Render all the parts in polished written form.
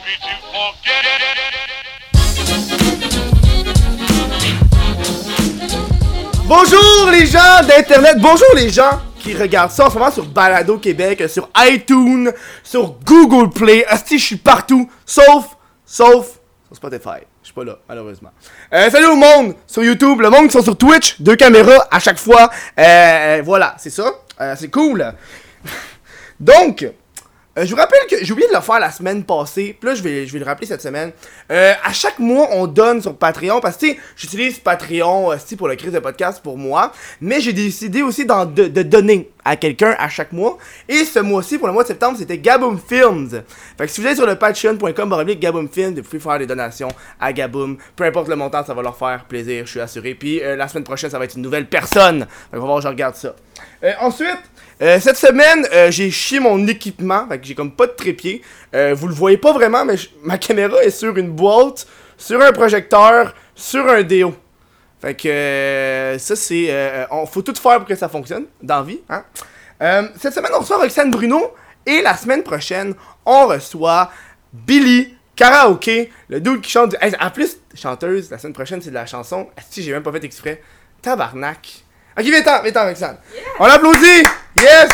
Bonjour les gens d'internet, bonjour les gens qui regardent ça en ce moment sur Balado Québec, sur iTunes, sur Google Play. Asti, je suis partout, sauf sur Spotify. Je suis pas là, malheureusement. Salut au monde sur YouTube, le monde qui sont sur Twitch, 2 caméras à chaque fois. Voilà, c'est ça. C'est cool. Donc, je vous rappelle que j'ai oublié de le faire la semaine passée, puis là je vais le rappeler cette semaine. À chaque mois, on donne sur Patreon, parce que tu sais, j'utilise Patreon pour le crise de podcast pour moi, mais j'ai décidé aussi de donner à quelqu'un à chaque mois. Et ce mois-ci, pour le mois de septembre, c'était Gaboom Films. Fait que si vous allez sur le patreon.com/Gaboom Films, vous pouvez faire des donations à Gaboom. Peu importe le montant, ça va leur faire plaisir, je suis assuré. Puis la semaine prochaine, ça va être une nouvelle personne. Fait qu'on va voir, je regarde ça. Ensuite, cette semaine, j'ai chié mon équipement, fait que j'ai comme pas de trépied. Vous le voyez pas vraiment, mais ma caméra est sur une boîte, sur un projecteur, sur un déo. Fait que ça c'est... faut tout faire pour que ça fonctionne, dans la vie, hein. Cette semaine, on reçoit Roxane Bruno, et la semaine prochaine, on reçoit Billy Karaoke, le dude qui chante... En plus, chanteuse, la semaine prochaine, c'est de la chanson. Si j'ai même pas fait exprès. Tabarnak. Ok, viens-t'en, Roxane. Yeah. On l'applaudit! Yes!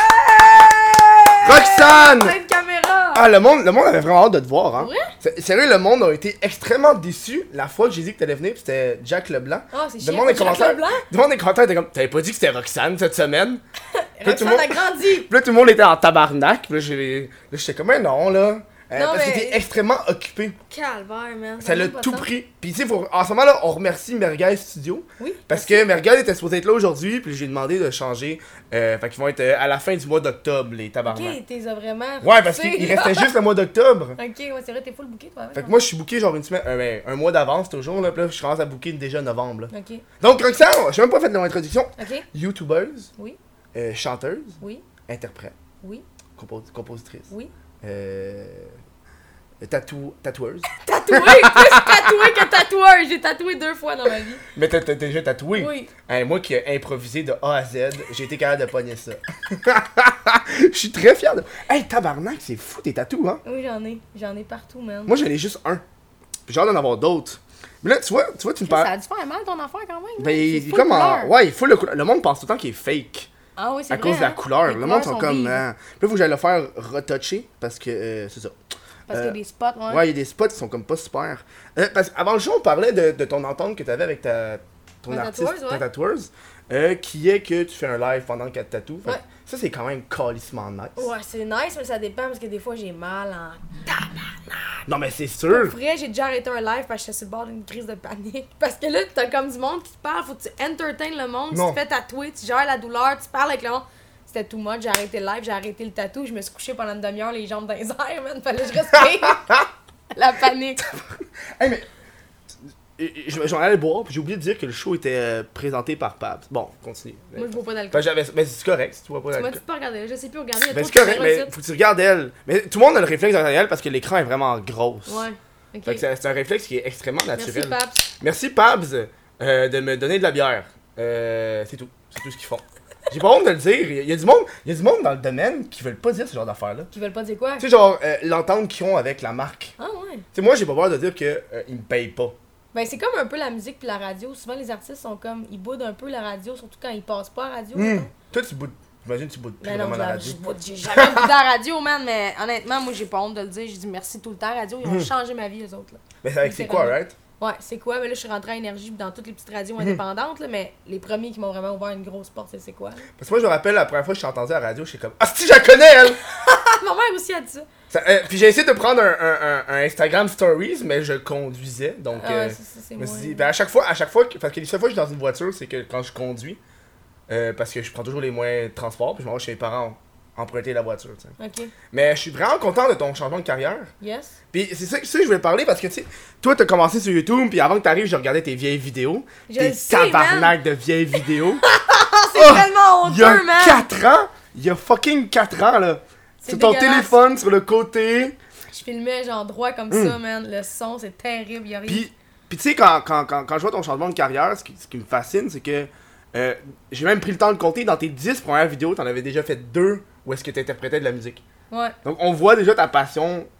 Ouais! Roxane! Plein de caméras! Ah, le monde avait vraiment hâte de te voir, hein? Ouais? Sérieux, le monde a été extrêmement déçus la fois que j'ai dit que t'allais venir, pis c'était Jack Leblanc. Oh, c'est chiant, Jack Leblanc? Le monde est content, t'es comme, t'avais pas dit que c'était Roxane cette semaine? Roxane a grandi! Puis là, tout le monde était en tabarnak, pis là, j'étais comme, mais non, là. Parce qu'il était extrêmement occupé. Calvaire, man. Ça l'a tout pris. Puis tu sais, en ce moment-là, on remercie Merguez Studio. Oui. Parce que Merguez était supposé être là aujourd'hui, puis j'ai demandé de changer. Fait qu'ils vont être à la fin du mois d'octobre, les tabarnak. Ok, t'es vraiment. Ouais, parce qu'il restait juste le mois d'octobre. Ok, ouais, c'est vrai, t'es full booké, toi. Fait que moi, je suis booké genre une semaine, un mois d'avance toujours, là. Puis là, je commence à booker déjà novembre, là. Ok. Donc, Roxane, j'ai même pas fait de l'introduction. Ok. YouTubeuse. Oui. Chanteuse. Oui. Interprète. Oui. Compositrice. Oui. Tatoueuse. Tatoué! Plus tatoué que tatoueur! J'ai tatoué 2 fois dans ma vie. Mais t'as déjà tatoué? Oui. Moi qui ai improvisé de A à Z, j'ai été capable de pogner ça. Je suis très fier de... Hey, tabarnak, c'est fou tes tatous, hein? Oui, j'en ai. J'en ai partout, man. Moi, j'en ai juste un. Puis j'ai hâte d'en avoir d'autres. Mais là, tu vois, tu me parles... Ça a dû faire mal ton affaire quand même. Ben, il est comme en... Ouais, il faut le couleur. Le monde pense tout le temps qu'il est fake. Ah oui, c'est à vrai. cause de la couleur. Les Le monde sont couleurs comme... vives. Puis là, faut que j'aille le faire retoucher parce que c'est ça. Parce qu'il y a des spots, ouais. Ouais, il y a des spots qui sont comme pas super. Parce qu'avant le show, on parlait de ton entente que t'avais avec ton artiste, tatoueuse, ouais. ta tatoueuse, qui est que tu fais un live pendant qu'elle te tatoue. Fait que Ouais. ça, c'est quand même calissement nice. Ouais, c'est nice, mais ça dépend parce que des fois j'ai mal en Non, mais c'est sûr. Pour vrai, j'ai déjà arrêté un live parce que j'étais sur le bord d'une crise de panique. Parce que là, t'as comme du monde qui te parle, faut que tu entertaines le monde, Non. tu te fais tatouer, tu gères la douleur, tu parles avec le monde. C'était too much, j'ai arrêté le live, j'ai arrêté le tatou, je me suis couché pendant une demi-heure, les jambes dans les airs, man, fallait que je respire. La panique. Hey, mais. J'en allais boire, puis j'ai oublié de dire que le show était présenté par Pabs. Bon, continue. Moi, je bois pas d'alcool. Mais c'est correct si tu vois pas Tu m'as d'alcool. dit de pas regarder, je sais plus regarder. il y a Mais trop c'est de correct, caméras mais ici. faut que tu regardes elle. Mais tout le monde a le réflexe derrière elle parce que l'écran est vraiment grosse. Ouais, ok. Fait que c'est un réflexe qui est extrêmement naturel. Merci, Paps. Merci Pabs de me donner de la bière. C'est tout. C'est tout ce qu'ils font. J'ai pas honte de le dire. Il y a du monde dans le domaine qui veulent pas dire ce genre d'affaires-là. Qui veulent pas dire quoi? Tu sais, genre, l'entente qu'ils ont avec la marque. Ah ouais. Tu sais, moi, j'ai pas peur de dire que ils me payent pas. Ben, c'est comme un peu la musique puis la radio. Souvent, les artistes sont comme. Ils boudent un peu la radio, surtout quand ils passent pas à la radio. mettons. Toi, tu boudes. J'imagine que tu boudes plus Ben non, vraiment la radio. j'ai jamais boudé à la radio, man, mais honnêtement, moi, j'ai pas honte de le dire. J'ai dit merci tout le temps à la radio. Ils ont changé ma vie, eux autres. Là. Mais c'est avec c'est quoi, right? Ouais, c'est quoi? Mais là, je suis rentrée à Énergie dans toutes les petites radios indépendantes, là, mais les premiers qui m'ont vraiment ouvert une grosse porte, c'est quoi? Là? Parce que moi, je me rappelle la première fois que je suis entendu à la radio, j'étais comme ah, si, je la connais, elle! Ah, ma mère aussi a dit ça. Puis j'ai essayé de prendre un Instagram Stories, mais je conduisais, donc Ah ouais, ça, c'est je me moi. suis dit, ben à chaque fois, parce que les seules fois que je suis dans une voiture, c'est que quand je conduis, parce que je prends toujours les moyens de transport, puis je m'en vais chez mes parents emprunter la voiture, tu sais. Ok. Mais je suis vraiment content de ton changement de carrière. Yes. Puis c'est ça que je voulais parler parce que tu sais, toi t'as commencé sur YouTube, puis avant que t'arrives, je regardais tes vieilles vidéos. Je Tes le sais, tabarnak de vieilles vidéos. C'est tellement Il y a honteux, man! 4 ans, il y a fucking 4 ans là. C'est Sur ton dégueulasse. téléphone, sur le côté. Je filmais genre droit comme ça, man. Le son, c'est terrible, y'a rien. Puis tu sais, quand je vois ton changement de carrière, ce qui me fascine, c'est que j'ai même pris le temps de compter, dans tes 10 premières vidéos, t'en avais déjà fait 2 où est-ce que t'interprétais de la musique. Ouais. Donc on voit déjà ta passion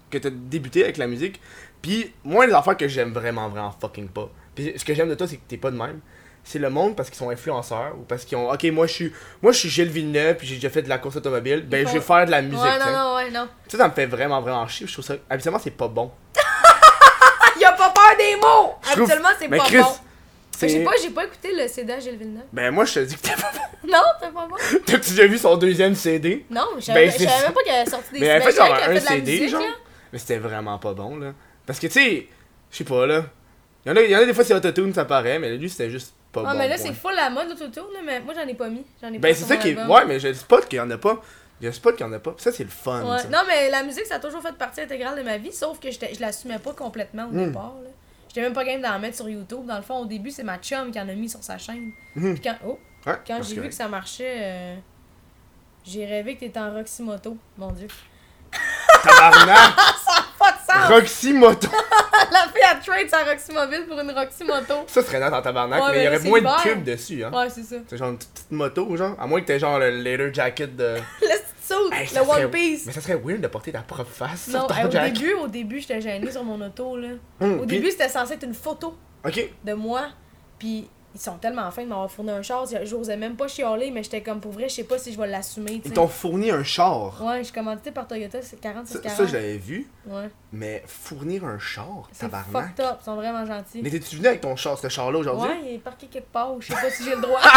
que t'as débuté avec la musique. Puis, moi, les affaires que j'aime vraiment fucking pas. Puis, ce que j'aime de toi, c'est que t'es pas de même. C'est le monde parce qu'ils sont influenceurs ou parce qu'ils ont. Ok, moi, je suis Gilles Villeneuve, puis j'ai déjà fait de la course automobile. Ben, je vais faire de la musique, Ouais, t'sais. non. Ça me fait vraiment chier. Je trouve ça. Habituellement, c'est pas bon. Il a pas peur des mots! Habituellement, c'est Mais pas Chris, bon. c'est... J'ai pas écouté le CD à Gilles Villeneuve. Ben, moi, je te dis que t'es pas bon. Non, t'es pas bon. T'as-tu déjà vu son deuxième CD? Non, je Ben, savais même pas qu'elle avait sorti des Mais elle CD. fait genre Je savais un qu'elle fait de la CD, musique, genre. là. Mais c'était vraiment pas bon, là. Parce que, tu sais, je sais pas, là. Il y en a des fois, c'est autotune, ça paraît, mais lui, c'était juste pas bon. Ah, mais là, point. c'est full la mode, l'autotune, là, mais moi, j'en ai pas mis. Ben, c'est ça qui est. Ouais, mais je dis pas qu'il y en a pas. Je dis pas qu'il y en a pas. Ça, c'est le fun. Ouais. Ça. Non, mais la musique, ça a toujours fait partie intégrale de ma vie, sauf que je l'assumais pas complètement au départ, là. J'étais même pas game d'en mettre sur YouTube. Dans le fond, au début, c'est ma chum qui en a mis sur sa chaîne. Puis quand, Ouais, quand j'ai vu que ça marchait, j'ai rêvé que t'étais en Roxy Moto. Mon Dieu. Tabarnak! Ça n'a pas de sens! Roxy Moto! La fille a trade sa Roxy Mobile pour une Roxy Moto. Ça serait net en tabarnak, Ouais, mais il y mais aurait là, moins c'est de hiver. pubs dessus, hein. Ouais, c'est ça. C'est genre une petite moto, genre. À moins que t'aies genre le leather jacket de. Le petit suit, Hey, ça le serait- One Piece. Mais ça serait weird de porter ta propre face Non, sur ton jacket. au début, j'étais gênée sur mon auto, là. Au Puis- début, c'était censé être une photo Ok. de moi, puis ils sont tellement fins de m'avoir fourni un char, j'osais même pas chialer, mais j'étais comme, pour vrai, je sais pas si je vais l'assumer, tu Ils sais. t'ont fourni un char. Ouais, je suis commandité par Toyota, c'est 4640. Ça, je l'avais vu. Ouais. Mais fournir un char, C'est tabarnak. fucked up, ils sont vraiment gentils. Mais t'es-tu venu avec ton char, ce char-là aujourd'hui? Ouais, il est parqué quelque part, ou je sais pas si j'ai le droit.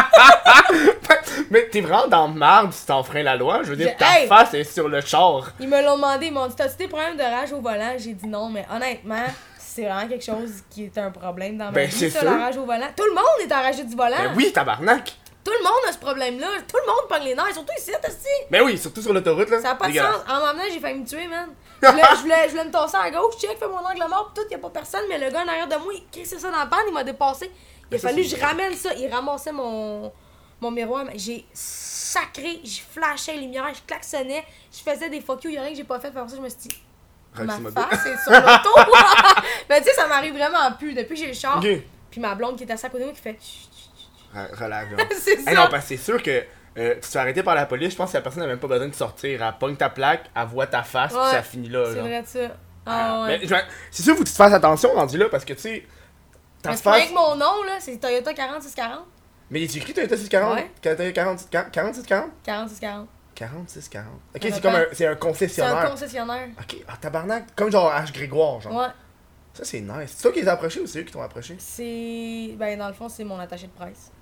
Mais t'es vraiment dans marde si t'enfreins la loi. Je veux dire, Je- ta Hey! face est sur le char. Ils me l'ont demandé, ils m'ont dit, t'as-tu des problèmes de rage au volant? J'ai dit non, mais honnêtement, c'est vraiment quelque chose qui est un problème dans ma Ben, vie, c'est ça, sûr. la rage au volant. Tout le monde est enragé du volant. Ben oui, tabarnak. Tout le monde a ce problème-là. Tout le monde pogne les nerfs, surtout ici, aussi. Ben oui, surtout sur l'autoroute, là. Ça n'a pas de Dégueulasse. sens. En m'emmenant, j'ai failli me tuer, man. Je voulais me tasser à gauche, check, fais mon angle mort, pis tout, y a pas personne, mais le gars en arrière de moi, il crissait ça dans la panne, il m'a dépassé. Il a ça, fallu que c'est- je ramène ça. Il ramassait mon miroir, mais j'ai sacré, je flashais les lumières, je klaxonnais, je faisais des fuck you, il y a rien que j'ai pas fait, puis après ça, je me suis dit, Roxy ma Mobile. face est sur l'auto. Mais tu sais, ça m'arrive vraiment plus depuis que j'ai le char. Ok. Puis ma blonde qui est assise à côté de moi qui fait chut, chut, chut. Relax, genre. C'est ça. Hey, non, parce que c'est sûr que tu te fais arrêter par la police, je pense que la personne n'a même pas besoin de sortir. Elle pogne ta plaque, elle voit ta face, puis Ouais, ça finit là, C'est genre. vrai de ça. Ah ouais. Mais, c'est sûr, faut que tu te fasses attention rendu là, parce que tu sais. Ta Mais c'est pas rien face. que mon nom, là, c'est Toyota 4640. Mais tu écrit Toyota 640? Ouais. Toyota 4640? 4640. 4640. Ok, Ça c'est comme dépend. c'est un C'est un concessionnaire. concessionnaire. Ok, ah tabarnak, comme genre H. Grégoire, genre. Ouais. Ça c'est nice. C'est toi qui les as approchés ou c'est eux qui t'ont approché? C'est. Ben, dans le fond, c'est mon attaché de presse.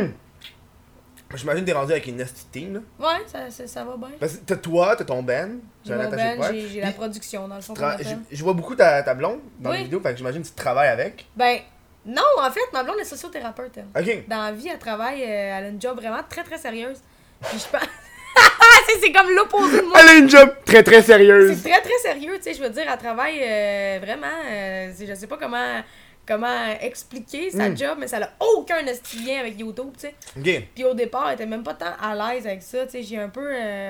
J'imagine que t'es rendu avec une nasty team, là. Ouais, ça va bien. Parce que t'as toi, t'as ton Ben, J'ai un mon attaché de Ben, presse. j'ai la Puis, production, dans le fond. qu'on tra- appelle. je vois beaucoup ta blonde dans Oui. les vidéos, fait que j'imagine que tu travailles avec. Ben, non, en fait, ma blonde est sociothérapeute. Elle. Ok. Dans la vie, elle travaille, elle a une job vraiment très très sérieuse. Puis je pense. c'est comme l'opposé de moi. Elle a une job très sérieuse. C'est très très sérieux, tu sais, je veux dire, elle travaille vraiment, je sais pas comment expliquer sa job, mais ça n'a aucun esti lien avec YouTube, tu sais. Ok. Puis au départ, elle était même pas tant à l'aise avec ça, tu sais, j'ai un peu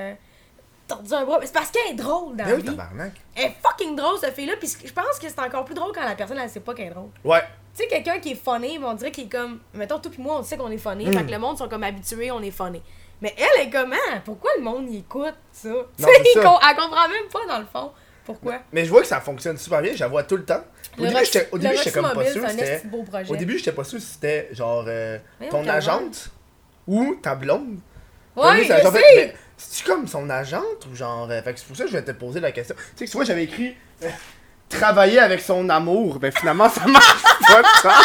tordu un bras, mais c'est parce qu'elle est drôle dans Ben la oui, vie. tabarnak. Elle est fucking drôle, cette fille-là, puis je pense que c'est encore plus drôle quand la personne, elle sait pas qu'elle est drôle. Ouais. Tu sais, quelqu'un qui est funny, on dirait qu'il est comme, mettons, toi puis moi, on sait qu'on est funny, fait que le monde sont comme habitués, on est funny. Mais elle est comment? Pourquoi le monde y écoute ça? Tu sais, c'est ça. elle comprend même pas, dans le fond, pourquoi. Mais je vois que ça fonctionne super bien, je la vois tout le temps. Au début, j'étais comme pas Roxy sûr Mobile, si c'est un c'était. esti beau projet. Au début, j'étais pas sûr si c'était genre Voyons, ton quel agente ou ta blonde. Ouais, Lui, c'est je en fait, sais! mais c'est-tu comme son agente ou genre. Fait que c'est pour ça que je vais te poser la question. Tu sais, que moi j'avais écrit travailler avec son amour, ben finalement ça marche pas de ça.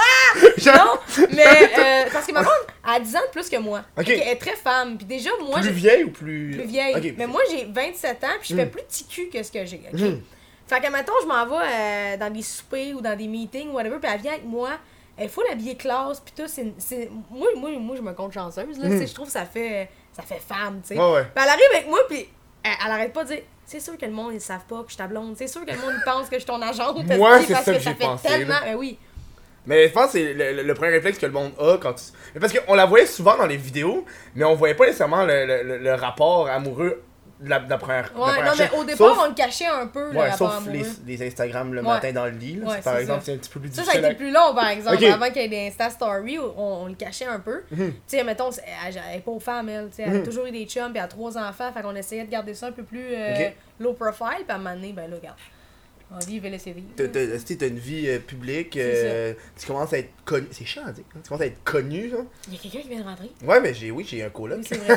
Non, mais parce que ma blonde a 10 ans de plus que moi. Ok. Elle est très femme. Puis déjà, moi, Plus j'ai vieille ou plus. plus vieille. Ok. Mais moi, j'ai 27 ans, puis je fais plus petit cul que ce que j'ai. Ok? Fait que, mettons, je m'en vais dans des soupers ou dans des meetings ou whatever, puis elle vient avec moi. Elle faut l'habiller classe, puis tout. Moi, je me compte chanceuse, là. Tu sais, je trouve que ça fait femme, tu sais. Ouais, ouais. Puis elle arrive avec moi, puis elle arrête pas de dire c'est sûr que le monde, ils savent pas que je suis ta blonde. C'est sûr que le monde, il pense que je suis ton agente. Moi, esti, c'est parce ça que ça j'ai fait pensé, tellement. là. Ben oui. Mais je pense que c'est le premier réflexe que le monde a quand tu. Mais parce qu'on la voyait souvent dans les vidéos, mais on voyait pas nécessairement le rapport amoureux de la première. Ouais, non, mais au départ, on le cachait un peu, le ouais, rapport sauf amoureux. les Instagram le matin dans le lit. Là, Ouais, par c'est exemple, ça. c'est un petit peu plus Ça difficile. a été plus long, par exemple. Ok. Avant qu'il y ait des Insta Stories, on le cachait un peu. Tu sais, mettons, elle est pas aux femmes, elle. Tu sais, elle a toujours eu des chums, puis elle a 3 enfants. Fait qu'on essayait de garder ça un peu plus low profile. Puis à un moment donné, ben là, regarde. On vit, laisser vivre. T'as une vie publique, tu commences à être connu. C'est chiant à dire. Hein? Tu commences à être connu, genre. Il y a quelqu'un qui vient de rentrer. Ouais, mais j'ai un coloc. Oui, c'est vrai.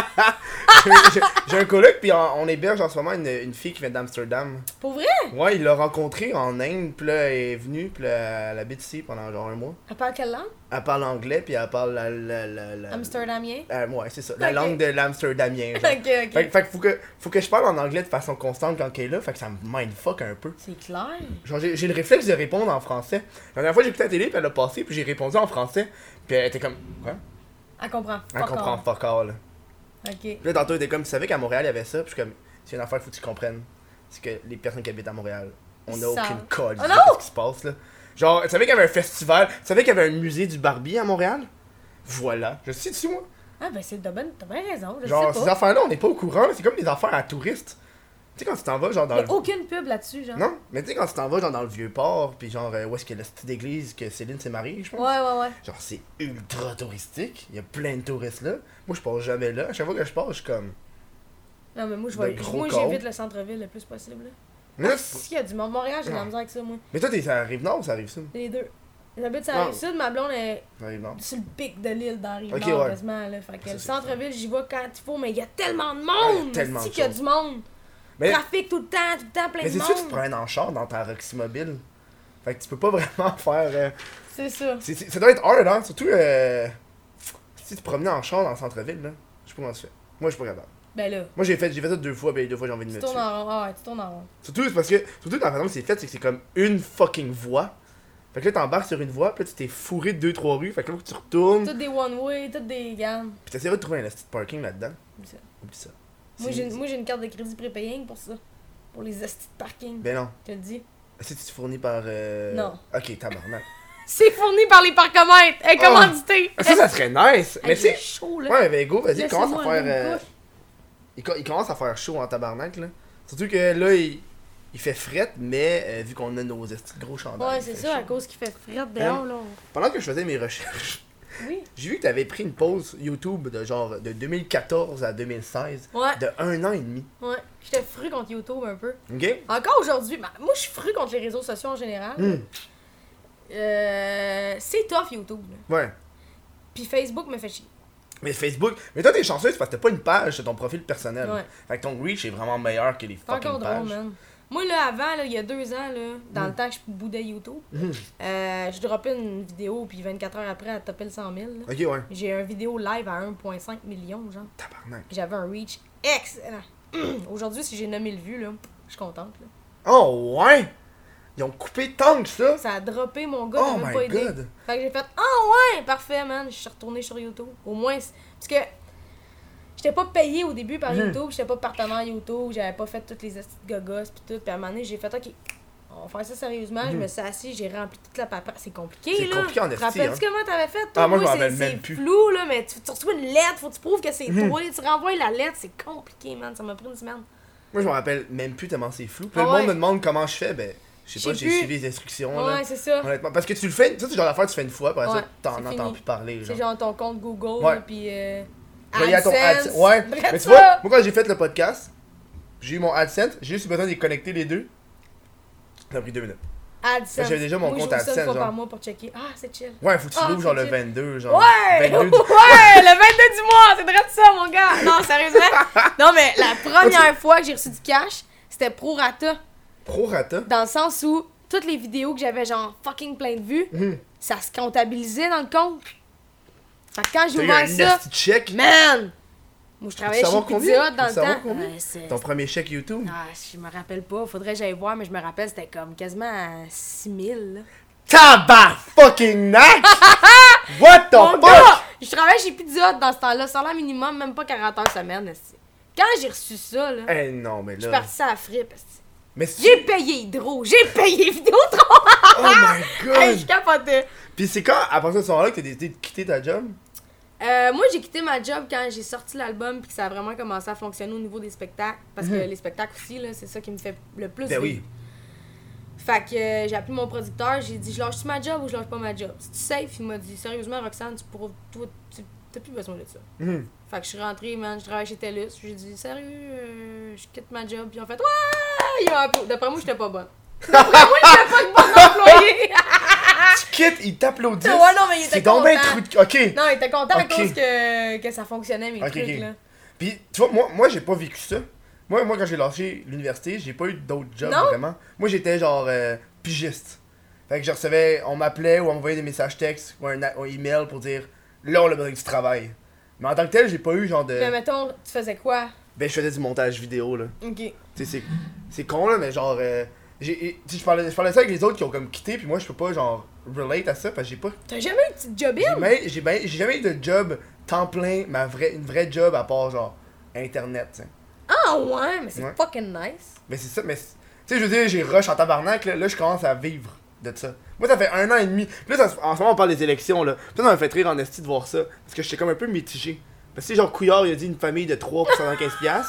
j'ai un coloc, puis on héberge en ce moment une fille qui vient d'Amsterdam. Pour vrai? Ouais, il l'a rencontrée en Inde, puis là, elle est venue, puis là, elle habite ici pendant genre 1 mois. Elle parle quelle langue? Elle parle anglais, puis elle parle Amsterdamien? ouais, c'est ça. La Ok. langue de l'Amsterdamien, genre. Ok. Fait que faut que je parle en anglais de façon constante quand elle est là, fait que ça me mindfuck un peu. C'est clair. Genre, j'ai le réflexe de répondre en français. La dernière fois, j'ai écouté la télé, puis elle a passé, puis j'ai répondu en français, puis elle était comme, quoi? Elle comprend. Elle comprend fuck all. Ok. Puis là, tantôt, elle était comme, tu savais qu'à Montréal, il y avait ça, puis je suis comme, c'est une affaire qu'il faut que tu comprennes. C'est que les personnes qui habitent à Montréal, on n'a Ils aucune savent. colle Oh de non! ce qui se passe, là. Genre, tu savais qu'il y avait un festival, tu savais qu'il y avait un musée du Barbie à Montréal? Voilà. Je suis dessus, moi. Ah, ben, t'as bien raison. Je Genre, sais ces pas. affaires-là, on n'est pas au courant, là, c'est comme des affaires à touristes. Tu sais, quand tu t'en vas, genre, dans Il le. y a aucune pub là-dessus, genre. Non, mais tu sais, quand tu t'en vas, genre, dans le Vieux-Port, pis genre, où est-ce qu'il y a la petite église que Céline s'est mariée, je pense? Ouais. Genre, c'est ultra touristique. Il y a plein de touristes là. Moi, je passe jamais là. À chaque fois que je passe, je suis comme. Non, mais moi, De gros j'évite le centre-ville le plus possible. Là. Mais, là, S'il y a du monde. Montréal, j'ai de la misère avec ça, moi. mais toi, t'es ça arrive nord ou ça arrive sud? Les deux. J'habite sur Ah. la rive sud, ma blonde est Ça arrive nord. sur le pic de l'île dans la rive Ok, nord, ouais. quasiment. Là. Fait que Ça, le c'est centre-ville, j'y vais quand il faut, mais il y a tellement de Ah, il y a monde! tellement de qu'il y a choses. du monde! Mais, Trafic tout le temps, plein mais de c'est monde. sûr que tu te promènes en char dans ta Roxy Mobile. Fait que tu peux pas vraiment faire. C'est ça. Ça doit être hard, hein? Surtout si tu te promenais en char dans le centre-ville, là. Je sais pas comment tu fais. Moi, je suis pas capable. Ben là, Moi, j'ai fait ça 2 fois, ben les 2 fois, j'ai envie de tu me tournes tuer. en rond. Ah ouais, tu tournes en rond. Surtout, c'est parce que. Surtout, dans la façon que c'est fait, c'est que c'est comme une fucking voie. Fait que là, t'embarques sur une voie, puis là, tu t'es fourré de 2-3 rues. Fait que là, faut que tu retournes. Toutes des one-way, toutes des gammes. Puis t'essaieras de trouver un petit parking là-dedans. Oublie ça. Oublie ça. Moi, j'ai une carte de crédit prépayée pour ça. Pour les estis de parking. Ben non. Je te le dis. Est-ce que tu fournis par. Non. Ok, tabarnak. C'est fourni par les parcomètres! Hey, commandité! Ça serait nice! Mais tu c'est sais. chaud, là. Ouais, mais go, vas-y, il Laissez-moi commence à une faire. couche. Il commence à faire chaud en tabarnak, là. Surtout que là, il fait fret, mais vu qu'on a nos estis de gros chandails. Ouais, il c'est fait ça, à chaud. cause qu'il fait frette dehors, là. Pendant que je faisais mes recherches, Oui. j'ai vu que t'avais pris une pause YouTube de genre de 2014 à 2016. Ouais. De 1 an et demi. Ouais. J'étais fru contre YouTube un peu. Ok? Encore aujourd'hui, moi, je suis fru contre les réseaux sociaux en général. C'est tough, YouTube, là. Ouais. Puis Facebook me fait chier. Mais Facebook. Mais toi, t'es chanceuse parce que t'as pas une page sur ton profil personnel. Ouais. Fait que ton reach est vraiment meilleur que les C'est encore fucking drôle, pages. man. Moi, là, avant, là, il y a 2 ans, là, dans le temps que je boudais YouTube, je droppais une vidéo, puis 24 heures après, elle topait le 100 000. là. Ok, ouais. J'ai un vidéo live à 1,5 million, genre. Tabarnak. Puis j'avais un reach excellent. Aujourd'hui, si j'ai 9000 vues, là, je suis contente. Là. Oh, ouais! Ils ont coupé tant que ça! Ça a droppé, mon gars, Oh t'as même my pas aidé. god! Fait que j'ai fait « Ah ouais, parfait, man! » Je suis retournée sur YouTube. Au moins, parce que j'étais pas payée au début par YouTube, j'étais pas partenaire YouTube, j'avais pas fait toutes les astuces de gogos pis tout. Puis à un moment donné, j'ai fait « Ok, on va faire ça sérieusement. Je me suis assise, j'ai rempli toute la paperasse. C'est compliqué, C'est là. compliqué en Te esti, rappelles-tu hein. comment t'avais fait, toi? Ah, moi, je m'en c'est- rappelle même plus. C'est flou, là, mais tu reçois une lettre, faut que tu prouves que c'est toi. Tu renvoies la lettre, c'est compliqué, man. Ça m'a pris une semaine. Moi, je me rappelle même plus tellement c'est flou. Puis Ah le monde ouais. me demande comment je fais, ben, je sais pas, Je sais j'ai plus. suivi les instructions, là. Ouais, c'est ça. Honnêtement. Parce que tu le fais, ça, c'est le genre d'affaire que tu fais une fois, après Ouais, ça, t'en c'est entends fini. plus parler, C'est genre. genre ton compte Google, Ouais. là, pis Relié à ton AdSense. Ouais, Bref, mais tu ça. vois, moi, quand j'ai fait le podcast, j'ai eu mon AdSense, j'ai juste besoin de les connecter les deux. Ça a pris 2 minutes. AdSense. J'avais déjà mon Moi, compte j'ouvre ça AdSense, une fois genre. par mois pour checker. Ah, c'est chill. Ouais, faut que tu Ah, l'ouvres genre c'est le chill. 22, genre. Ouais! 22 du- Ouais! Le 22 du mois! C'est vrai ça, mon gars! Non, sérieusement. Non, mais la première fois que j'ai reçu du cash, c'était pro rata. Pro rata. Dans le sens où toutes les vidéos que j'avais genre fucking plein de vues, ça se comptabilisait dans le compte. Fait que quand j'ai T'as eu ouvert un ça, nasty check. man! Moi, je travaillais chez savoir Pizza combien? Hut dans le Faut savoir temps. combien? C'est- Ton premier chèque YouTube. Ah, je me rappelle pas. Faudrait que j'aille voir, mais je me rappelle, c'était comme quasiment à 6000. là. Tabar fucking nack! What the Mon fuck? gars! Je travaillais chez Pizza Hut dans ce temps-là. Salaire minimum, même pas 40 heures semaine. esti. Quand j'ai reçu ça, là, Eh non, mais je suis là. partie à la fripe. esti. Mais c'est. J'ai payé Hydro, j'ai payé Vidéotron. Oh my Hey, je god! capotais. Pis c'est quand, à partir de ce moment-là, que t'as décidé de quitter ta job? Moi, j'ai quitté ma job quand j'ai sorti l'album puis que ça a vraiment commencé à fonctionner au niveau des spectacles. Parce que les spectacles aussi, là, c'est ça qui me fait le plus Ben vivre. oui. Fait que j'ai appelé mon producteur, j'ai dit je lâche-tu ma job ou je lâche pas ma job? C'est-tu safe? Il m'a dit sérieusement, Roxane, t'as plus besoin de ça. Fait que je suis rentrée, man, je travaille chez TELUS. J'ai dit sérieux, je quitte ma job. Puis en fait, ouais! Ils ont applaudi. D'après moi, j'étais pas bonne. D'après moi, j'étais pas une bonne employée. Tu quittes, ils t'applaudissent. Ouais, non, mais il était C'est donc content. bien trou. Ok. Non, il était content à Ok. cause que ça fonctionnait, mes trucs, là. Puis, tu vois, moi j'ai pas vécu ça. Moi, quand j'ai lâché l'université, j'ai pas eu d'autres jobs Non? vraiment. Moi, j'étais genre pigiste. Fait que je recevais, on m'appelait ou on m'envoyait des messages textes ou un email pour dire là, on a besoin que tu travailles. Mais en tant que tel, j'ai pas eu genre de. Mais mettons, tu faisais quoi? Ben, je faisais du montage vidéo, là. Ok. Tu sais, c'est con, là, mais genre. Je parlais de ça avec les autres qui ont comme quitté, puis moi, je peux pas, genre, relate à ça, parce que j'ai pas. T'as jamais eu une petite job-in? J'ai jamais eu de job temps plein, une vraie job à part, genre, Internet, tu sais. Ah ouais, mais c'est Ouais. fucking nice. Mais c'est ça, mais. Tu sais, je veux dire, j'ai rush en tabarnak, là, je commence à vivre de ça. Moi, ça fait 1 an et demi. Puis là, en ce moment, on parle des élections, là. Puis ça m'a fait rire en esti de voir ça. Parce que j'étais comme un peu mitigé. Parce que, genre, Couillard, il a dit une famille de 3 pour 115$.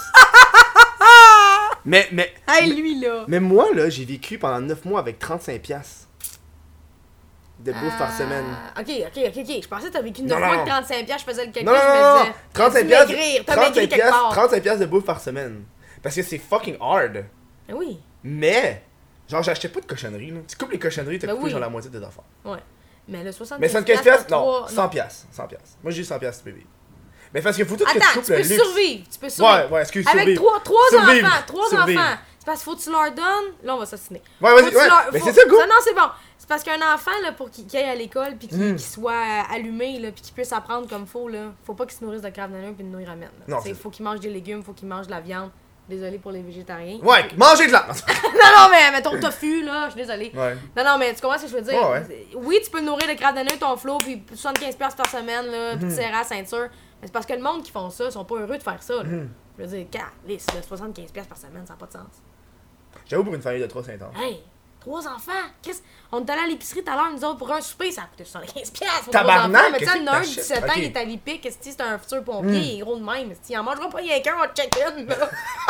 mais. Hey, lui, là. Mais moi, là, j'ai vécu pendant 9 mois avec 35$ de bouffe par semaine. Ok. Je pensais que t'as vécu 9 Non, mois non. de 35$, je faisais le calcul, Non, non, je non, me non, disais. 35$, T'as maigri quelque part. 35$ de bouffe par semaine. Parce que c'est fucking hard. Ah oui. Mais, genre, j'achetais pas de cochonneries, là. Tu coupes les cochonneries, t'as Ben coupé oui. genre la moitié de tes affaires. Ouais. Mais le 75$. Mais 75$, non, pour 100$. 100$. Moi, j'ai eu 100$, tu peux vivre. Mais parce qu'il faut tout que tu Attends, coupes tu le peux luxe. survivre. Tu peux survivre. Ouais, excuse, Avec survivre. 3 Survivre. enfants. 3 Survivre. enfants. C'est parce qu'il faut que tu leur donnes. Là, on va s'assiner. Ouais, vas-y, ouais. Mais c'est ça, go. Non, c'est bon. C'est parce qu'un enfant, là, pour qu'il aille à l'école, puis qu'il soit allumé, là, puis qu'il puisse apprendre comme faut, là, faut pas qu'il se nourrisse de Krav Maga puis de nouilles ramen. Non, Il faut qu'il mange des légumes, faut qu'il mange de la viande. Désolé pour les végétariens. Ouais, manger de la. Non, mais mettons tofu, là, je suis désolée. Ouais. Non, mais tu comprends ce que je veux dire? Ouais. Oui, tu peux nourrir de Krav Maga ton flow, puis 75$ par semaine, là, puis tu serres à la ceinture. Mais c'est parce que le monde qui font ça, ils sont pas heureux de faire ça, là. Je veux dire, calisse, là, 75$ par semaine, ça n'a pas de sens. J'avoue pour une famille de 3 5 ans. Hey, 3 enfants! On est allé à l'épicerie tout à l'heure, nous autres, pour un souper, ça a coûté 75$. pour Tabarnak, 3 enfants. Mais tu sais, qu'est-ce il y que en a un de t'achètes? 17 ans, Ok. il est à l'IPIC, c'est un futur pompier, il est gros de même. Il en mangera pas rien qu'un hot chicken, là.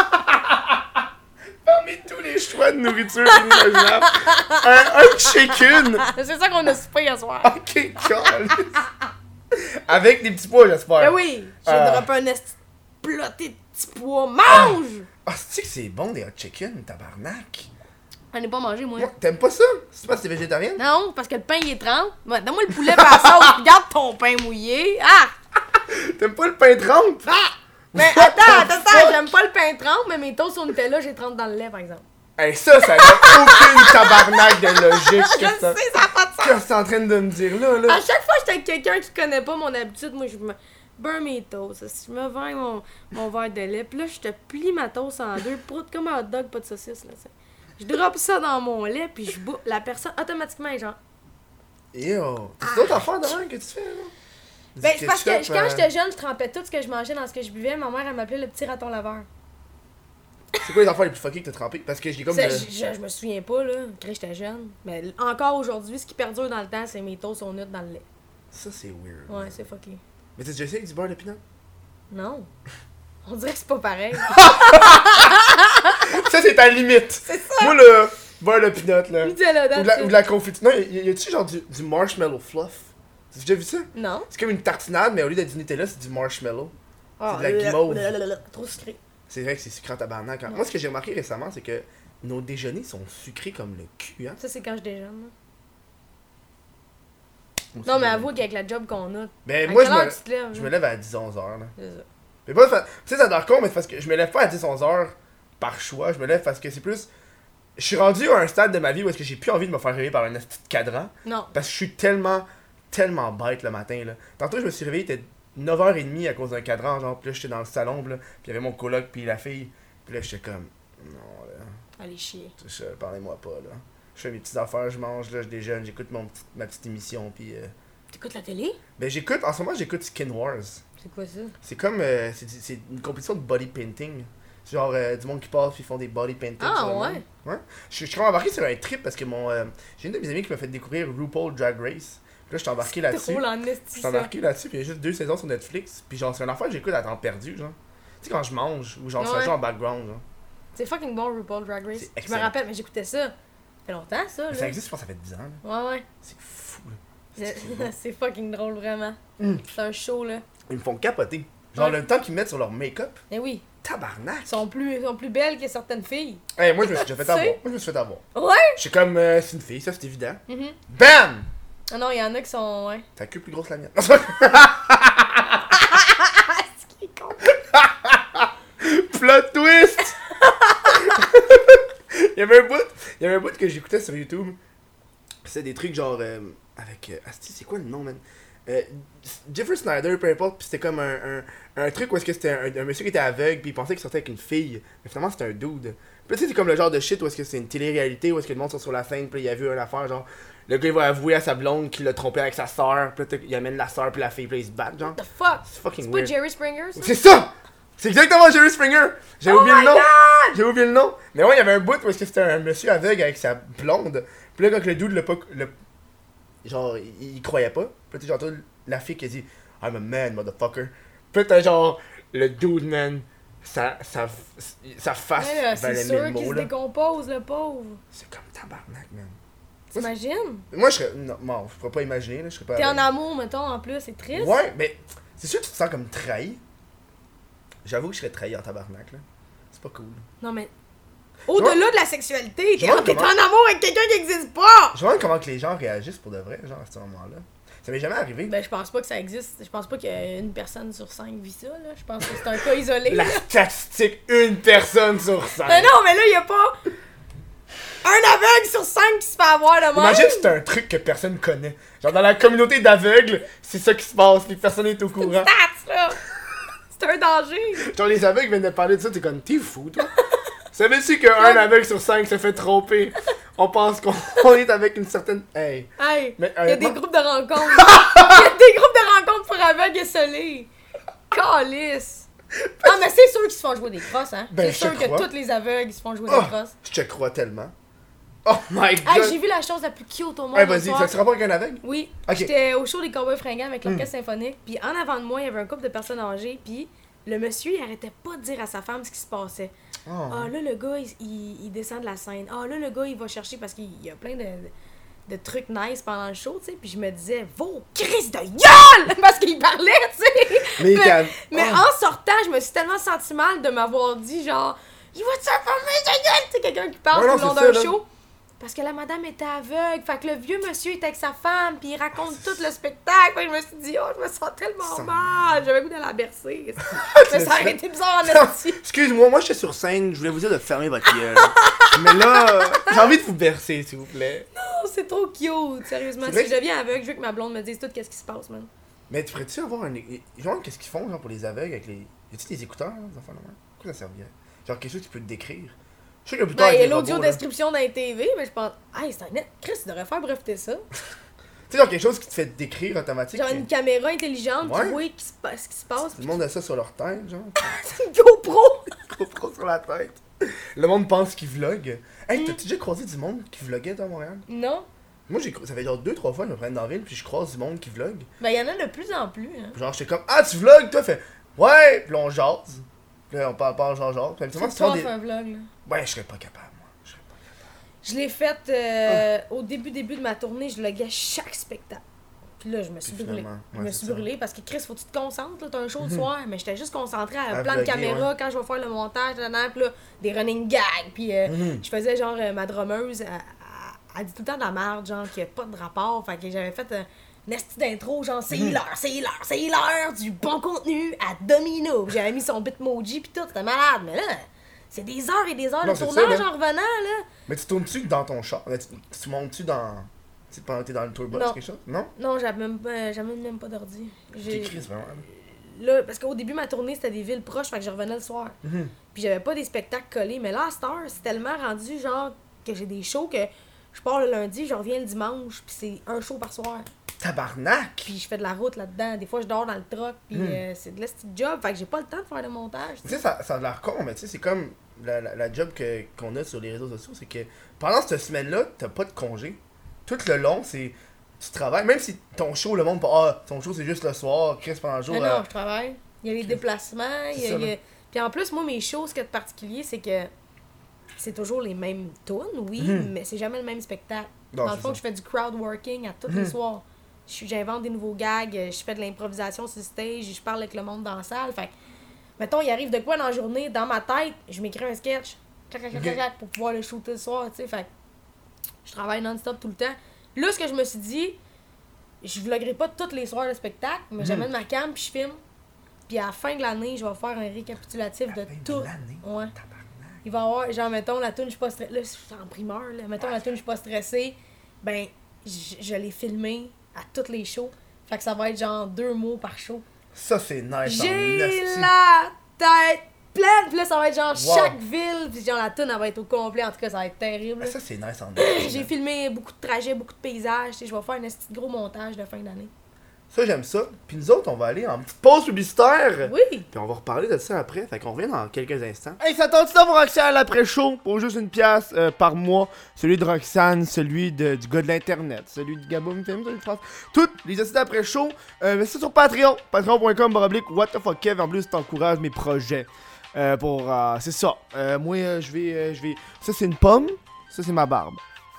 Parmi tous les choix de nourriture inimaginables, un chicken! C'est ça qu'on a soupé hier soir. Ok, cool. Avec des petits pois, j'espère. Ben oui, j'ai Ah. droppé un esti ploté de petits pois. Mange! Ah, c'est que c'est bon des hot chicken, tabarnak. J'en ai pas mangé, moi. T'aimes pas ça? C'est parce que t'es végétarienne? Non, parce que le pain, il est 30. Ouais, donne-moi le poulet par la sauce, puis garde ton pain mouillé. Ah! T'aimes pas le pain 30? Ah! Mais What attends, the fuck? j'aime pas le pain 30, mais mes toasts au Nutella, j'ai 30 dans le lait, par exemple. Hey, ça n'a aucune tabarnak de logique. Je le sais, ça n'a pas de sens. Qu'est-ce que t'es en train de me dire là, là? À chaque fois que j'étais avec quelqu'un qui connaît pas mon habitude, moi, je me beurre mes toasts. Je me vends mon verre de lait, puis là, je te plie ma toast en deux, proute comme un hot dog, pas de saucisse, là, tu sais. Je drop ça dans mon lait, puis je bouffe. La personne, automatiquement, est genre... Yo, t'as d'autres affaires de même que tu fais, là? Ben, c'est parce que ketchup, quand j'étais jeune, je trempais tout ce que je mangeais dans ce que je buvais. Ma mère, elle m'appelait le petit raton laveur. C'est quoi les affaires les plus fuckées que t'as trempées? Parce que j'ai comme. Je me souviens pas, là, quand j'étais jeune. Mais encore aujourd'hui, ce qui perdure dans le temps, c'est mes toasts aux nuts dans le lait. Ça, c'est weird. Ouais, c'est fucké. Mais t'as déjà essayé avec du beurre de pinot? Non. On dirait que c'est pas pareil. Ça, c'est ta limite. C'est ça. Moi, le beurre de pinot, là. Nutella, Ou de la confiture. Non, y a-tu genre du marshmallow fluff? T'as déjà vu ça? Non. C'est comme une tartinade, mais au lieu d'être du Nutella, c'est du marshmallow. Ah, de la guimauve. Trop sucré. C'est vrai que c'est sucré en tabarnak. Moi, ce que j'ai remarqué récemment, c'est que nos déjeuners sont sucrés comme le cul, hein. Ça, c'est quand je déjeune. Là. Moi, Non, c'est mais vrai. avoue qu'avec la job qu'on a. Ben, à moi, quelle heure tu te lèves? je me lève à 10-11 heures, là. C'est ça. Mais pas, tu sais, ça a l'air con, mais c'est parce que je me lève pas à 10-11 heures par choix. Je me lève parce que c'est plus. Je suis rendu à un stade de ma vie où est-ce que j'ai plus envie de me faire réveiller par un petit cadran. Non. Parce que je suis tellement bête le matin, là. Tantôt, je me suis réveillé, il était 9h30 à cause d'un cadran, genre, puis là, j'étais dans le salon, là, puis il y avait mon coloc, puis la fille. Puis là, j'étais comme. Non, là. Allez chier. Tout ça, parlez-moi pas, là. Je fais mes petites affaires, je mange, là, je déjeune, j'écoute ma petite émission, puis. T'écoutes la télé? Ben, en ce moment, j'écoute Skin Wars. C'est quoi ça? C'est comme. C'est une compétition de body painting. C'est genre du monde qui passe puis ils font des body painting. Ah, sur le ouais? monde. Ouais. Je suis embarqué sur un trip parce que j'ai une de mes amies qui m'a fait découvrir RuPaul Drag Race. Là, je suis embarqué là-dessus. Drôle en Je esti, suis ça. embarqué là-dessus, puis il y a juste 2 saisons sur Netflix. Puis genre, c'est une affaire que j'écoute à temps perdu, genre. Tu sais, quand je mange, ou genre, ça Ouais. joue en background, genre. C'est fucking bon, RuPaul Drag Race. C'est Je me excellent. rappelle, mais j'écoutais ça. Ça fait longtemps, ça, Mais là. ça existe, je pense que ça fait 10 ans, là. Ouais, ouais. C'est fou, là. C'est fucking drôle, vraiment. Mm. C'est un show, là. Ils me font capoter. Genre, Ouais. le temps qu'ils mettent sur leur make-up, Mais oui, tabarnak. ils sont plus belles que certaines filles. Hey, moi, je me suis déjà fait Tu sais? avoir. Moi, je me suis fait avoir. Ouais! Je suis comme, c'est une fille, ça, c'est évident. Mhm. BAM! Ah non, il y en a qui sont. Ouais. Ta queue plus grosse que la mienne. C'est qui est con. Plot twist! il y avait un bout que j'écoutais sur YouTube. C'était des trucs genre avec asti, c'est quoi le nom, man? Jeffrey Snyder, peu importe, pis c'était comme un truc où est-ce que c'était un monsieur qui était aveugle, puis il pensait qu'il sortait avec une fille, mais finalement c'était un dude. Puis tu sais, c'est comme le genre de shit où est-ce que c'est une télé-réalité, où est-ce que le monde sont sur la scène, puis il a vu une affaire, genre, le gars il va avouer à sa blonde qu'il l'a trompé avec sa soeur, puis là, il amène la soeur, puis la fille, puis là, ils se battent, genre. The fuck? C'est fucking C'est pas weird. Jerry Springer, ça? C'est ça! C'est exactement Jerry Springer! J'ai oublié le nom! J'ai oublié le nom! Mais ouais, il y avait un bout où est-ce que c'était un monsieur aveugle avec sa blonde. Puis là, quand le dude l'a pas. Genre, il croyait pas. Puis là, t'as genre la fille qui a dit I'm a man, motherfucker. Puis là, t'as genre le dude, man. Sa face Ouais, là, valait c'est 1000 sûr qu'il mots, se là. décompose, le pauvre. C'est comme tabarnak, man. T'imagines? Moi, je serais. Non, bon, je pourrais pas imaginer, là. Je serais pas. T'es en amour, mettons, en plus, c'est triste. Ouais, mais c'est sûr que tu te sens comme trahi. J'avoue que je serais trahi en tabarnak, là. C'est pas cool. Non, mais. Au-delà de la sexualité, Je vois t'es comment- en amour avec quelqu'un qui existe pas! Je me demande comment que les gens réagissent pour de vrai, genre, à ce moment-là. Ça m'est jamais arrivé. Ben, je pense pas que ça existe. Je pense pas qu'il y a une personne sur 5 vit ça, là. Je pense que c'est un cas isolé. La là. statistique, une personne sur 5. Mais non, mais là, y a pas un aveugle sur 5 qui se fait avoir de même. Imagine si c'est un truc que personne connaît. Genre dans la communauté d'aveugles, c'est ça qui se passe, puis personne n'est au courant. Stats, là! C'est un danger! Genre les aveugles viennent de parler de ça, t'es comme, t'es fou toi? Savais-tu qu'un aveugle sur 5 se fait tromper? On pense qu'on est avec une certaine... Hey! Hey! Mais, Il y a des honnêtement- groupes de rencontres! Il y a des groupes de rencontres pour aveugles esselés! Calice! Non, mais c'est sûr qu'ils se font jouer des crosses, hein? Ben, C'est sûr je que crois. tous les aveugles ils se font jouer Oh, des crosses. je te crois tellement. Oh my god! Hey, j'ai vu la chose la plus cute au monde. Hey, l'autre vas-y, soir. ça se rapport avec un aveugle? Oui, Ok. j'étais au show des Cowboys Fringants avec l'orchestre symphonique, puis en avant de moi, il y avait un couple de personnes âgées, puis le monsieur, il arrêtait pas de dire à sa femme ce qui se passait. Oh. Ah, là, le gars, il descend de la scène. Ah, là, le gars, il va chercher parce qu'il y a plein de trucs nice pendant le show, tu sais, puis je me disais, vos crises de gueule! Parce qu'il parlait, tu sais! Mais t'as- Mais Oh. en sortant, je me suis tellement senti mal de m'avoir dit, genre, il va te faire fermer ta gueule! Tu sais, quelqu'un qui parle Ouais, non, tout le long c'est d'un ça, là. show. Parce que la madame était aveugle, fait que le vieux monsieur était avec sa femme, puis il raconte tout le spectacle. Fait que je me suis dit, oh, je me sens tellement Ça- mal, j'avais le goût de la bercer. Mais ça aurait été bizarre en esti. Excuse-moi, moi j'étais sur scène, je voulais vous dire de fermer votre gueule. Mais là, j'ai envie de vous bercer, s'il vous plaît. Oh, c'est trop cute, sérieusement. C'est vrai Si je deviens aveugle, je veux que ma blonde me dise tout qu'est-ce qui se passe, man. Mais tu ferais-tu avoir un. Genre, qu'est-ce qu'ils font, genre, pour les aveugles avec les. Y a-tu des écouteurs, là, des enfants de même? Pourquoi ça servirait? Genre, quelque chose qui peut te décrire. Je sais que plus tard, Ben, il y a avec les l'audio robots, là. description dans les TV, mais je pense, hey, c'est un net. Chris, il devrait faire breveter ça. Tu sais, genre, quelque chose qui te fait décrire automatique. Genre une caméra intelligente Ouais. qui voit ce qui se passe. Le monde a ça sur leur tête, genre. C'est une GoPro! Trop trop sur la tête. Le monde pense qu'ils vloguent. Hey, Mm. t'as-tu déjà croisé du monde qui vloguait dans Montréal? Non. Moi, ça fait genre 2-3 fois que je me promène dans la ville, puis je croise du monde qui vlogue. Ben, il y en a de plus en plus, hein. Genre, j'étais comme, ah, tu vlogues, toi? Fait, ouais! Puis là, on jase. Puis là, on parle, genre. Puis habituellement, C'est c'est toi, souvent des. un vlog, là. Ouais, je serais pas capable, moi. Je serais pas Je l'ai faite au début de ma tournée, je vloguais chaque spectacle. Puis là, je me suis Puis brûlée. finalement, Je ouais, me c'est suis ça. brûlée parce que Chris, faut que tu te concentres, là, t'as un show le soir. Mais j'étais juste concentrée à un À plan de vlogger, caméra ouais. quand je vais faire le montage, puis là, des running gags. Puis je faisais genre ma drummeuse, elle dit tout le temps de la merde, genre, qui a pas de rapport. Fait que j'avais fait une esti d'intro, genre, c'est l'heure du bon contenu à Domino. Puis j'avais mis son bitmoji, puis tout, c'était malade. Mais là, c'est des heures et des heures Non, de c'est ça, tournage là. en revenant, là. Mais tu tournes-tu dans ton char? Tu montes-tu dans. Tu sais, pendant que t'es dans le tourbus, Non. quelque chose? Non? Non, j'avais même pas d'ordi. T'es Chris, vraiment. Là, parce qu'au début, ma tournée, c'était des villes proches, fait que je revenais le soir. Mhm. Puis j'avais pas des spectacles collés. Mais là, à cette heure, c'est tellement rendu, genre, que j'ai des shows que je pars le lundi, je reviens le dimanche, puis c'est un show par soir. Tabarnak! Puis je fais de la route là-dedans. Des fois, je dors dans le truck, puis c'est de l'esti de job. Fait que j'ai pas le temps de faire le montage. Tu sais, ça a l'air con, mais tu sais, c'est comme la job qu'on a sur les réseaux sociaux, c'est que pendant cette semaine-là, t'as pas de congé. Tout le long, c'est Tu travailles, même si ton show, le monde, ton show c'est juste le soir, Chris pendant le jour. Mais non, je travaille. Il y a les déplacements, ça, Puis en plus, moi, mes shows, ce qui est particulier, c'est que c'est toujours les mêmes tunes, oui, mais c'est jamais le même spectacle. Non, dans le fond, je fais du crowd working à tous les soirs. J'invente des nouveaux gags, je fais de l'improvisation sur le stage, je parle avec le monde dans la salle. Fait que, mettons, il arrive de quoi dans la journée, dans ma tête, je m'écris un sketch, pour pouvoir le shooter le soir, tu sais. Fait que je travaille non-stop tout le temps. Là, ce que je me suis dit, je vloggerai pas tous les soirs le spectacle, mais j'amène ma cam puis je filme. Puis à la fin de l'année, je vais faire un récapitulatif de tout. Ouais. Il va y avoir, genre, mettons, la tune, je suis pas stressée. Là, je suis en primeur, là. Mettons, la tune, je suis pas stressée. Ben, je l'ai filmé à toutes les shows. Fait que ça va être genre 2 mots par show. Ça, c'est nice. J'ai la tête pleine. Puis là, ça va être genre chaque ville. Puis genre, la tune, elle va être au complet. En tout cas, ça va être terrible. Ça, c'est nice en J'ai filmé beaucoup de trajets, beaucoup de paysages. Je vais faire un petit gros montage de fin d'année. Ça, j'aime ça. Puis nous autres, on va aller en petite pause publicitaire. Oui. Puis on va reparler de ça après. Fait qu'on revient dans quelques instants. Hey, ça tente d'avoir accès à l'après-show pour juste une pièce par mois. Celui de Roxane, celui du gars de l'Internet, celui de Gaboum Film, celui de France. Toutes les assises d'après-show. Mais c'est sur Patreon. Patreon.com/WTF. En plus, t'encourages mes projets. C'est ça. Moi, je vais. Ça, c'est une pomme. Ça, c'est ma barbe.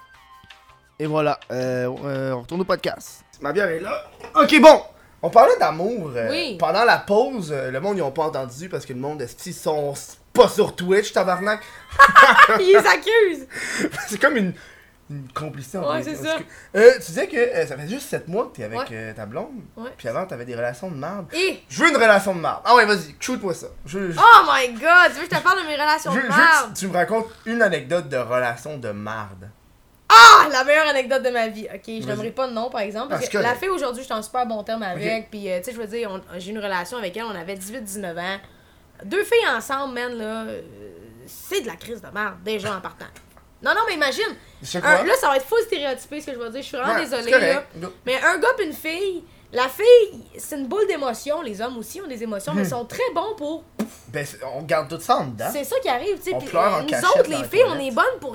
Et voilà. On retourne au podcast. Ma bière est là. Ok, bon. On parlait d'amour. Oui. Pendant la pause, le monde, ils ont pas entendu parce que le monde, ils sont pas sur Twitch, tabarnak. Ils s'accusent. C'est comme une complicité. Ouais, c'est ça. Tu disais que ça fait juste 7 mois que t'es avec ta blonde. Ouais. Puis avant, t'avais des relations de merde. Et... Je veux une relation de merde. Ah ouais, vas-y, shoot-moi ça. Oh my god, tu veux que je te parle de mes relations de merde? Tu me racontes une anecdote de relation de merde. Ah, la meilleure anecdote de ma vie. Ok, je n'aimerais pas de nom, par exemple. Parce que la fille aujourd'hui, je suis en super bon terme avec. Puis, tu sais, je veux dire, j'ai une relation avec elle, on avait 18-19 ans. 2 filles ensemble, man, là, c'est de la crise de merde, déjà en partant. Non, mais imagine. Là, ça va être full stéréotypé, ce que je veux dire. Je suis vraiment désolée, là. Mais un gars pis une fille, la fille, c'est une boule d'émotions. Les hommes aussi ont des émotions, mais ils sont très bons pour. Ben, on garde tout ça en dedans. C'est ça qui arrive, tu sais. Nous autres, les filles, on est bonnes pour.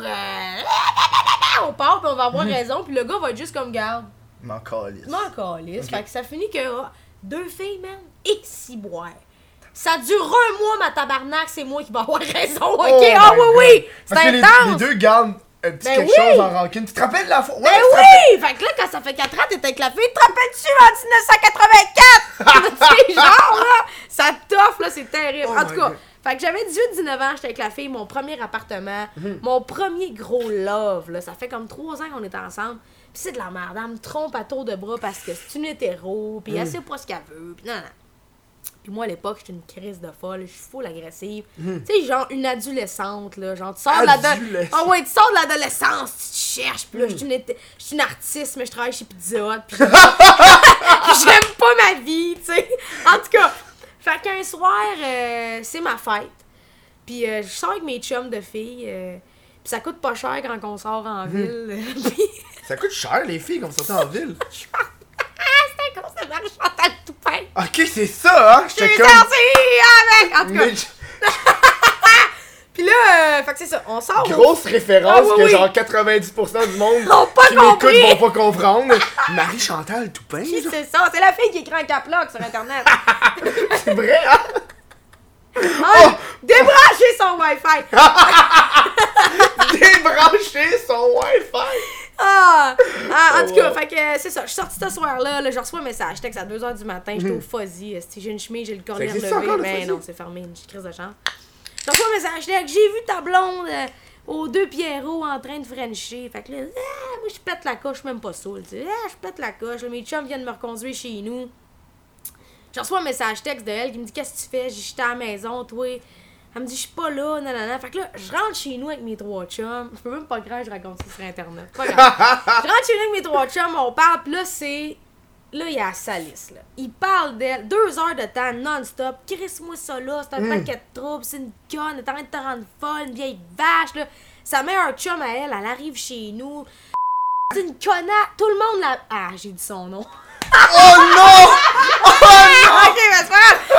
On part, puis on va avoir raison, puis le gars va être juste comme garde. M'en calisse. Okay. Fait que ça finit que 2 filles, man, et 6 boires. Ça dure 1 mois, ma tabarnak, c'est moi qui vais avoir raison, ok? Oui! C'est parce intense! Que les 2 gardent un petit quelque chose en rancune. Tu te rappelles la fois? Ouais, oui! Fait que là, quand ça fait 4 ans, t'es avec la fille, tu te rappelles-tu en 1984? C'est genre, là, ça toffe, là, c'est terrible. En tout cas, fait que j'avais 18-19 ans, j'étais avec la fille, mon premier appartement, mon premier gros love, là. Ça fait comme 3 ans qu'on est ensemble. Pis c'est de la merde, elle me trompe à tour de bras parce que c'est une hétéro, pis elle sait pas ce qu'elle veut, pis non. Puis moi, à l'époque, j'étais une crise de folle, je suis full agressive. Tu sais, genre une adolescente, là, genre tu sors de l'adolescence. Ah ouais, tu sors de l'adolescence, tu te cherches, pis là, je suis une artiste, mais je travaille chez Pizza Hut, pis j'aime pas ma vie, tu sais. En tout cas, fait qu'un soir, c'est ma fête, puis je sors avec mes chums de filles, pis ça coûte pas cher quand on sort en ville. Ça coûte cher, les filles, quand on sort en ville. C'est un concert de Chantal Toupin. Ok, c'est ça, hein? Je suis sortie avec! En tout cas. Pis là, fait que c'est ça, on sort. Grosse référence que genre 90% du monde qui m'écoute vont pas comprendre. Marie-Chantal Toupin. C'est ça, c'est la fille qui écrit un cap-lock sur Internet. C'est vrai, hein? Débrancher son Wi-Fi! Débrancher son Wi-Fi! En tout cas, fait que c'est ça. Je suis sortie ce soir-là, je reçois un message. Texte à 2h du matin, j'étais au fuzzy. J'ai une chemise, j'ai le cornet relevé. Mais non, c'est fermé, une crise de chance. Je reçois un message, texte, j'ai vu ta blonde aux 2 Pierrots en train de frencher. Fait que là, moi je pète la coche, je suis même pas saoul. Je pète la coche, mes chums viennent me reconduire chez nous. Je reçois un message texte de elle qui me dit qu'est-ce que tu fais? J'étais à la maison, toi. Elle me dit, je suis pas là, nanana. Fait que là, je rentre chez nous avec mes 3 chums. Je peux même pas croire que je raconte ça sur Internet. Pas grave. Je rentre chez nous avec mes 3 chums, on parle, pis là, c'est. Là, il y a Salis, là. Il parle d'elle 2 heures de temps, non-stop. Crisse-moi ça là, c'est un paquet de troubles, c'est une conne, elle est en train de te rendre folle, une vieille vache, là. Sa meilleure chum à elle arrive chez nous. C'est une connasse. Tout le monde la. Ah, j'ai dit son nom. Oh non! Oh non! Ok, mais c'est pas grave.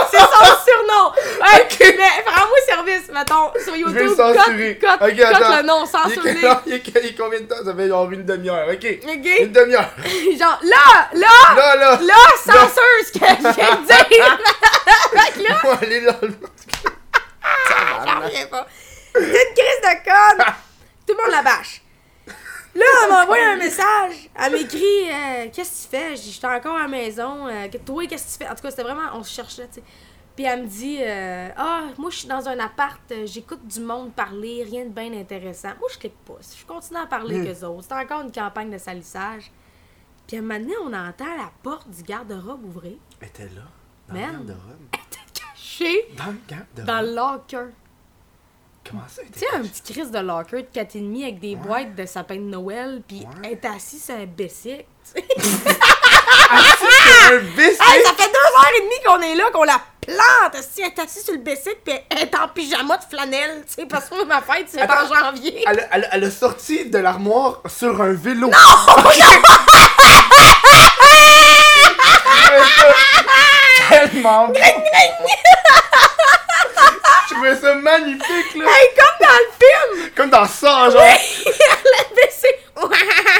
C'est son surnom! Ouais, mais rends-moi service, mettons, sur YouTube. Je vais le censurer. Cut le nom, censure-le. Il est combien de temps? Ça fait genre une demi-heure, ok? Ok. Une demi-heure. Genre, là, censure ce que je viens de dire! Fait que là, On va aller dans le... j'en reviens pas. C'est une crise de code! Tout le monde la bâche. Là, elle m'a envoyé un message. Elle m'écrit qu'est-ce que tu fais? Je dis, j'étais encore à la maison. Toi, qu'est-ce que tu fais? En tout cas, c'était vraiment, on se cherchait, tu sais. Puis elle me dit moi, je suis dans un appart, j'écoute du monde parler, rien de bien intéressant. Moi, je clique pas. Je continue à parler qu'eux autres. C'était encore une campagne de salissage. Puis à un moment donné, on entend la porte du garde-robe ouvrir. Elle était là, dans le Man. garde-robe. Elle était cachée Dans le garde-robe? dans le locker. Comment ça, elle était Tu sais, un cachée? petit crise de locker de 4,5 avec des boîtes de sapin de Noël, pis elle est assise sur un bicycle, tu sais. C'est un bicycle! Hey, ça fait 2h30 qu'on est là, qu'on la plante. Elle est assise sur le bicycle, pis elle est en pyjama de flanelle, tu sais, parce que ma fête, c'est en janvier. Elle a sorti de l'armoire sur un vélo. Tellement bon. Je trouvais ça magnifique, là. Hey, comme dans le film! Comme dans ça, genre. Elle baissé. La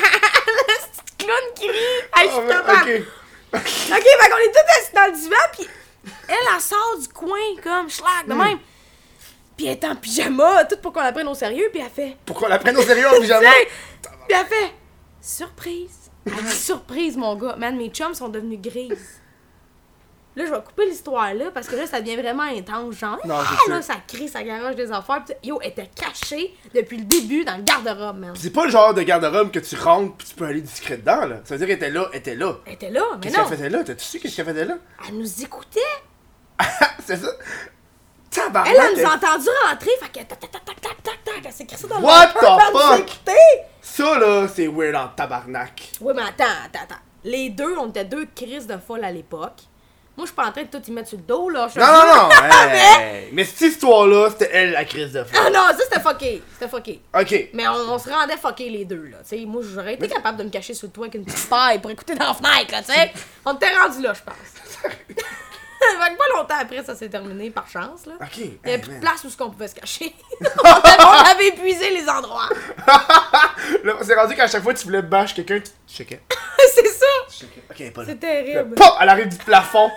petite clown qui rit. Hey, je suis capable. Ok. Ok, fait qu'on est tous assis dans le divan, pis elle sort du coin, comme schlag, de même. Pis elle est en pyjama, tout pour qu'on la prenne au sérieux, pis elle fait. Pourquoi on la prenne au sérieux en pyjama? Tiens! Pis elle fait. Surprise. Elle dit surprise, mon gars. Man, mes chums sont devenus grises. Là, je vais couper l'histoire là, parce que là, ça devient vraiment intense. Genre, Non, c'est là, sûr. ça crie, ça garage des affaires. Pis yo, elle était cachée depuis le début dans le garde-robe, man. C'est pas le genre de garde-robe que tu rentres pis tu peux aller discret dedans, là. Ça veut dire qu'elle était là, elle était là. Elle était là, mais Qu'est-ce non. qu'elle faisait là? T'as-tu su qu'est-ce qu'elle faisait là? Elle nous écoutait. C'est ça? Tabarnak! Elle nous a entendu rentrer, fait que tac, tac, tac, tac, tac, tac, tac, elle s'est crissée dans le What locker, the elle nous a fuck? écouté. Ça, là, c'est weird en tabarnak. Oui, mais attends. Les deux, on était deux crises de folle à l'époque. Moi, je suis pas en train de tout y mettre sur le dos, là. Non! Hey. Mais cette histoire-là, c'était elle, la crise de fou. Ah non, ça, c'était fucké. C'était fucké. Ok. Mais on se rendait fucké les deux, là. T'sais, moi, j'aurais été capable de me cacher sous le toit avec une petite paille pour écouter dans la fenêtre, là, tu sais. On était rendu là, je pense. Fait que pas longtemps après, ça s'est terminé, par chance, là. Ok. Il y avait plus de place où on pouvait se cacher. on avait épuisé les endroits. Là, c'est rendu qu'à chaque fois que tu voulais bâcher quelqu'un, tu checkais. C'est ça. Ok, elle est pas là. C'est terrible. Pop! Elle arrive du plafond.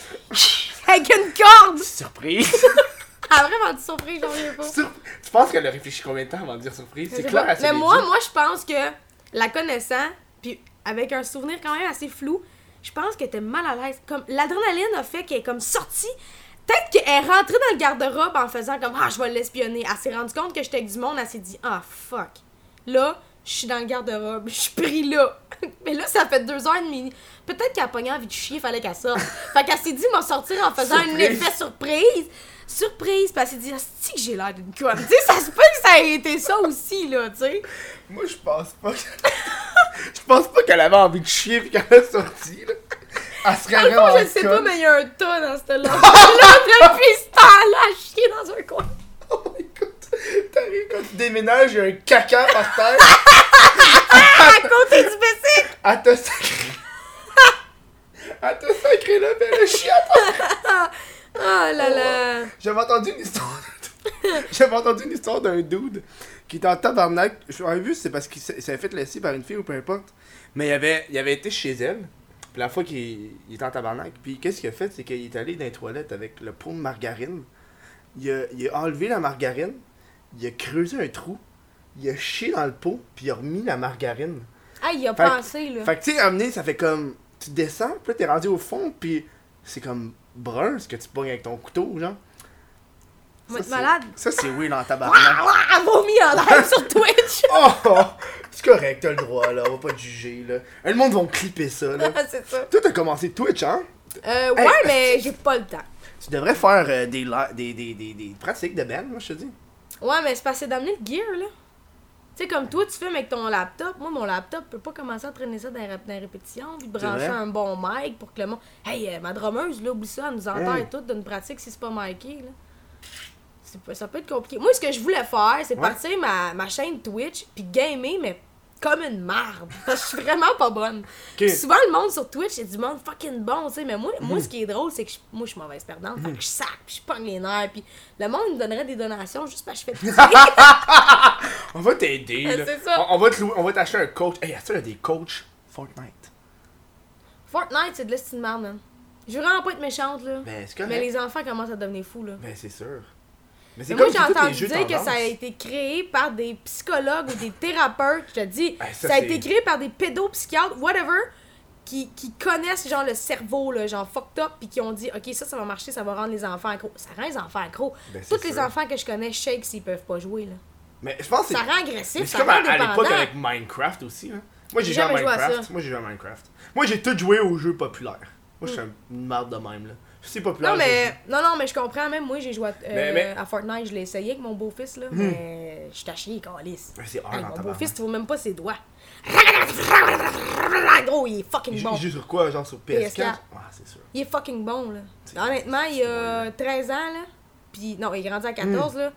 Avec une corde. Surprise. Elle a vraiment dit surprise, j'en reviens pas. Tu penses qu'elle a réfléchi combien de temps avant de dire surprise? Je C'est sais clair, pas. elle s'est Mais dit. moi, je pense que la connaissant, puis avec un souvenir quand même assez flou, je pense qu'elle était mal à l'aise. Comme l'adrénaline a fait qu'elle est comme sortie. Peut-être qu'elle est rentrée dans le garde-robe en faisant comme je vais l'espionner. Elle s'est rendue compte que j'étais avec du monde, elle s'est dit fuck. Là, je suis dans le garde-robe, je suis pris là. Mais là, ça fait 2h30. Peut-être qu'elle a pogné envie de chier, fallait qu'elle sorte. Fait qu'elle s'est dit m'en sortir en faisant un effet surprise. Surprise, puis elle s'est dit asti que j'ai l'air d'une conne. Tu sais, ça se peut que ça ait été ça aussi, là, tu sais. Moi, je pense pas. Je pense pas qu'elle avait envie de chier pis qu'elle a sorti, là. Elle serait Dans le fond, vraiment je sais pas, conne. mais il y a un tas dans cette là depuis ce temps-là, à chier dans un coin. Oh my god. T'arrives quand tu déménages, il y a un caca par terre. À côté du bicycle! Elle t'a sacré. Elle t'a sacré là, mais elle a chié à terre. Oh là là! J'avais entendu une histoire d'un dude qui était en tabarnak. J'avais vu, c'est parce qu'il s'avait fait laisser par une fille ou peu importe. Mais il avait été chez elle. Puis la fois qu'il était en tabarnak. Puis qu'est-ce qu'il a fait? C'est qu'il est allé dans les toilettes avec le pot de margarine. Il a enlevé la margarine. Il a creusé un trou. Il a chié dans le pot. Puis il a remis la margarine. Ah, il a Fait que- pensé, là. Fait que tu sais, amené, ça fait comme. Tu descends, puis là t'es rendu au fond, puis c'est comme brun ce que tu pognes avec ton couteau, genre. On va être c'est- malade. Ça, c'est oui dans ta tabarnak. Elle vomi en live sur Twitch! Oh! C'est correct, t'as le droit, là. On va pas te juger, là. Le monde va clipper ça, là. C'est ça. Toi, t'as commencé Twitch, hein? Ouais, mais j'ai pas le temps. Tu devrais faire des pratiques de Ben, moi, je te dis. Ouais, mais c'est parce que c'est d'amener le gear, là. Tu sais, comme toi, tu filmes avec ton laptop. Moi, mon laptop peut pas commencer à traîner ça dans les répétitions, puis brancher vrai? un bon mic pour que le monde. Hey, ma drummeuse, là, oublie ça, elle nous entend Hey. et tout d'une pratique si c'est pas miké, là. Ça peut être compliqué. Moi, ce que je voulais faire, c'est Ouais. partir ma chaîne Twitch, puis gamer, mais comme une marde. Parce que je suis vraiment pas bonne. Ok. Souvent, le monde sur Twitch, c'est du monde fucking bon, tu sais. Mais moi, ce qui est drôle, c'est que moi, je suis mauvaise perdante. Fait que je sac, puis je pogne les nerfs. Puis le monde me donnerait des donations juste parce que je fais pitié. On va t'aider, là. C'est ça. On va t'acheter un coach. Hey, est-ce qu'il y a des coachs Fortnite? Fortnite, c'est de l'estime de merde, man. Je veux vraiment pas être méchante, là. Ben, c'est correct. Mais les enfants commencent à devenir fous, là. Ben, c'est sûr. Mais c'est Mais moi, comme j'ai tous les entendu jeux dire que tendance. ça a été créé par des psychologues ou des thérapeutes, je te dis. Ben, ça a été créé par des pédopsychiatres, whatever, qui connaissent, genre, le cerveau, là, genre, fucked up, puis qui ont dit, OK, ça va marcher, ça va rendre les enfants accros. Ça rend les enfants accros. Ben, c'est Tous les sûr. enfants que je connais shake s'ils peuvent pas jouer, là. Mais je pense que Ça c'est... rend Mais agressif, c'est ça comme rend à l'époque dépendant. avec Minecraft aussi, hein. Moi, j'ai J'ai joué à jamais joué à Minecraft. ça. Moi, j'ai joué à Minecraft. Moi, j'ai tout joué aux jeux populaires. Moi, je suis une marde de même, là. C'est populaire. Non, mais je comprends, même moi, j'ai joué Mais- à Fortnite, je l'ai essayé avec mon beau-fils, là, mais je t'ai chié, câlisse. Mais c'est hard Hey, en mon tabarnak. beau-fils, tu vois même pas ses doigts. Gros, il est fucking bon. Il joue sur quoi, genre sur PS4? PS4. Ah, c'est sûr. Il est fucking bon, là. Honnêtement, il a 13 ans, là. Puis, non, il est grandi à 14, là.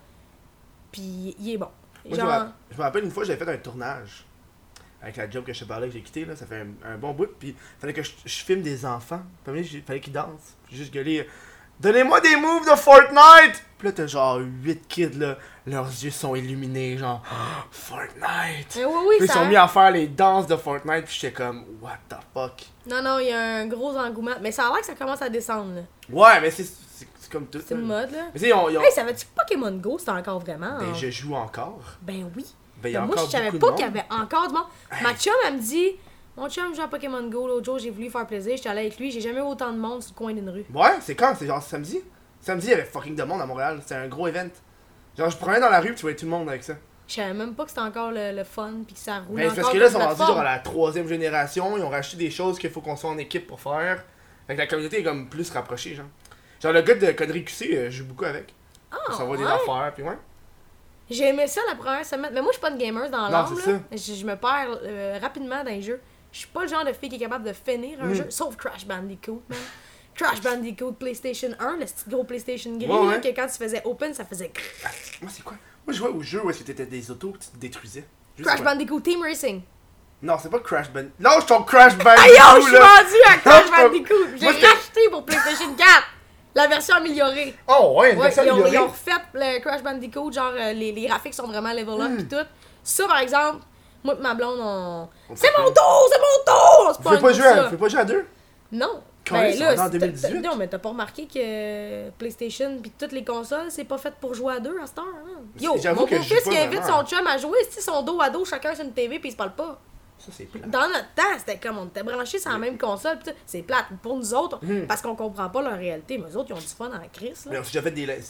Puis, il est bon. Moi, je me rappelle une fois, j'avais fait un tournage. Avec la job que je te parlais, que j'ai quitté, là, ça fait un bon bout. Puis, fallait que je filme des enfants. Puis, fallait qu'ils dansent. Puis, juste gueuler, donnez-moi des moves de Fortnite! Puis là, t'as genre 8 kids, là. Leurs yeux sont illuminés, genre, Fortnite! Mais oui, Puis, ils ça... sont mis à faire les danses de Fortnite. Puis, j'étais comme, what the fuck? Non, il y a un gros engouement. Mais ça a l'air que ça commence à descendre, là. Ouais, mais c'est comme tout. C'est une mode, là. Mais tu sais, ils ont. Hey, savais-tu que Pokémon Go, c'était encore vraiment... Ben, je joue encore. Ben oui. Ben, il y a Ben, moi, encore je savais beaucoup pas de qu'il y monde. avait encore du monde. Ma chum, elle me dit... Mon chum joue à Pokémon Go l'autre jour, j'ai voulu faire plaisir, j'étais allée avec lui, j'ai jamais eu autant de monde sur le coin d'une rue. Ouais, c'est quand? C'est genre samedi? Samedi, il y avait fucking de monde à Montréal. C'était un gros event. Genre, je prenais dans la rue, puis tu voyais tout le monde avec ça. Je savais même pas que c'était encore le fun, puis que ça roule Ben, c'est encore parce que là, ils sont sur la rendus genre à plateforme. la 3e génération. Ils ont racheté des choses qu'il faut qu'on soit en équipe pour faire. Fait que la communauté est comme plus rapprochée, genre. Genre, le gars de Connerie QC, je joue beaucoup avec. Ah, On s'envoie des ouais. affaires, puis ouais. J'ai aimé ça la première semaine. Mais moi, je suis pas une gamer dans Non, l'âme, c'est là. Je me perds rapidement dans les jeux. Je suis pas le genre de fille qui est capable de finir un jeu, sauf Crash Bandicoot, man. Crash Bandicoot PlayStation 1, le petit gros PlayStation gris, Ouais, ouais. là, que quand tu faisais open, ça faisait... Moi, c'est quoi? Moi, je jouais au jeu où est-ce que t'étais des autos que tu te détruisais. Juste Crash quoi? Bandicoot Team Racing. Non, c'est pas Crash Bandicoot. Lâche ton Crash Bandicoot, Aïe, yo, je suis là! vendu à Crash Non, je peux- Bandicoot. J'ai Moi, c'était- racheté pour PlayStation 4. La version améliorée. Oh, ouais, une Ouais, version ils ont améliorée. refait le Crash Bandicoot, genre les graphiques sont vraiment level up pis tout. Ça, par exemple, moi et ma blonde, c'est mon tour, c'est mon tour! On se Vous pogne pouvez pour pas ça. jouer à deux? Non. Calais, Ben on est en c'est- 2018. Non, mais t'as pas remarqué que PlayStation pis toutes les consoles, c'est pas fait pour jouer à deux à cette heure, hein? Yo, J'avoue mon que je joue beau-fils pas qui invite vraiment. son chum à jouer, si son dos à dos, chacun sur une TV pis ils se parlent pas. Ça, c'est plat. Dans notre temps, c'était comme on était branchés sur la même console pis tout. C'est plate. Pour nous autres, parce qu'on comprend pas leur réalité, mais eux autres, ils ont du fun en crise, Mais là. ils ont déjà fait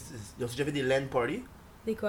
des LAN parties. Des quoi?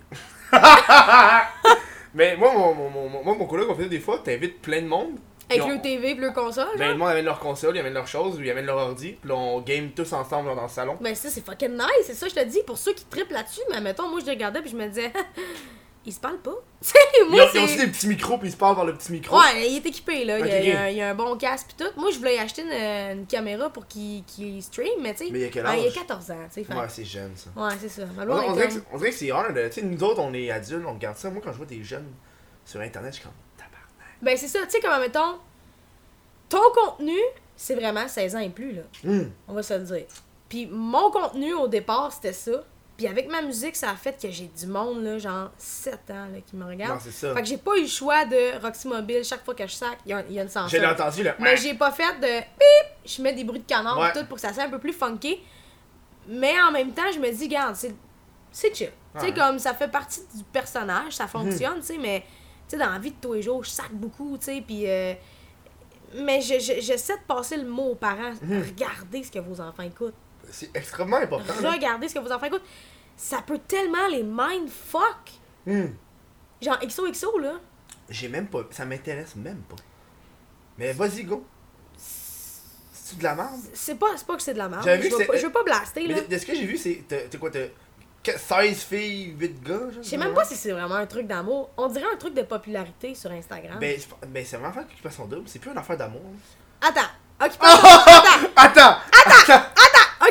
Mais moi, mon collègue, on faisait des fois, t'invites plein de monde. Avec puis le TV pis le console, Ben, genre? le monde amène leur console, ils amènent leurs choses, ils amènent leur ordi, puis là, on game tous ensemble genre, dans le salon. Ben ça, c'est fucking nice, c'est ça, je te dis. Pour ceux qui trippent là-dessus, mais mettons, moi, je les regardais puis je me disais, ils se parlent pas. Tu sais, Ils moi, ont aussi c'est... des petits micros, puis ils se parlent par le petit micro. Ouais, il est équipé, là. Ok, Il y a un bon casque pis tout. Moi, je voulais y acheter une caméra pour qu'il stream, mais tu sais... Mais il y a quel ben, il y a âge? 14 ans, tu sais. fait- Ouais, c'est jeune ça. Ouais, c'est ça. Ma On, blonde on est dirait comme- on dirait que c'est hard. Tu sais, nous autres, on est adultes, on regarde ça. Moi, quand je vois des jeunes sur Internet, je suis comme tabarnak. Ben, c'est ça, tu sais, comme, mettons, ton contenu, c'est vraiment 16 ans et plus, là. On va se le dire. Puis mon contenu, au départ, c'était ça. Puis avec ma musique, ça a fait que j'ai du monde, là, genre 7 ans, là, qui me regarde. Non, c'est ça. Fait que j'ai pas eu le choix de Roxy Mobile. Chaque fois que je sac, il y a une censure. Je l'ai entendu, là. Mais j'ai pas fait de bip, je mets des bruits de canard Ouais. tout pour que ça soit un peu plus funky. Mais en même temps, je me dis, regarde, c'est chill. Tu sais, Ouais. comme ça fait partie du personnage, ça fonctionne, tu sais, mais tu sais, dans la vie de tous les jours, je sac beaucoup, tu sais, puis. Mais j'essaie de passer le mot aux parents. Regardez ce que vos enfants écoutent. C'est extrêmement important. là. Regardez ce que vos enfants écoutent. Ça peut tellement les mindfuck. Genre XOXO, là. J'ai même pas. Ça m'intéresse même pas. Mais vas-y, go. C'est de la merde. C'est pas que c'est de la merde. J'avais vu Je que veux pas- c'est- je veux pas blaster, Mais là. de ce que j'ai vu, c'est. T'as quoi, t'as 16 filles, 8 gars, genre? Je sais même pas si c'est vraiment un truc d'amour. On dirait un truc de popularité sur Instagram. Ben, c'est vraiment fait qu'il passe son double. C'est plus une affaire d'amour. Attends. Occupation... Attends. Attends! Occupation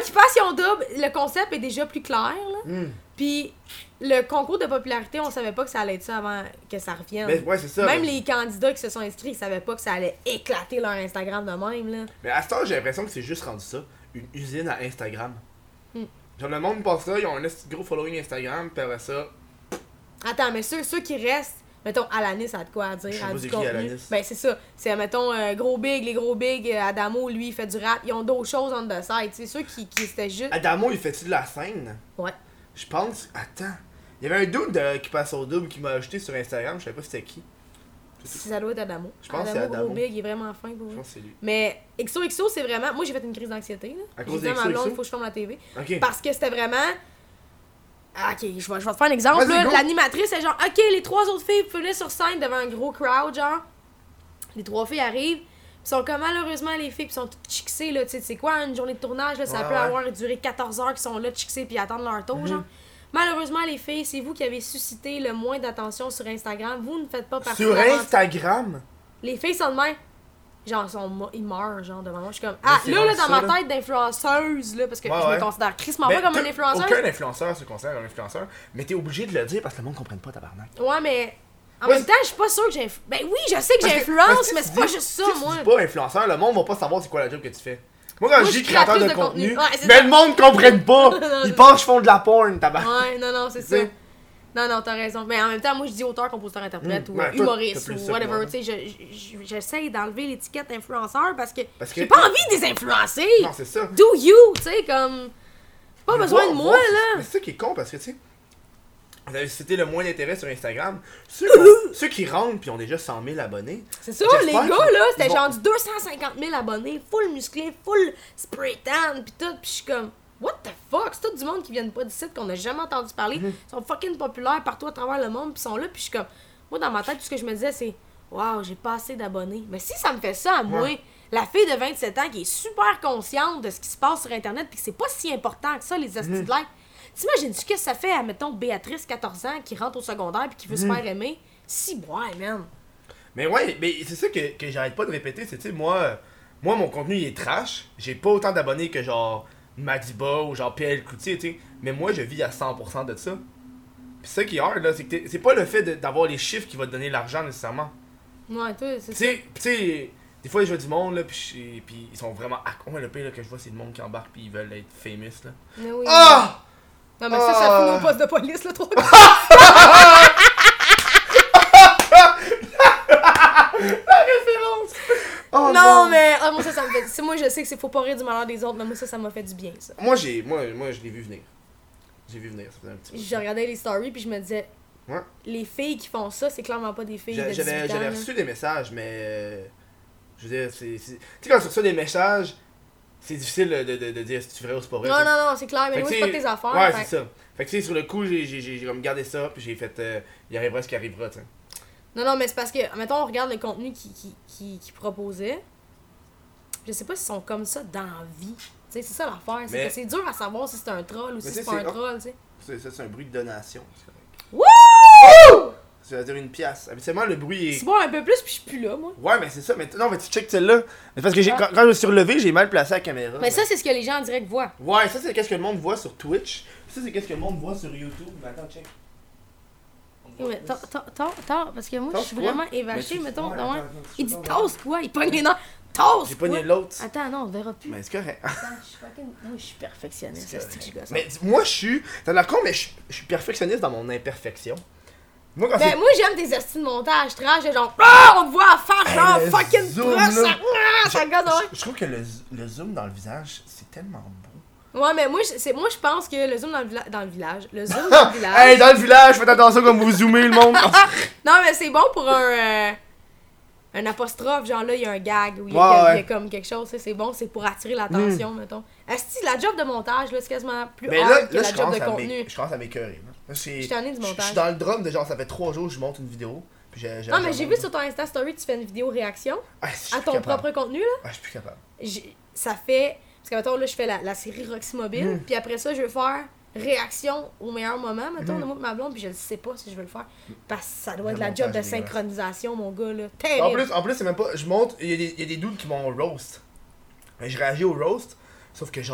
Mission Double, le concept est déjà plus clair, là. Puis le concours de popularité, on savait pas que ça allait être ça avant que ça revienne. Mais ouais, c'est ça. Même les candidats qui se sont inscrits, ils savaient pas que ça allait éclater leur Instagram de même, là. Mais à ce temps, j'ai l'impression que c'est juste rendu ça. Une usine à Instagram. Genre, le monde passe ça, ils ont un gros following Instagram, puis après ça. Attends, mais ceux qui restent, mettons, Alanis a de quoi à dire. Je sais a pas du c'est qui, contenu. Alanis. Ben, c'est ça. C'est, mettons, les gros big, Adamo, lui, il fait du rap. Ils ont d'autres choses on the side. C'est ceux qui c'était juste. Adamo, il fait-tu de la scène? Ouais. Je pense. Attends. Il y avait un dude qui passe au double qui m'a ajouté sur Instagram, je savais pas c'était qui. Ça doit être Adamo. Je pense que c'est Adamo. Gros big, il est vraiment fin pour Je lui. pense que c'est lui. Mais XOXO, c'est vraiment. Moi, j'ai fait une crise d'anxiété, là. À J'ai cause dit à ma d'XOXO? blonde, il faut que je ferme la TV. Ok. Parce que c'était vraiment. Ah, ok, je vais te faire un exemple. Vas-y, Là, go. l'animatrice, est genre, ok, les 3 autres filles venaient sur scène devant un gros crowd, genre. Les 3 filles arrivent, pis sont comme malheureusement les filles, pis sont toutes chixées, là. Tu sais, c'est quoi, une journée de tournage, là, ça Ouais, peut ouais. avoir duré 14 heures qui sont là, chixées, puis attendent leur tour, genre. Malheureusement, les filles, c'est vous qui avez suscité le moins d'attention sur Instagram. Vous ne faites pas partie Sur de l'aventure. Instagram? Les filles sont de même. Genre, ils meurent, genre, devant moi. Je suis comme. Ah, c'est là, rendu dans ça, ma là. tête d'influenceuse, là, parce que Ouais, je ouais. me considère crissement Mais pas comme t'as- un influenceur. Aucun influenceur se considère comme influenceur, mais t'es obligé de le dire parce que le monde comprenne pas, tabarnak. Ouais, mais. En Ouais, même temps, je suis pas sûre que j'influence. Ben oui, je sais que Parce que j'influence, si mais tu c'est pas dis- juste ça, si tu moi. dis pas influenceur, le monde va pas savoir c'est quoi la job que tu fais. Moi, quand Moi, je je dis suis créateur de créatrice de contenu, contenu. Ouais, c'est mais ça. le monde comprenne pas. Ils pensent que je fais de la porn, tabarnak. Ouais, non, c'est ça. Tu sais. Non, t'as raison. Mais en même temps, moi, je dis auteur, compositeur, interprète ou Ouais, toi, humoriste t'as plus ou ça que whatever. moi. Tu sais, j'essaye d'enlever l'étiquette influenceur parce que j'ai que- pas envie de les influencer. Non, c'est ça. Do you, tu sais, comme. Pas Mais besoin de voir, moi, voir, là. Mais c'est ça qui est con parce que, tu sais, vous avez cité le moins d'intérêt sur Instagram. Ceux qui rentrent puis ont déjà 100 000 abonnés. C'est ça, j'espère les gars, qu'ils- là, c'était ils vont- genre du 250 000 abonnés, full musclé, full spray tan, pis tout, pis je suis comme, what the fuck? C'est tout du monde qui viennent pas d'ici, qu'on a jamais entendu parler. Ils sont fucking populaires partout à travers le monde, pis ils sont là, pis je suis comme, moi, dans ma tête, tout ce que je me disais, c'est, waouh, j'ai pas assez d'abonnés. Mais si ça me fait ça à moi, Ouais. la fille de 27 ans qui est super consciente de ce qui se passe sur Internet, pis que c'est pas si important que ça, les hosties de likes. T'imagines-tu qu'est-ce que ça fait à, mettons, Béatrice, 14 ans, qui rentre au secondaire pis qui veut se faire aimer? Si, ouais, man. Mais ouais, mais c'est ça que j'arrête pas de répéter, c'est, tu sais, moi, mon contenu, il est trash. J'ai pas autant d'abonnés que, genre, Madiba ou genre PL Cloutier, tu sais. Mais moi, je vis à 100% de ça. Pis ça qui est hard, là, c'est que c'est pas le fait d'avoir les chiffres qui va te donner l'argent, nécessairement. Ouais, toi, c'est Tu ça. sais, des fois, je vois du monde, là, pis ils sont vraiment... Ouais, le pire, là, que je vois, c'est le monde qui embarque pis ils veulent être famous, là. Mais oui. Ah! Non, mais ça finit au poste de police, là, trop. Oh, Non, mais moi, ça me fait. Moi, je sais que c'est faut pas rire du malheur des autres, mais moi, ça m'a fait du bien, ça. Moi, je l'ai vu venir. J'ai vu venir, ça faisait un petit peu. Je regardais les stories, puis je me disais, Ouais. les filles qui font ça, c'est clairement pas des filles de 18 ans. J'avais là. reçu des messages, mais. Je veux dire, tu sais, quand tu reçois des messages, c'est difficile de dire si tu vrai ou c'est pas vrai. Non, tu sais. non, c'est clair, mais Fait moi, que c'est pas tu sais, tes affaires. Ouais, fait- c'est ça. Fait que tu sais, sur le coup, j'ai comme gardé ça, puis j'ai fait. Il arrivera ce qui arrivera, tu sais. Non, mais c'est parce que, mettons, on regarde le contenu qu'ils proposaient. Je sais pas s'ils sont comme ça dans la vie. Tu sais, c'est ça l'affaire. C'est Mais- que c'est dur à savoir si c'est un troll ou si Mais c'est tu pas sais, un c'est- troll, tu sais. C'est un bruit de donation. c'est correct. Wouh! Ça veut dire une pièce. Habituellement, le bruit est. C'est bon un peu plus, puis je suis plus là, moi. Ouais, mais c'est ça. Mais non, mais tu check celle-là. Mais parce que quand je me suis relevé, j'ai mal placé la caméra. Mais ça, c'est ce que les gens en direct voient. Ouais, ça, c'est qu'est-ce que le monde voit sur Twitch. Ça, c'est qu'est-ce que le monde voit sur YouTube. Mais attends, check. Mais t'as, parce que moi, je Tasse suis quoi? vraiment Mais évachée, tu- mettons. ouais, dans un- attends, Il dit attends, tasse quoi? Il pogne les nerfs. Tasse! J'ai pogné quoi? l'autre. Attends, non, on verra plus. Mais c'est correct. Attends, je suis fucking. Moi, je suis perfectionniste. C'est C'est que je gosse. Mais moi, je suis. T'as l'air con, mais je suis perfectionniste dans mon imperfection. Moi, quand Ben, moi, j'aime tes astuces de montage trash, genre, ah, on te voit à face, Hey, genre, le fucking zoom, proche, là. ça gosse, ouais. je trouve que le zoom dans le visage, c'est tellement beau. Ouais, mais moi, je pense que le zoom dans le village. Le zoom dans le village. Hey, dans le village, faites attention comme vous zoomez le monde. Non, mais c'est bon pour un apostrophe, genre là, il y a un gag ou il y, Ouais, a ouais. comme quelque chose, c'est bon, c'est pour attirer l'attention, mettons. Asti, la job de montage, là, c'est quasiment plus Mais hard que là la je job de commence contenu. je commence à m'écœurer. Là, Je suis tannée du Je montage. suis dans le drum de genre, ça fait 3 jours que je monte une vidéo. Puis Non, mais j'ai vu sur ton Insta Story, tu fais une vidéo réaction à ton propre contenu, là. Ouais, je suis plus capable. Ça fait. Parce que, mettons, là, je fais la série Roxy Mobile, puis après ça, je veux faire réaction au meilleur moment, mettons, de moi et ma blonde, puis je ne sais pas si je veux le faire. Parce que ça doit être Le la job de montage, dégueulasse. synchronisation, mon gars, là. Terrible. En plus, c'est même pas. Je monte, il y a des dudes qui m'ont roast. Mais je réagis au roast, sauf que genre,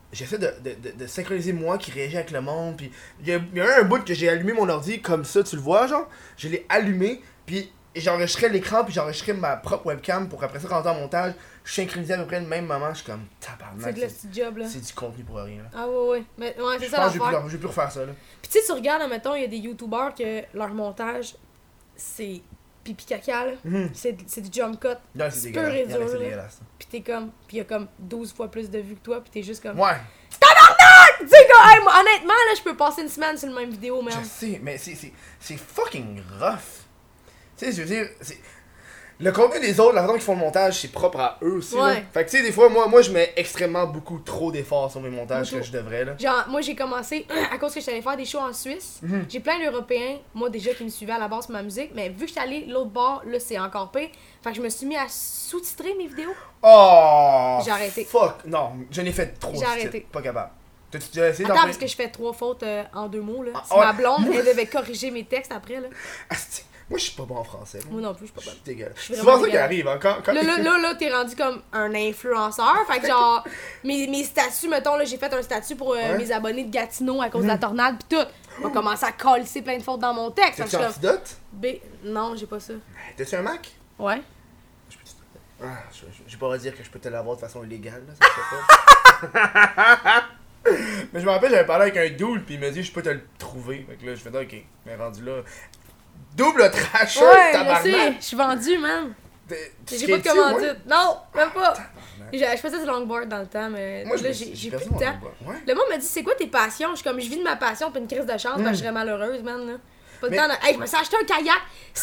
j'essaie de synchroniser moi qui réagit avec le monde. Puis il y a un bout que j'ai allumé mon ordi comme ça, tu le vois, genre. Je l'ai allumé, puis j'enregistrais l'écran, puis j'enregistrais ma propre webcam pour après ça, quand on est en montage, je synchronisais à peu près le même moment. Je suis comme, tabarnak. C'est de le petit job, là. C'est du contenu pour rien. Là. Ah ouais. Mais ouais, c'est Je ça pense que l'affaire. je vais plus refaire ça, là. Puis tu sais, tu regardes, mettons, il y a des youtubeurs que leur montage, c'est pipi caca, là. C'est du jump cut. Non, c'est pur et dégueulasse. dur, C'est là. dégueulasse. Puis t'es comme... Puis il y a comme 12 fois plus de vues que toi, puis t'es juste comme... Ouais. Tu sais, quoi, hey, moi, honnêtement, là, je peux passer une semaine sur le même vidéo, même. Je sais, mais c'est fucking rough. Tu sais, je veux dire, le contenu des autres, la façon qu'ils font le montage, c'est propre à eux aussi. Ouais. Là. Fait que tu sais, des fois, moi je mets extrêmement beaucoup trop d'efforts sur mes montages que je devrais. Là. Genre, moi, j'ai commencé, à cause que je allée faire des shows en Suisse, j'ai plein d'Européens, moi, déjà, qui me suivaient à la base pour ma musique, mais vu que j'étais allée l'autre bord, là, c'est encore pire. Fait que je me suis mis à sous-titrer mes vidéos. Oh! J'ai arrêté. Fuck! Non, je n'ai fait trop de J'ai titres. arrêté. Pas capable. T'as-tu déjà essayé Attends, d'en parce que je fais 3 fautes en 2 mots, là. Ah, C'est ouais. ma blonde, elle devait corriger mes textes après, là. Asti, moi, je suis pas bon en français. Moi non plus, je suis pas Je bonne. suis dégueulasse. suis C'est vraiment pas ça qui dégueulasse. arrive, hein. Quand... Là, t'es rendu comme un influenceur. Fait que genre, mes statuts, mettons, là, j'ai fait un statut pour mes abonnés de Gatineau à cause de la tornade pis tout. On va commencer à coller plein de fautes dans mon texte. Fait que T'as-tu je un suis comme, antidote? non, j'ai pas ça. T'as-tu un Mac? Ouais. Je vais pas dire que je peux te l'avoir de façon illégale, là, ça se fait pas. Mais je me rappelle, j'avais parlé avec un dude, puis il m'a dit, je peux te le trouver. Fait que là, je fais, ok, mais rendu là. Double trasher, Ouais, je sais, tabarnak! je suis vendue, man. Tu J'ai pas de skates-tu, moi? commandite. Non, même pas. Tabarnak. Je faisais du longboard dans le temps, mais Moi, là, j'ai j'ai perdu plus de mon temps. longboard. Ouais. Le monde me dit, c'est quoi tes passions? Je suis comme, je vis de ma passion, puis une crise de chance, parce que je serais malheureuse, man. Là. Pas le Mais- temps de... Hey, je me suis acheté un kayak.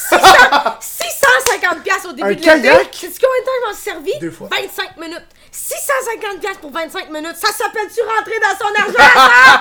650 piastres au début Un de l'été. kayak? Sais-tu combien de temps je m'en suis servi? 2 fois. 25 minutes. 650 piastres pour 25 minutes. Ça s'appelle-tu rentrer dans son argent,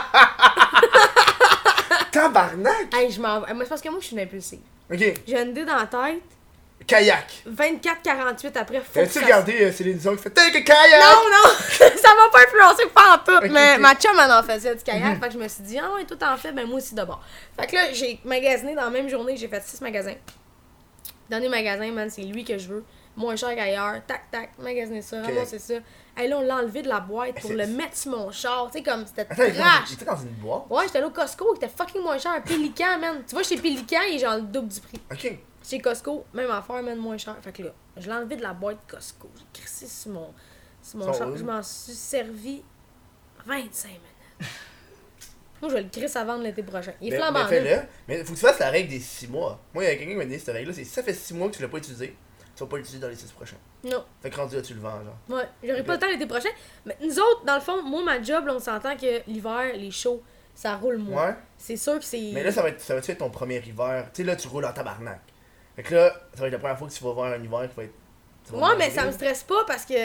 ça? Tabarnak! Hey, je m'en vais. Moi, c'est parce que moi, je suis une impulsive. Ok, J'ai une idée dans la tête. kayak. 24-48 après, faut que T'as-tu ça... regardé Céline Dion qui fait Take a kayak? Non, ça m'a pas influencé pas en tout, Ok, mais ok. ma chum elle en faisait du kayak, fait que je me suis dit, ah ouais, toi t'en fais, ben moi aussi d'abord. Fait que là, j'ai magasiné dans la même journée, j'ai fait 6 magasins. Dernier magasin, man, c'est lui que je veux, moins cher qu'ailleurs, tac, tac, magasiner ça, ramasser ça. Hey, là, on l'a enlevé de la boîte pour c'est- le mettre sur mon char, tu sais, comme c'était Attends, il trash. était dans une boîte? Ouais, j'étais allé au Costco, il était fucking moins cher, un Pélican, man. Tu vois, chez Pélican, il est genre le double du prix. Ok. Chez Costco, même affaire, même moins cher. Fait que là, je l'ai enlevé de la boîte Costco. J'ai crissé sur mon Sont char. où? Je m'en suis servi 25 minutes. Moi, je vais le crisser à vendre l'été prochain. Il est flambant mais neuf. fais-le. Mais faut que tu fasses la règle des 6 mois. Moi, il y a quelqu'un qui m'a dit cette règle-là, c'est si ça fait 6 mois que tu l'as pas utilisé, tu vas pas l'utiliser dans les 6 prochains. Non. Fait que rendu là, tu le vends, genre. Ouais, j'aurai pas le temps l'été prochain. Mais nous autres, dans le fond, moi, ma job, là, on s'entend que l'hiver, les shows, ça roule moins. Ouais. C'est sûr que c'est. Mais là, ça va être ton premier hiver. Tu sais, là, tu roules en tabarnak. Fait que là, ça va être la première fois que tu vas voir un hiver qui va être. tu vas Ouais, voir mais arriver, ça me là. stresse pas parce que.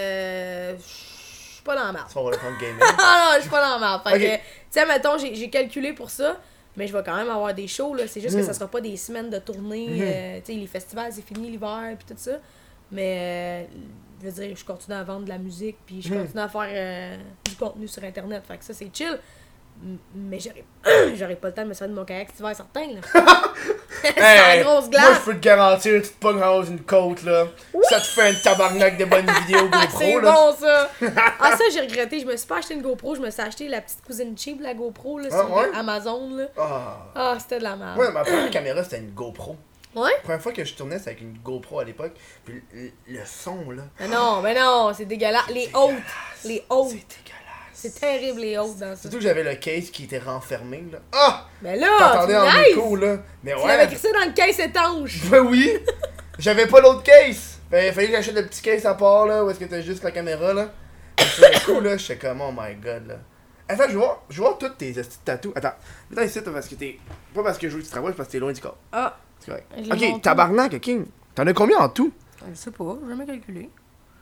Je suis pas dans la merde. Tu vas avoir le temps de gamer. Ah non, je suis pas dans la merde. Fait Ok. que, tu sais, mettons, j'ai calculé pour ça, mais je vais quand même avoir des shows, là. C'est juste que ça sera pas des semaines de tournée. Tu sais, les festivals, c'est fini l'hiver, puis tout ça. Mais, je veux dire, je continue à vendre de la musique, puis je continue à faire du contenu sur Internet. Fait que ça, c'est chill. Mais j'aurais pas le temps de me servir de mon kayak cet hiver, certain, là. C'est la Hey, grosse Moi, glace. je peux te garantir, tu te pognes dans une côte, là. Ça te fait un tabarnak de bonnes vidéos GoPro, C'est là. bon, ça! Ah, ça, j'ai regretté. Je me suis pas acheté une GoPro. Je me suis acheté la petite cousine cheap, la GoPro, là, sur ouais? Amazon, là. Ah. Ah, c'était de la merde. Ouais, ma première caméra, c'était une GoPro. Ouais? La première fois que je tournais, c'était avec une GoPro à l'époque. Puis le son, là. Mais non, c'est dégueulasse. Les hautes. Les hautes. C'est dégueulasse. C'est terrible, les hautes dans ça. Surtout que j'avais le case qui était renfermé, là. Ah! Mais là, T'entendais en tu écho, là. Mais Tu l'avais ouais. crissé dans le caisse étanche. Ben oui! J'avais pas l'autre case! Il fallait que j'achète le petit case à part, là, où est-ce que t'as juste la caméra, là. Sur le coup, là, j'étais comme, oh my god, là. Attends, je vais voir toutes tes estis de tatous. Attends, viens ici, toi, parce que t'es. Pas parce que je veux que tu travailles, c'est parce que t'es loin du corps. Ah, C'est correct. Je l'ai Ok, monté. tabarnak, ok. T'en as combien en tout? je sais pas, j'ai jamais calculé.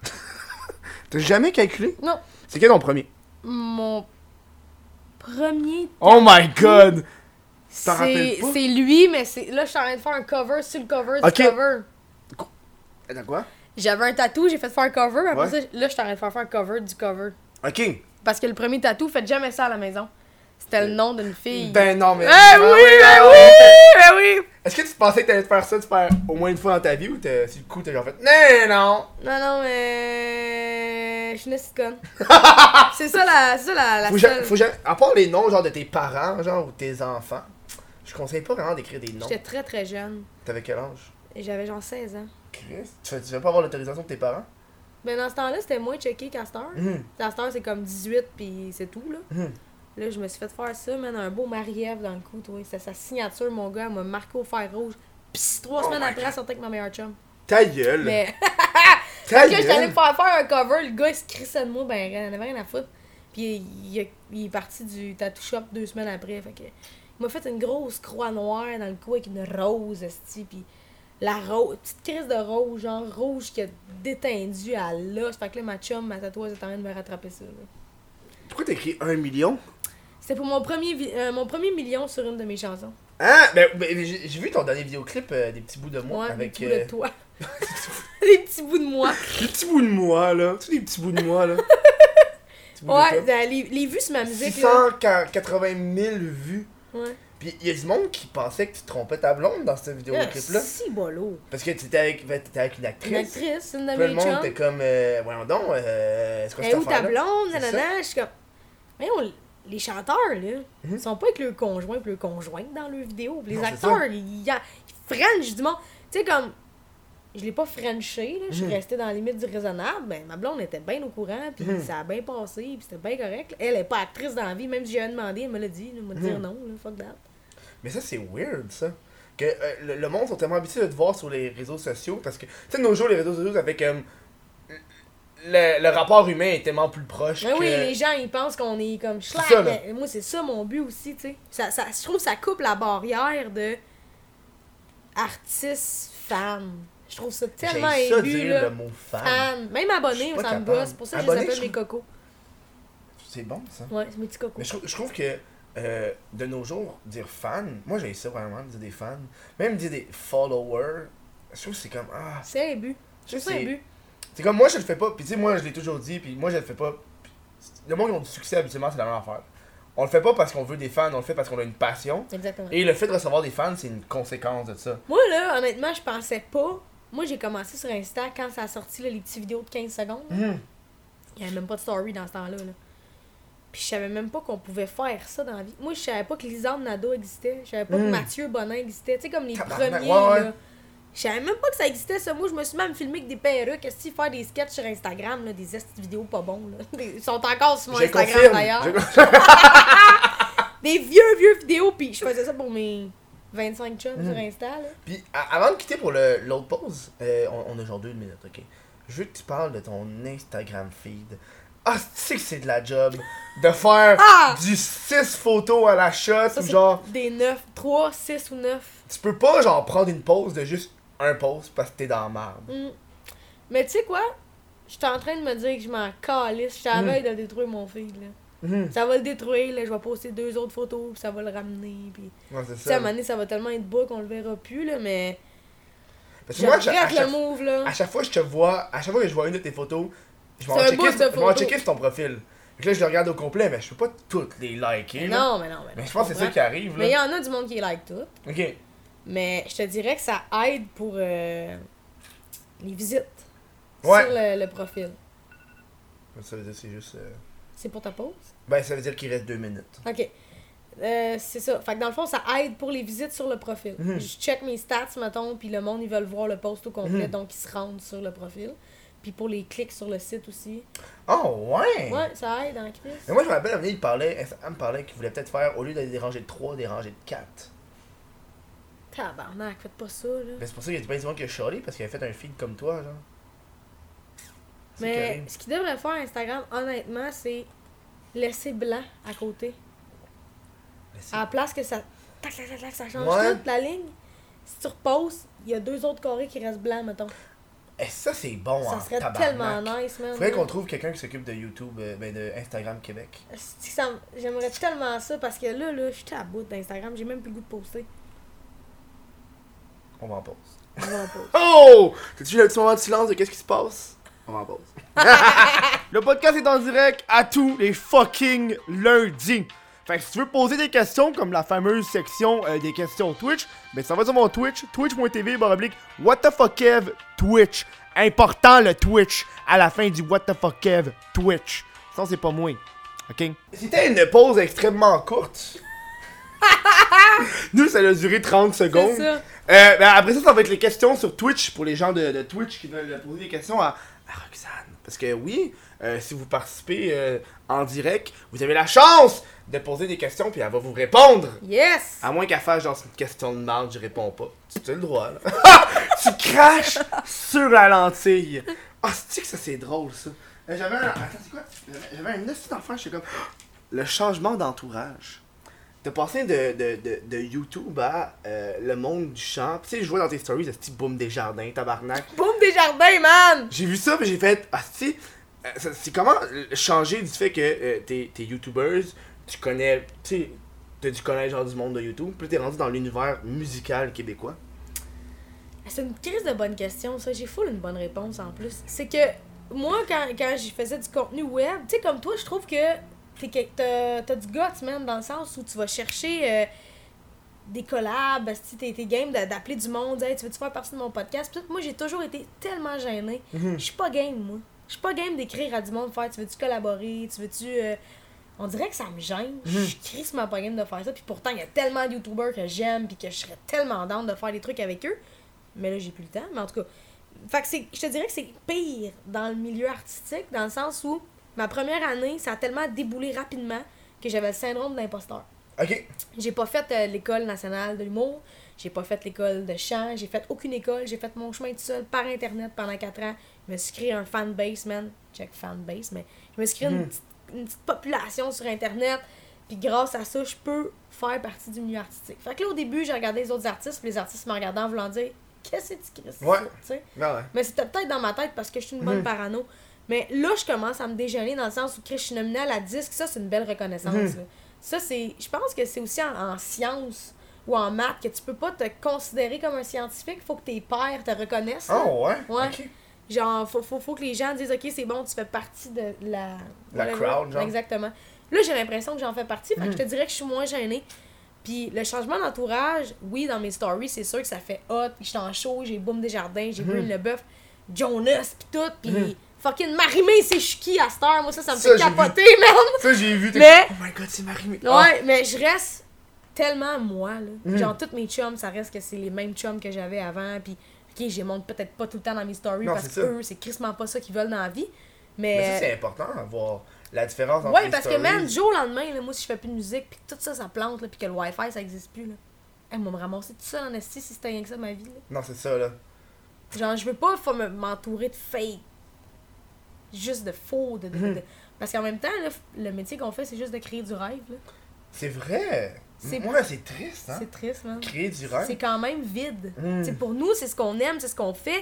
T'as jamais calculé? Non. C'est quel ton premier? Mon premier, Oh my god! T'en rappelles pas? c'est lui, mais c'est là, je suis en train de faire un cover sur le cover Ok. du cover. Attends, quoi? J'avais un tatou, j'ai fait faire un cover, après Ouais. ça, là, je suis en train de faire un cover du cover. Ok. Parce que le premier tatou, faites jamais ça à la maison. C'était le nom d'une fille. Ben non, mais... Ben oui, ben oui, ben oui! Est-ce que tu pensais que t'allais te faire ça, au moins une fois dans ta vie, ou sur le coup, t'as genre fait non! Non, mais... Je suis une petite conne. C'est ça la seule... Faut jamais... À part les noms, genre, de tes parents, genre, ou tes enfants, je conseille pas vraiment d'écrire des noms. J'étais très très jeune. T'avais quel âge? Et j'avais genre 16 ans. Chris, tu veux pas avoir l'autorisation de tes parents? Ben dans ce temps-là, c'était moins checké qu'à cette heure. À cette heure, c'est comme 18 pis c'est tout, là. Là, je me suis fait faire ça, man, un beau Marie-Ève dans le cou, toi. C'était sa signature, mon gars, elle m'a marqué au fer rouge. Pis 3 semaines après, elle sortait avec ma meilleure chum. Ta gueule! Mais... Ta Parce que gueule! j'étais allée me faire un cover, le gars, il se crissait de moi, ben, il avait rien à foutre. Pis il est parti du tattoo shop 2 semaines après, fait que... Il m'a fait une grosse croix noire dans le cou avec une rose, esti, pis... La rose, petite crise de rose, genre rouge qui a détendu à l'os. Fait que là, ma chum, ma tatoueuse est en train de me rattraper ça, là. Pourquoi t'as écrit 1 million? C'était pour mon premier million sur une de mes chansons. Ah! Ben j'ai vu ton dernier vidéoclip, des petits bouts de moi, Ouais, avec... des petits bouts de toi. Des petits bouts de moi. Des petits bouts de moi, là. Tu sais, des petits bouts de moi, là. Ouais, les vues sur ma musique, là. 680 000 vues. Ouais. Pis y a du monde qui pensait que tu trompais ta blonde dans ce vidéoclip-là. Si bolo. Parce que t'étais avec une actrice. Une actrice, une de Tout le mes monde chums. était comme, voyons donc, c'est quoi Et cette où ta affaire-là? blonde, C'est nanana. ça. Je suis comme. Voyons, les chanteurs, là, ils sont pas avec leur conjoint et leur conjointe dans leurs vidéos. Les Non, c'est acteurs, ça. ils frenchent du monde. Tu sais, comme. Je l'ai pas frenché, là. Je suis restée dans la limite du raisonnable. Ben, ma blonde était bien au courant, puis ça a bien passé, puis c'était bien correct. Elle est pas actrice dans la vie, même si j'avais demandé, elle me l'a dit. Elle m'a dit non, là, fuck that. Mais ça, c'est weird, ça. Que le monde sont tellement habitués de te voir sur les réseaux sociaux parce que, tu sais, de nos jours, les réseaux sociaux, ça fait comme. Le rapport humain est tellement plus proche. Ben que... oui, les gens, ils pensent qu'on est comme ça, schlack. là. Mais moi, c'est ça mon but aussi, tu sais. Je trouve que ça coupe la barrière de artiste-fan. Je trouve ça tellement J'ai ça aigu, dire là. le mot fan. Fan. Même Je abonné, suis pas ça me capable. gosse. C'est pour ça que je Abonné, les appelle je mes trouve- cocos. C'est bon, ça. Ouais, c'est mes petits cocos. Mais je trouve que de nos jours, dire fan, moi j'ai ça vraiment, dire des fans, même dire des followers, je trouve que c'est comme, ah, C'est un but. Je trouve ça un but. c'est comme moi je le fais pas, puis tu sais, moi je l'ai toujours dit, puis moi je le fais pas. Le monde qui ont du succès habituellement, c'est la même affaire. On le fait pas parce qu'on veut des fans, on le fait parce qu'on a une passion. Exactement. Et le fait de recevoir des fans, c'est une conséquence de ça. Moi, là, honnêtement, je pensais pas. Moi, j'ai commencé sur Insta quand ça a sorti là, les petites vidéos de 15 secondes. Il y avait même pas de story dans ce temps-là. Là. Puis je savais même pas qu'on pouvait faire ça dans la vie. Moi, je savais pas que Lisande Nadeau existait. Je savais pas que Mathieu Bonin existait. Tu sais, comme les Tabarnak, premiers, ouais. là. Je savais même pas que ça existait, ça. Moi, je me suis même filmé avec des perruques. Est-ce que faire des sketchs sur Instagram, là, des vidéos pas bons, là. Ils sont encore sur mon Je Instagram, confirme. d'ailleurs. Je- Des vieux vidéos, puis je faisais ça pour mes 25 chums sur Insta, là. Puis avant de quitter pour l'autre pause, on a genre 2 minutes, ok? Je veux que tu parles de ton Instagram feed. Ah, tu sais que c'est de la job de faire du 6 photos à la shot Ça, ou c'est genre. des 9, 3, 6 ou 9. Tu peux pas genre prendre une pause de juste un pause parce que t'es dans la merde. Mais tu sais quoi? J'étais en train de me dire que je m'en calisse. J'étais à la veille de détruire mon feed, là. Ça va le détruire, là. Je vais poster 2 autres photos, puis ça va le ramener. Puis... Ouais, c'est Tu sais, à un ça. moment donné, ça va tellement être bas qu'on le verra plus, là, mais. Parce Je que moi, regrette le move, là. à chaque fois que je te vois, à chaque fois que je vois une de tes photos, je C'est un boost de vais photos. checker sur ton profil. Fait que là, je le regarde au complet, mais je peux pas toutes les liker. Mais là. non. Mais je pense que c'est ça qui arrive. Mais il y Là. en a du monde qui like tout. Ok. Mais je te dirais que ça aide pour les visites Ouais. sur le profil. Ça veut dire que c'est juste. C'est pour ta pause? Ben, ça veut dire qu'il reste 2 minutes. Ok. C'est ça. Fait que dans le fond, ça aide pour les visites sur le profil. Je check mes stats, mettons, puis le monde, ils veulent voir le post au complet, donc ils se rendent sur le profil. Puis pour les clics sur le site aussi. Oh, ouais! Ouais, ça aide en crise. Mais moi, je me rappelle, à un moment donné, elle me parlait qu'il voulait peut-être faire, au lieu d'aller des rangées de 3, des rangées de 4. Tabarnak, faites pas ça, là. Ben, c'est pour ça qu'il y a plein de gens qui a chialé parce qu'il avait fait un feed comme toi, genre. C'est Mais carré. ce qu'ils devrait faire Instagram, honnêtement, c'est laisser blanc à côté. Mais c'est- À la place que ça. Tac, tac, tac, tac, ça change Ouais. toute la ligne. Si tu reposes, il y a 2 autres carrés qui restent blancs, mettons. Eh, ça, c'est bon, Ça hein, serait tabarnak. tellement nice, man. Faudrait qu'on trouve quelqu'un qui s'occupe de YouTube, ben de Instagram Québec. J'aimerais tellement ça parce que là, je suis à bout d'Instagram, j'ai même plus le goût de poster. On va en pause. On va en pause. Oh! T'as-tu eu le petit moment de silence de qu'est-ce qui se passe? On va en pause. Le podcast est en direct à tous les fucking lundis. Fait que si tu veux poser des questions, comme la fameuse section des questions Twitch, ben ça va sur mon Twitch, twitch.tv/, what the fuck Kev Twitch. Important le Twitch à la fin du what the fuck Kev Twitch. Sinon c'est pas moi. Ok? C'était une pause extrêmement courte. Nous, ça a duré 30 secondes. C'est ça. Ben après ça va être les questions sur Twitch pour les gens de Twitch qui veulent poser des questions à Roxane. Parce que oui, si vous participez en direct, vous avez la chance de poser des questions puis elle va vous répondre. Yes! À moins qu'elle fasse genre une question de merde, je réponds pas. Tu as le droit là. Tu craches sur la lentille. Ah, c'est-tu que ça c'est drôle ça? J'avais un. Attends, c'est quoi? J'avais un petit enfant, j'étais comme. Le changement d'entourage. T'as passé de YouTube à le monde du chant. Tu sais, je vois dans tes stories ce petit Boom Desjardins, tabarnak. Boom Desjardins, man! J'ai vu ça, puis j'ai fait. Ah, tu sais, c'est comment changer du fait que t'es YouTubers, tu connais. Tu sais, t'as dû connaître genre du monde de YouTube, puis t'es rendu dans l'univers musical québécois. C'est une crise de bonne question, ça. J'ai full une bonne réponse en plus. C'est que moi, quand je faisais du contenu web, tu sais, comme toi, je trouve que t'as du guts, man, dans le sens où tu vas chercher des collabs, si t'es game d'appeler du monde, hey, tu veux-tu faire partie de mon podcast? Puis moi, j'ai toujours été tellement gênée. Je suis pas game, moi. Je suis pas game d'écrire à du monde, faire, tu veux-tu collaborer, tu veux-tu... On dirait que ça me gêne. Je suis crissement pas game de faire ça. Puis pourtant, il y a tellement de YouTubers que j'aime, puis que je serais tellement down de faire des trucs avec eux. Mais là, j'ai plus le temps. Mais en tout cas, fait que je te dirais que c'est pire dans le milieu artistique, dans le sens où ma première année, ça a tellement déboulé rapidement que j'avais le syndrome de l'imposteur. Ok. J'ai pas fait l'école nationale de l'humour, j'ai pas fait l'école de chant, j'ai fait aucune école, j'ai fait mon chemin tout seul par internet pendant 4 ans. Je me suis créé un fanbase, man. Check fanbase, mais je me suis créé une petite population sur internet. Puis grâce à ça, je peux faire partie du milieu artistique. Fait que là, au début, j'ai regardé les autres artistes, puis les artistes me regardaient en voulant dire qu'est-ce que tu crées ça, Ouais. tu sais. Ben ouais. Mais c'était peut-être dans ma tête parce que je suis une bonne parano. Mais là, je commence à me déjeuner dans le sens où je suis nominée à la disque. Ça, c'est une belle reconnaissance. Là. Ça, c'est. Je pense que c'est aussi en sciences ou en maths que tu peux pas te considérer comme un scientifique. Faut que tes pairs te reconnaissent. Là. Oh, ouais? Ouais. Ok. Genre, faut que les gens disent, OK, c'est bon, tu fais partie de la crowd, genre. Exactement. Là, j'ai l'impression que j'en fais partie. Fait que je te dirais que je suis moins gênée. Puis le changement d'entourage, oui, dans mes stories, c'est sûr que ça fait hot. J'étais en show, j'ai Boom Desjardins, j'ai Brune Leboeuf, Jonas, pis tout. Puis fucking Marimé, c'est qui à cette heure? Moi, ça me fait capoter, man! Ça, j'ai vu. Mais... Oh my god, c'est Marimé. Ouais, mais je reste tellement moi, là. Genre, tous mes chums, ça reste que c'est les mêmes chums que j'avais avant. Puis, OK, je les montre peut-être pas tout le temps dans mes stories Non, parce c'est que ça. eux, c'est crissement pas ça qu'ils veulent dans la vie. Mais ça, c'est important, voir la différence entre ouais, les parce stories. que, man, du jour au lendemain, là, moi, si je fais plus de musique, puis que tout ça, ça plante, là, puis que le Wi-Fi, ça existe plus, là. Hey, moi, me ramasser tout ça en esti si c'était rien que ça ma vie, là. Non, c'est ça, là. Genre, je veux pas m'entourer de fake. Juste de faux. Parce qu'en même temps, là, le métier qu'on fait, c'est juste de créer du rêve, là. C'est vrai. C'est- Ouais, c'est triste, hein. C'est triste, man. Créer du rêve. C'est quand même vide. T'sais, pour nous, c'est ce qu'on aime, c'est ce qu'on fait.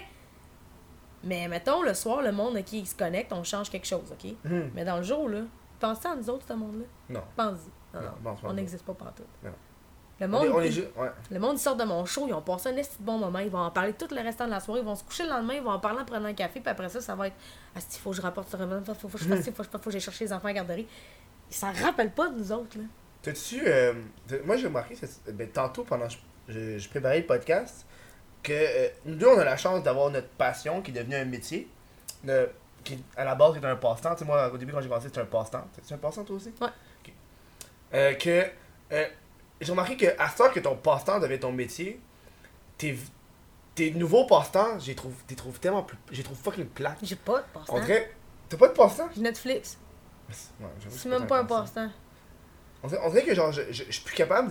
Mais mettons, le soir, le monde qui se connecte, on change quelque chose, OK? Mais dans le jour, là, pensez à nous autres, ce monde-là. Non. Pense-y. Non, pense pas. on n'existe pas partout. Non. Le monde, On est juste. Ouais. le monde, ils sortent de mon show, ils ont passé un esti de bon moment, ils vont en parler tout le restant de la soirée, ils vont se coucher le lendemain, ils vont en parler en prenant un café, puis après ça, ça va être « Asti, faut que je rapporte ce revenant, faut que je fasse ci, faut que j'aille chercher les enfants à la garderie. » Ils s'en rappellent pas de nous autres, là. T'as-tu. Moi, j'ai remarqué, tantôt, pendant que je préparais le podcast, que nous deux, on a la chance d'avoir notre passion qui est devenue un métier. Qui, à la base, est un passe-temps. Tu sais, moi, au début, quand j'ai commencé, c'était un passe-temps. C'est un passe-temps, toi aussi? Ouais. Ok. J'ai remarqué qu'à ce temps que ton passe-temps devient ton métier, tes nouveaux passe-temps, je les trouve tellement plus. Je les trouve fucking plates. J'ai pas de passe-temps. On dirait. T'as pas de passe-temps? J'ai Netflix. Ouais, j'avoue que C'est même pas un passe-temps. On dirait que genre je suis plus capable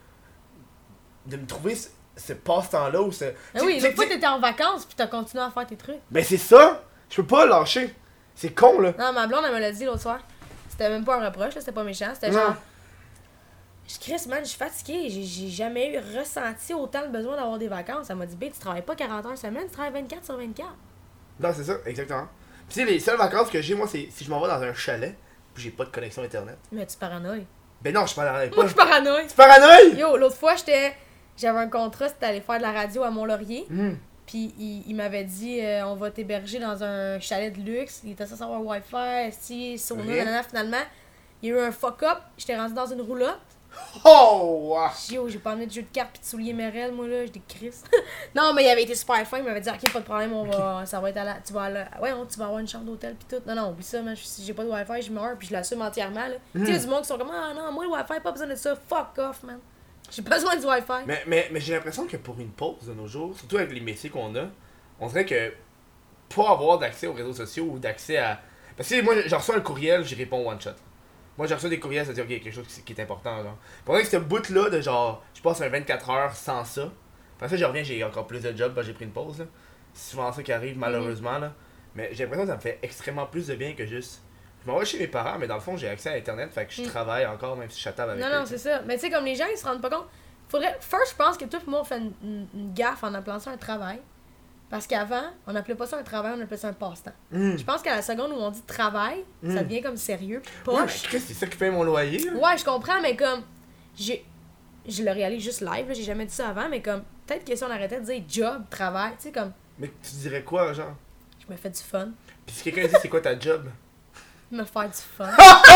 de me trouver ce passe-temps-là ou ce. Ah oui, l'autre fois, t'étais en vacances, puis t'as continué à faire tes trucs. Ben c'est ça! Je peux pas lâcher. C'est con là. Non, ma blonde, elle me l'a dit l'autre soir. C'était même pas un reproche, là, c'était pas méchant. C'était Non. genre. Je Chris, man, je suis fatiguée. J'ai jamais ressenti autant le besoin d'avoir des vacances. Elle m'a dit, B, tu travailles pas 40 heures semaine, tu travailles 24 sur 24. Non, c'est ça, exactement. Tu sais, les seules vacances que j'ai, moi, c'est si je m'en vais dans un chalet, puis j'ai pas de connexion internet. Mais tu paranoïes. Ben non, je suis pas dans Moi, je paranoïe. Tu paranoïes? Yo, l'autre fois, j'avais un contrat, c'était aller faire de la radio à Mont-Laurier. Puis il m'avait dit, on va t'héberger dans un chalet de luxe. Il était censé avoir Wi-Fi, si, sauna, Oui. nanana. Finalement, Il y a eu un fuck-up, j'étais rendu dans une roulotte. Oh! Wow. Yo, j'ai pas amené de jeu de cartes pis de souliers Merrell, moi là, j'ai des crises. Non, mais il avait été super fin, il m'avait dit, ok, pas de problème, ça va être à la. Tu vas tu vas avoir une chambre d'hôtel pis tout. Non, non, oublie ça, man, si j'ai pas de Wi-Fi, je meurs pis je l'assume entièrement, là. Tu sais, il y a du monde qui sont comme, ah non, moi le Wi-Fi, pas besoin de ça, fuck off, man. J'ai besoin du Wi-Fi. Mais j'ai l'impression que pour une pause de nos jours, surtout avec les métiers qu'on a, on dirait que pour avoir d'accès aux réseaux sociaux ou d'accès à. Parce que moi, j'ai reçu un courriel, j'y réponds one shot. Moi, j'ai reçu des courriels, ça dit, ok, quelque chose qui est important, genre. Pour que ce bout-là de genre, je passe un 24 heures sans ça. Après ça, je reviens, j'ai encore plus de job, j'ai pris une pause, là. C'est souvent ça qui arrive, malheureusement, là. Mais j'ai l'impression que ça me fait extrêmement plus de bien que juste. Je m'en vais chez mes parents, mais dans le fond, j'ai accès à Internet, fait que je travaille encore, même si je suis à table avec eux. Non, c'est ça. Mais tu sais, comme les gens, ils se rendent pas compte. First, je pense que tout le monde fait une gaffe en appelant ça un travail. Parce qu'avant, on n'appelait pas ça un travail, on appelait ça un passe-temps. Je pense qu'à la seconde où on dit travail, ça devient comme sérieux, poche. Ouais, mais c'est ça qui paye mon loyer, là. Ouais, je comprends, mais comme, je le réalise juste live, là, j'ai jamais dit ça avant, mais comme, peut-être que si on arrêtait de dire job, travail, tu sais, comme... Mais tu dirais quoi, genre? Je me fais du fun. Puis si quelqu'un dit c'est quoi ta job? Me faire du fun.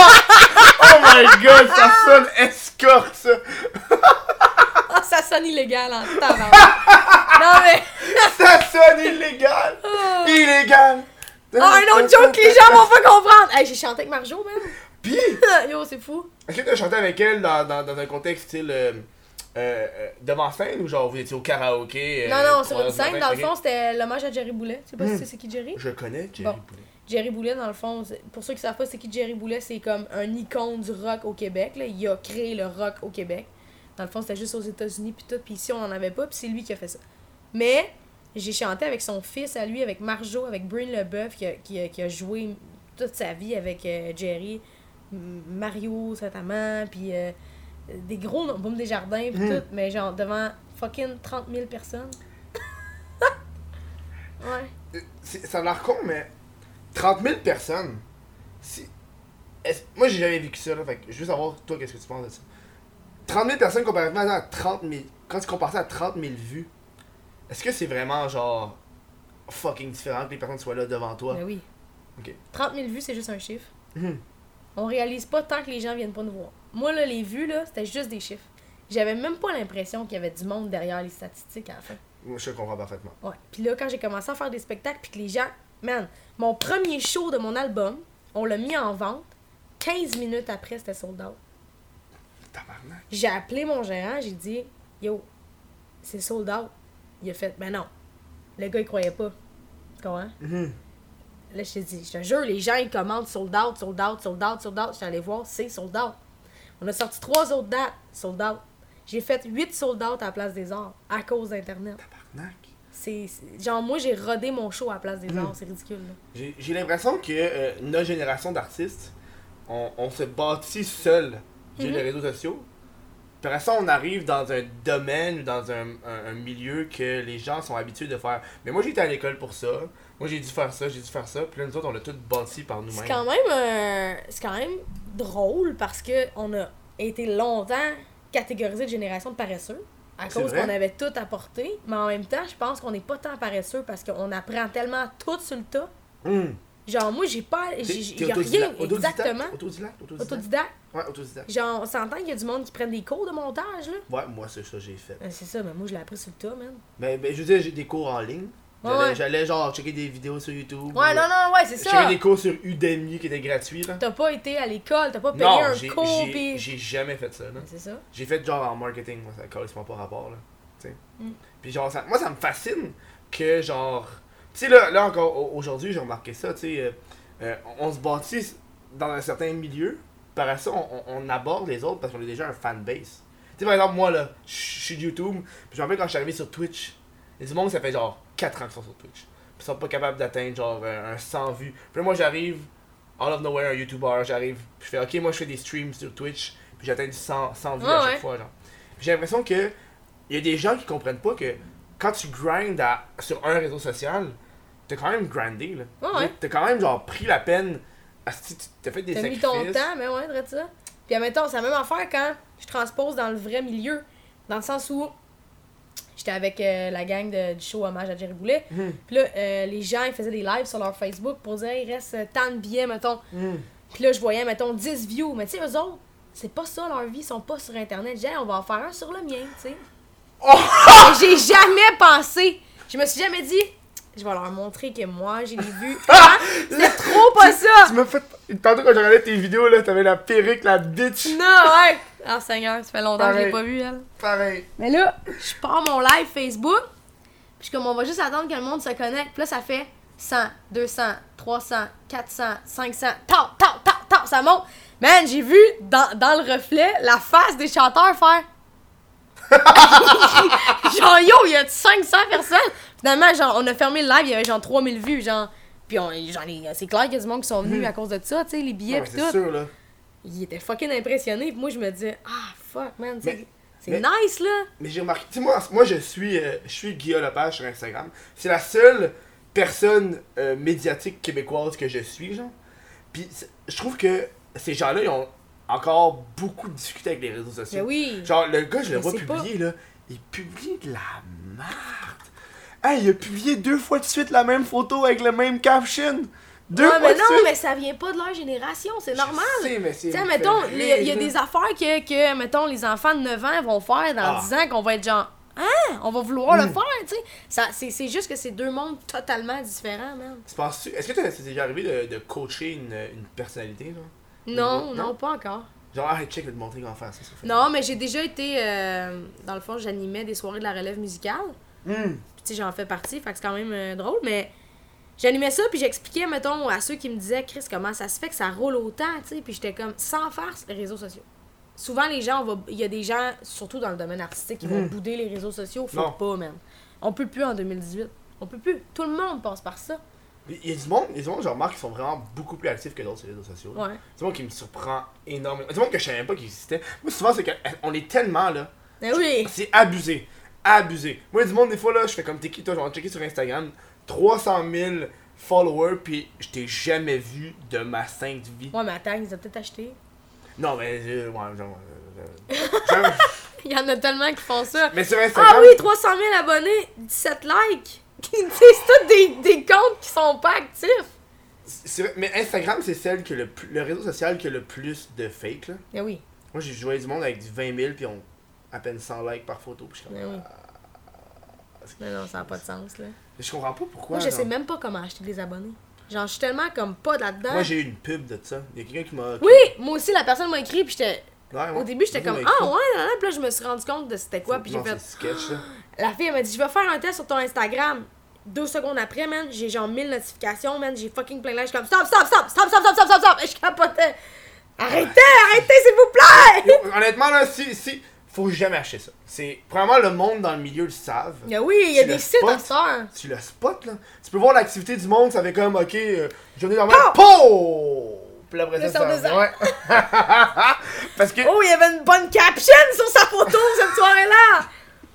Oh my god, ça sonne escorte, ça! Ah, ça sonne illégal en tabarnak. Non, mais... Ça sonne illégal! Illégal! Oh, un autre joke que les gens vont pas comprendre! Hey, j'ai chanté avec Marjo, même! Pis! Yo, c'est fou! Est-ce que tu as chanté avec elle dans un contexte style devant scène ou genre vous étiez au karaoké? Non, sur une scène, dans le fond, c'était l'hommage à Jerry Boulet. Tu sais pas si c'est qui Jerry? Je connais Jerry Boulet. Jerry Boulet, dans le fond, pour ceux qui savent pas c'est qui Jerry Boulet, c'est comme un icône du rock au Québec. Là. Il a créé le rock au Québec. Dans le fond, c'était juste aux États-Unis, puis tout, puis ici, on en avait pas, puis c'est lui qui a fait ça. Mais j'ai chanté avec son fils à lui, avec Marjo, avec Bryn Leboeuf, qui a joué toute sa vie avec Jerry, Mario Saint-Amand, puis des gros Boum Desjardins, puis tout, mais genre devant fucking 30 000 personnes. Ouais. Ça a l'air con, mais 30 000 personnes, moi j'ai jamais vécu ça, là, fait que je veux savoir, toi, qu'est-ce que tu penses de ça? 30 000 personnes comparativement à 30 000, quand tu compares ça à 30 000 vues, est-ce que c'est vraiment genre fucking différent que les personnes soient là devant toi? Ben oui. Ok. 30 000 vues, c'est juste un chiffre. On réalise pas tant que les gens viennent pas nous voir. Moi, là, les vues, là, c'était juste des chiffres. J'avais même pas l'impression qu'il y avait du monde derrière les statistiques à la fin. Moi, je comprends parfaitement. Ouais. Puis là, quand j'ai commencé à faire des spectacles, puis que les gens... Man, mon premier show de mon album, on l'a mis en vente. 15 minutes après, c'était sold out. Tabarnak. J'ai appelé mon gérant, j'ai dit, yo, c'est sold out. Il a fait, ben non. Le gars, il croyait pas. Tu comprends? Là, je t'ai dit, je te jure, les gens, ils commandent sold out, sold out, sold out, sold out. J'étais allé voir, c'est sold out. On a sorti 3 autres dates, sold out. J'ai fait 8 sold out à la Place des Arts à cause d'Internet. Tabarnak. Genre, moi, j'ai rodé mon show à la Place des Arts, c'est ridicule. Là. J'ai l'impression que notre génération d'artistes, on se bâtit seul sur les réseaux sociaux. Puis après ça, on arrive dans un domaine, dans un milieu que les gens sont habitués de faire. Mais moi, j'étais à l'école pour ça. Moi, j'ai dû faire ça, Puis là, nous autres, on l'a tout bâti par nous-mêmes. C'est quand même drôle parce que on a été longtemps catégorisé de génération de paresseux. À cause qu'on avait tout apporté. Mais en même temps, je pense qu'on n'est pas tant paresseux parce qu'on apprend tellement tout sur le tas. Genre, moi, j'ai pas. J'ai rien. Exactement. Autodidacte. Ouais, autodidacte. Genre, on s'entend qu'il y a du monde qui prennent des cours de montage, là. Ouais, moi, c'est ça que j'ai fait. C'est ça, mais moi, je l'ai appris sur le tas, man. Ben, je veux dire, j'ai des cours en ligne. J'allais genre checker des vidéos sur YouTube. Ouais, ouais, c'est ça. J'avais des cours sur Udemy qui étaient gratuits, là. T'as pas été à l'école, t'as pas payé un cours, pis... j'ai jamais fait ça, là. C'est ça. J'ai fait genre en marketing, moi, ça colle pas rapport, là. Tu sais. Pis genre, moi, ça me fascine que genre... Tu sais, là encore, aujourd'hui, j'ai remarqué ça, tu sais, on se bâtit dans un certain milieu, par ça, on aborde les autres parce qu'on a déjà un fanbase. Tu sais, par exemple, moi, là, je suis YouTube, pis je me rappelle quand je suis arrivé sur Twitch, il y a du monde, ça fait genre 4 ans qu'ils sont sur Twitch. Pis ils sont pas capables d'atteindre genre un 100 vues. Puis là, moi, j'arrive, all of nowhere, un YouTuber, j'arrive, pis je fais, ok, moi, je fais des streams sur Twitch, puis j'atteins du 100 vues à chaque fois, genre. Pis j'ai l'impression que il y a des gens qui comprennent pas que quand tu grindes sur un réseau social, t'as quand même grindé, là. T'as quand même, genre, pris la peine. T'as fait des sacrifices. T'as mis ton temps, mais ouais, de ça. Puis, admettons, c'est la même affaire quand je transpose dans le vrai milieu. Dans le sens où j'étais avec la gang du show Hommage à Jerry Boulet. Puis là, les gens, ils faisaient des lives sur leur Facebook pour dire, il reste tant de billets, mettons. Puis là, je voyais, mettons, 10 views. Mais tu sais, eux autres, c'est pas ça leur vie, ils sont pas sur Internet. Je dis, hey, on va en faire un sur le mien, tu sais. Et j'ai jamais pensé. Je me suis jamais dit, je vais leur montrer que moi, j'ai les vues. C'est trop pas ça! Tu m'as fait. Tantôt, quand j'ai regardé tes vidéos, là, t'avais la perruque, la bitch. Non, ouais! Ah, Seigneur, ça fait longtemps que je l'ai Pareil. pas vue, elle. Pareil. Mais là, je pars mon live Facebook. Puis comme on va juste attendre que le monde se connecte. Puis là, ça fait 100, 200, 300, 400, 500. Tant, ça monte. Man, j'ai vu dans le reflet la face des chanteurs faire. Genre, yo, il y a 500 personnes. Finalement, genre, on a fermé le live, il y avait genre 3000 vues, genre. Puis c'est clair qu'il y a du monde qui sont venus à cause de ça, tu sais, les billets pis C'est tout. sûr, là. Ils étaient fucking impressionnés. Puis moi, je me disais, ah, fuck, man, Mais- c'est mais- nice, là. Mais j'ai remarqué, tu sais, moi je suis Guillaume Lepage sur Instagram. C'est la seule personne médiatique québécoise que je suis, genre. Puis je trouve que ces gens-là, ils ont encore beaucoup discuté avec les réseaux sociaux. Mais oui. Genre, le gars, je le Mais vois c'est publier, là, il publie de la merde. Hey, il a publié 2 fois de suite la même photo avec le même caption. 2 Ouais, fois mais de non, suite. mais ça vient pas de leur génération, c'est normal. Je sais, mais c'est Tu sais, mettons, fait il y a rire, des là. affaires que, mettons, les enfants de 9 ans vont faire dans Ah. 10 ans qu'on va être genre, hein, on va vouloir le Mm. faire, tu sais. C'est juste que c'est deux mondes totalement différents, man. Est-ce que c'est déjà arrivé de coacher une personnalité, genre? Non, Non? non, pas encore. Genre, arrête, check, je vais te montrer comment faire ça. fait. Non, mais j'ai déjà été, dans le fond, j'animais des soirées de la relève musicale. Hmm. Puis, tu sais, j'en fais partie, fait que c'est quand même drôle, mais j'animais ça, puis j'expliquais, mettons, à ceux qui me disaient, Chris, comment ça se fait que ça roule autant, tu sais, puis j'étais comme, sans farce, les réseaux sociaux. Souvent, les gens, il y a des gens, surtout dans le domaine artistique, qui vont bouder les réseaux sociaux, faut Non. pas, man. On peut plus en 2018. On peut plus. Tout le monde passe par ça. Il y a du monde, je remarque, qui sont vraiment beaucoup plus actifs que d'autres sur les réseaux sociaux. Ouais. Du monde qui me surprend énormément. Du monde que je savais même pas qu'il existait. Moi, souvent, c'est qu'on est tellement là. Mais oui. C'est abusé. Abusé. Moi, du monde, des fois, là, je fais comme t'es qui, toi, je vais checker sur Instagram. 300 000 followers, puis je t'ai jamais vu de ma sainte vie. Ouais, mais attends, ils ont peut-être acheté. Non, mais, ouais, genre. Il y en a tellement qui font ça. Mais sur Instagram. Ah oui, 300 000 abonnés, 17 likes. Tu sais, c'est tous des comptes qui sont pas actifs. Mais Instagram, c'est celle que le réseau social qui a le plus de fake, là. Mais oui. Moi, j'ai joué du monde avec du 20 000, puis on à peine 100 likes par photo, puis je suis comme. Mais oui. Mais non, ça n'a pas de sens, là. Je comprends pas pourquoi. Moi, je sais genre. même pas comment acheter des abonnés. Genre, je suis tellement comme pas là-dedans. Moi, j'ai eu une pub de ça. Il y a quelqu'un qui m'a. Oui, moi aussi, la personne m'a écrit, puis j'étais. Ouais, Au début, j'étais Vous comme, m'avez ah écrit. ouais, non, non. Puis là, je me suis rendu compte de c'était quoi, puis j'ai Non, fait. c'est sketch, là. La fille, elle m'a dit, je vais faire un test sur ton Instagram. 2 secondes après, man, j'ai genre 1000 notifications, man, j'ai fucking plein de likes. Je suis comme, stop. Et je capotais. Arrêtez, s'il vous plaît! Honnêtement, là, si. Faut jamais acheter ça. C'est. Premièrement, le monde dans le milieu le savent. Mais oui, il y a Tu des le sites à spots. ça. Tu le spot, là. Tu peux voir l'activité du monde, ça fait comme, ok, journée normale. Pow! POW! Puis après Le ça, son de ça. ça. Ouais. Parce que. Oh, il y avait une bonne caption sur sa photo cette soirée-là!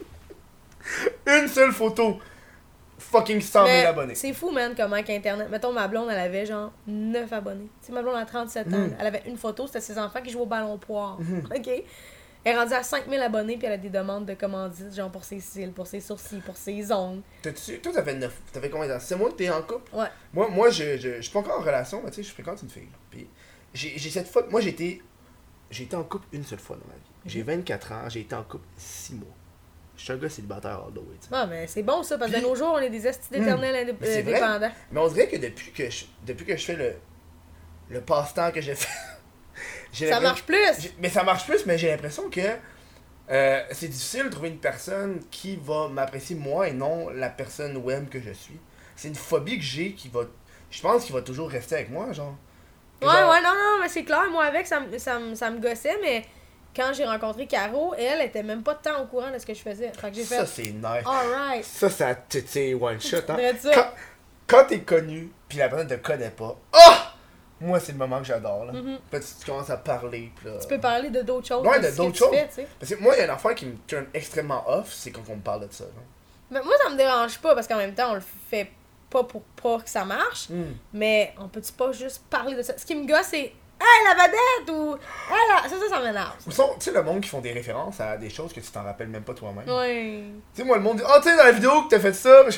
Une seule photo. Fucking 100 000 Mais abonnés. c'est fou, man, comment qu'Internet. Mettons, ma blonde, elle avait genre 9 abonnés. Tu sais, ma blonde a 37 ans. Elle avait une photo, c'était ses enfants qui jouaient au ballon poire. OK? Elle est rendue à 5000 abonnés, puis elle a des demandes de commandites, genre pour ses cils, pour ses sourcils, pour ses ongles. Toi, t'avais 9. T'avais combien d'années? C'est moi que t'es en couple? Ouais. Moi, je suis pas encore en relation, mais tu sais, je fréquente une fille. Puis, j'ai cette fois. Moi, j'ai été en couple une seule fois dans ma vie. J'ai 24 ans, j'ai été en couple 6 mois. Je suis un gars célibataire all the way, tu sais. Ah, mais c'est bon ça, parce que de Puis- nos jours, on est des estis d'éternels Mais c'est vrai. indépendants. Mais on dirait que depuis que je fais le passe-temps que j'ai fait. j'ai Ça l'impression- marche plus! Mais ça marche plus, mais j'ai l'impression que c'est difficile de trouver une personne qui va m'apprécier moi et non la personne web que je suis. C'est une phobie que j'ai qui va. Je pense qu'il va toujours rester avec moi, genre. Ouais, non, mais c'est clair, moi avec, ça me gossait, mais quand j'ai rencontré Caro, elle était même pas tant au courant de ce que je faisais. Fait que j'ai Ça, fait, c'est nice. alright. Ça t'es one shot, hein. Drette ça. Quand t'es connu, puis la personne te connaît pas, ah! Moi, c'est le moment que j'adore, là. Mhm. Puis tu commences à parler, puis là. Tu peux parler de d'autres choses. Ouais, que de ce d'autres que choses. tu fais, tu sais. Parce que moi, il y a une affaire qui me turn extrêmement off, c'est quand on me parle de ça, là. Mais moi, ça me dérange pas, parce qu'en même temps, on le fait pas pour pas que ça marche. Mais on peut-tu pas juste parler de ça? Ce qui me gosse, c'est hey, la vedette ou hey, ça m'énerve. Tu sais, le monde qui font des références à des choses que tu t'en rappelles même pas toi-même. Ouais. Tu sais, moi, le monde dit, oh, tu sais, dans la vidéo que t'as fait ça, mais je suis comme,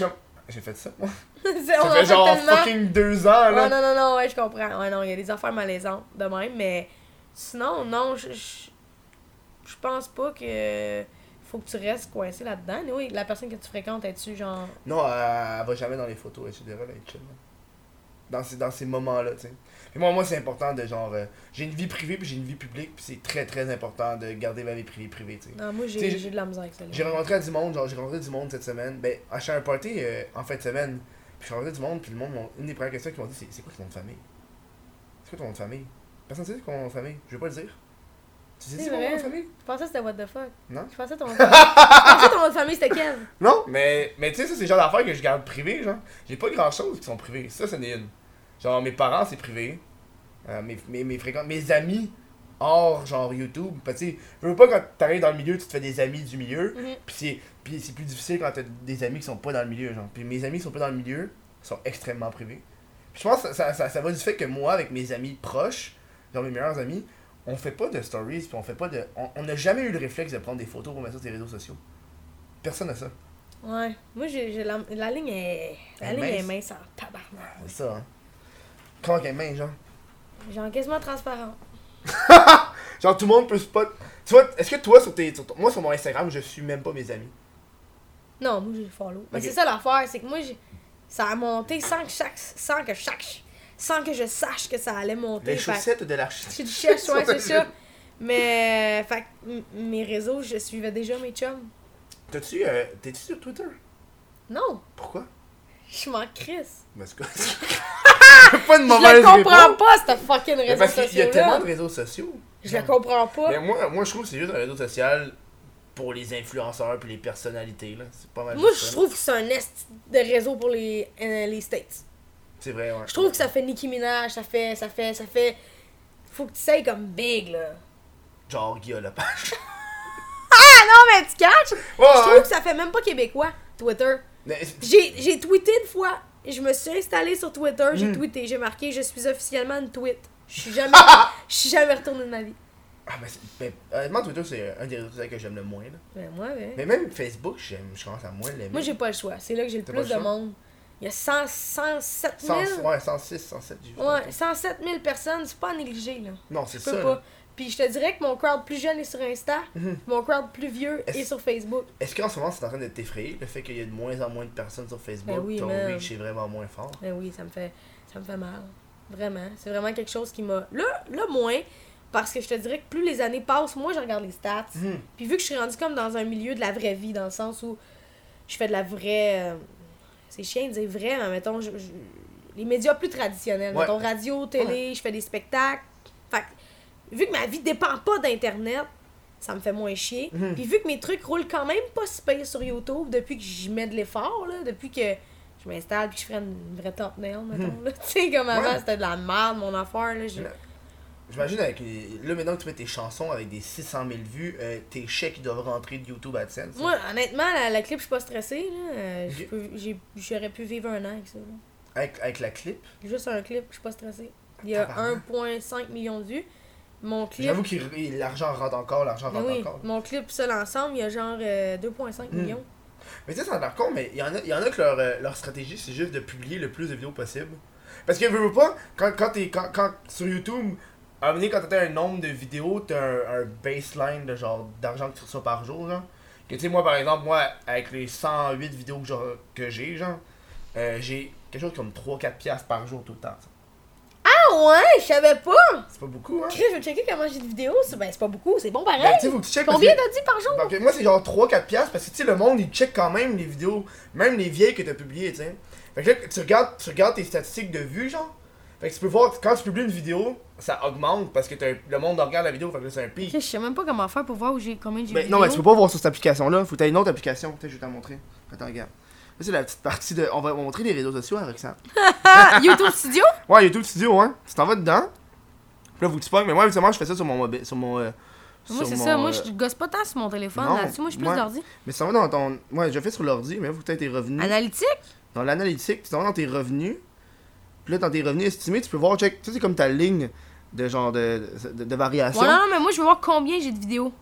j'ai fait ça, moi. On Ça en fait genre tellement. fucking 2 ans, là. Ouais, non, ouais, je comprends. Ouais, non, il y a des affaires malaisantes de même, mais sinon, non, je pense pas que faut que tu restes coincé là-dedans. Mais oui, la personne que tu fréquentes, es-tu genre. Non, elle va jamais dans les photos, etc. Là, elle est chill, là. Dans ces moments-là, tu sais. Et moi, c'est important de genre. J'ai une vie privée puis j'ai une vie publique, puis c'est très très important de garder ma vie privée, tu sais. Non, moi, T'sais, j'ai de la misère avec ça. Là. J'ai rencontré du monde cette semaine. Ben, j'ai un party en fin de semaine. Puis j'ai rencontré du monde, puis le monde, une des premières questions qu'ils m'ont dit, c'est quoi ton nom de famille? C'est quoi ton nom de famille? Personne ne sait quoi ton nom de famille. Je veux pas le dire. Tu sais C'est c'est quoi ton nom de vrai. famille? Je pensais que c'était what the fuck. Non? Je pensais que ton nom de famille. Je pensais que ton nom de famille c'était Kev. Non, mais tu sais, ça, c'est le genre d'affaires que je garde privé, genre. J'ai pas grand chose qui sont privées. Ça, c'en est une. Genre, mes parents, c'est privé. Mes amis, hors genre YouTube. Tu sais, je veux pas quand t'arrives dans le milieu, tu te fais des amis du milieu. Puis c'est plus difficile quand t'as des amis qui sont pas dans le milieu, genre. Puis mes amis qui sont pas dans le milieu sont extrêmement privés. Puis je pense que ça va du fait que moi, avec mes amis proches, genre mes meilleurs amis, on fait pas de stories, puis on fait pas de. On n'a jamais eu le réflexe de prendre des photos pour mettre ça sur les réseaux sociaux. Personne n'a ça. Ouais. Moi, la ligne est. La Elle est ligne est mince. mince en tabarnak. C'est ça, hein. Comment qu'elle est mince, genre? Genre quasiment transparent. Genre tout le monde peut spot. Tu vois, est-ce que toi, moi sur mon Instagram, je suis même pas mes amis? Non, moi j'ai le follow. Mais Ok. c'est ça l'affaire, c'est que moi ça a monté sans que je sache que ça allait monter. Les Fait que chaussettes de l'architecte. tu cherches, ouais, c'est ça. Mais fait que mes réseaux, je suivais déjà mes chums. T'es-tu sur Twitter? Non, Pourquoi? je m'en crisse. Parce que. Pas de Je mauvaise le comprends réponse. pas, cette fucking Mais réseau parce qu'il y a tellement social de réseaux sociaux. Je le comprends pas. Mais moi, je trouve que c'est juste un réseau social pour les influenceurs puis les personnalités, là. C'est pas mal. Moi, juste je ça. trouve que c'est un est de réseau pour les States. C'est vrai, ouais. Je trouve que ça fait Nicki Minaj, ça fait... Faut que tu sais comme big, là. Genre Guillaume Lepage. Ah non, mais tu catches? Ouais, Je trouve que ça fait même pas québécois, Twitter. Mais- J'ai tweeté une fois. Je me suis installée sur Twitter, j'ai Hmm. tweeté, j'ai marqué je suis officiellement une tweet. Je suis jamais retournée de ma vie. Ah, mais honnêtement, Twitter, c'est un des réseaux sociaux que j'aime le moins, là. Mais moi, ouais. Mais même Facebook, je commence à moins l'aimer. Moi, j'ai pas le choix. C'est là que j'ai le T'as plus pas de le choix? monde. Il y a 107 000. 106, 107. j'ai vu Ouais, tantôt. 107 000 personnes, c'est pas à négliger, là. Non, c'est Je ça. peux là. pas. Puis je te dirais que mon crowd plus jeune est sur Insta, Mhm. mon crowd plus vieux Est-ce- est sur Facebook. Est-ce qu'en ce moment, c'est en train de t'effrayer, le fait qu'il y a de moins en moins de personnes sur Facebook, Ben oui, ton man. reach est vraiment moins fort? Ben oui, ça me fait mal. Vraiment. C'est vraiment quelque chose qui m'a. Là, moins. Parce que je te dirais que plus les années passent, moi, je regarde les stats. Mhm. Puis vu que je suis rendue comme dans un milieu de la vraie vie, dans le sens où je fais de la vraie. C'est chiant de dire vrai, mais mettons, les médias plus traditionnels. Ouais. Mettons, radio, télé, je fais des spectacles. Fait que, vu que ma vie dépend pas d'Internet, ça me fait moins chier. Mhm. Puis vu que mes trucs roulent quand même pas si pire sur YouTube depuis que j'y mets de l'effort, là, depuis que je m'installe puis que je ferais une vraie thumbnail, mettons. Là. Tu sais, comme avant, Ouais. c'était de la merde, mon affaire. Là, J'imagine avec là maintenant que tu mets tes chansons avec des 600 000 vues, tes chèques ils doivent rentrer de YouTube AdSense. Moi, honnêtement, la clip, je suis pas stressée. Là. Ok. J'aurais pu vivre un an avec ça. Là. Avec la clip. Juste un clip, je suis pas stressée. Il y a Tabarnak. 1,5 million de vues. Mon clip. J'avoue que l'argent rentre encore, l'argent Ben rentre oui, encore. mon clip seul ensemble, il y a genre 2,5 millions. Mais tu sais, ça a l'air con, mais il y en a que leur stratégie, c'est juste de publier le plus de vidéos possible. Parce que, veux pas, quand sur YouTube, à un moment donné, quand t'as un nombre de vidéos, t'as un baseline de genre d'argent que tu reçois par jour, genre. Que tu sais, moi par exemple, avec les 108 vidéos que j'ai, genre, j'ai quelque chose comme 3-4 piastres par jour tout le temps. Ça. Ah ouais, je savais pas! C'est pas beaucoup, hein? Chris, je vais checker comment j'ai de vidéos. Ben, c'est pas beaucoup, c'est bon pareil. Ben, tu sais, faut que tu checkes. Combien t'as dit par jour? Donc, moi, c'est genre 3-4 piastres parce que, tu sais, le monde, il check quand même les vidéos, même les vieilles que t'as publiées, tu sais. Fait que là, tu regardes tes statistiques de vues, genre. Fait que tu peux voir, quand tu publies une vidéo, ça augmente parce que le monde regarde la vidéo, fait que là, c'est un pic. Je sais même pas comment faire pour voir combien j'ai de Mais vidéos. non, mais tu peux pas voir sur cette application-là, faut que t'aies une autre application. Peut-être je vais t'en montrer. Attends, regarde. Là, c'est la petite partie de. On va montrer les réseaux sociaux avec ça. Ah, YouTube Studio? Ouais, YouTube Studio, hein. Tu t'en vas dedans. Puis là, faut que tu pognes. Mais moi, habituellement, je fais ça sur mon mobile. Moi, sur c'est mon, ça. Moi, je gosse pas tant sur mon téléphone. non, Là-dessus, moi, je suis plus moi- d'ordi. Mais si t'en vas dans ton. Ouais, je le fais sur l'ordi, mais là, faut que t'aies tes revenus. Analytique? Dans l'analytique, tu t'en vas dans tes revenus. Puis là, dans tes revenus estimés, tu peux voir, check. Tu sais, c'est comme ta ligne de genre de variation. Ouais, non, mais moi, je veux voir combien j'ai de vidéos.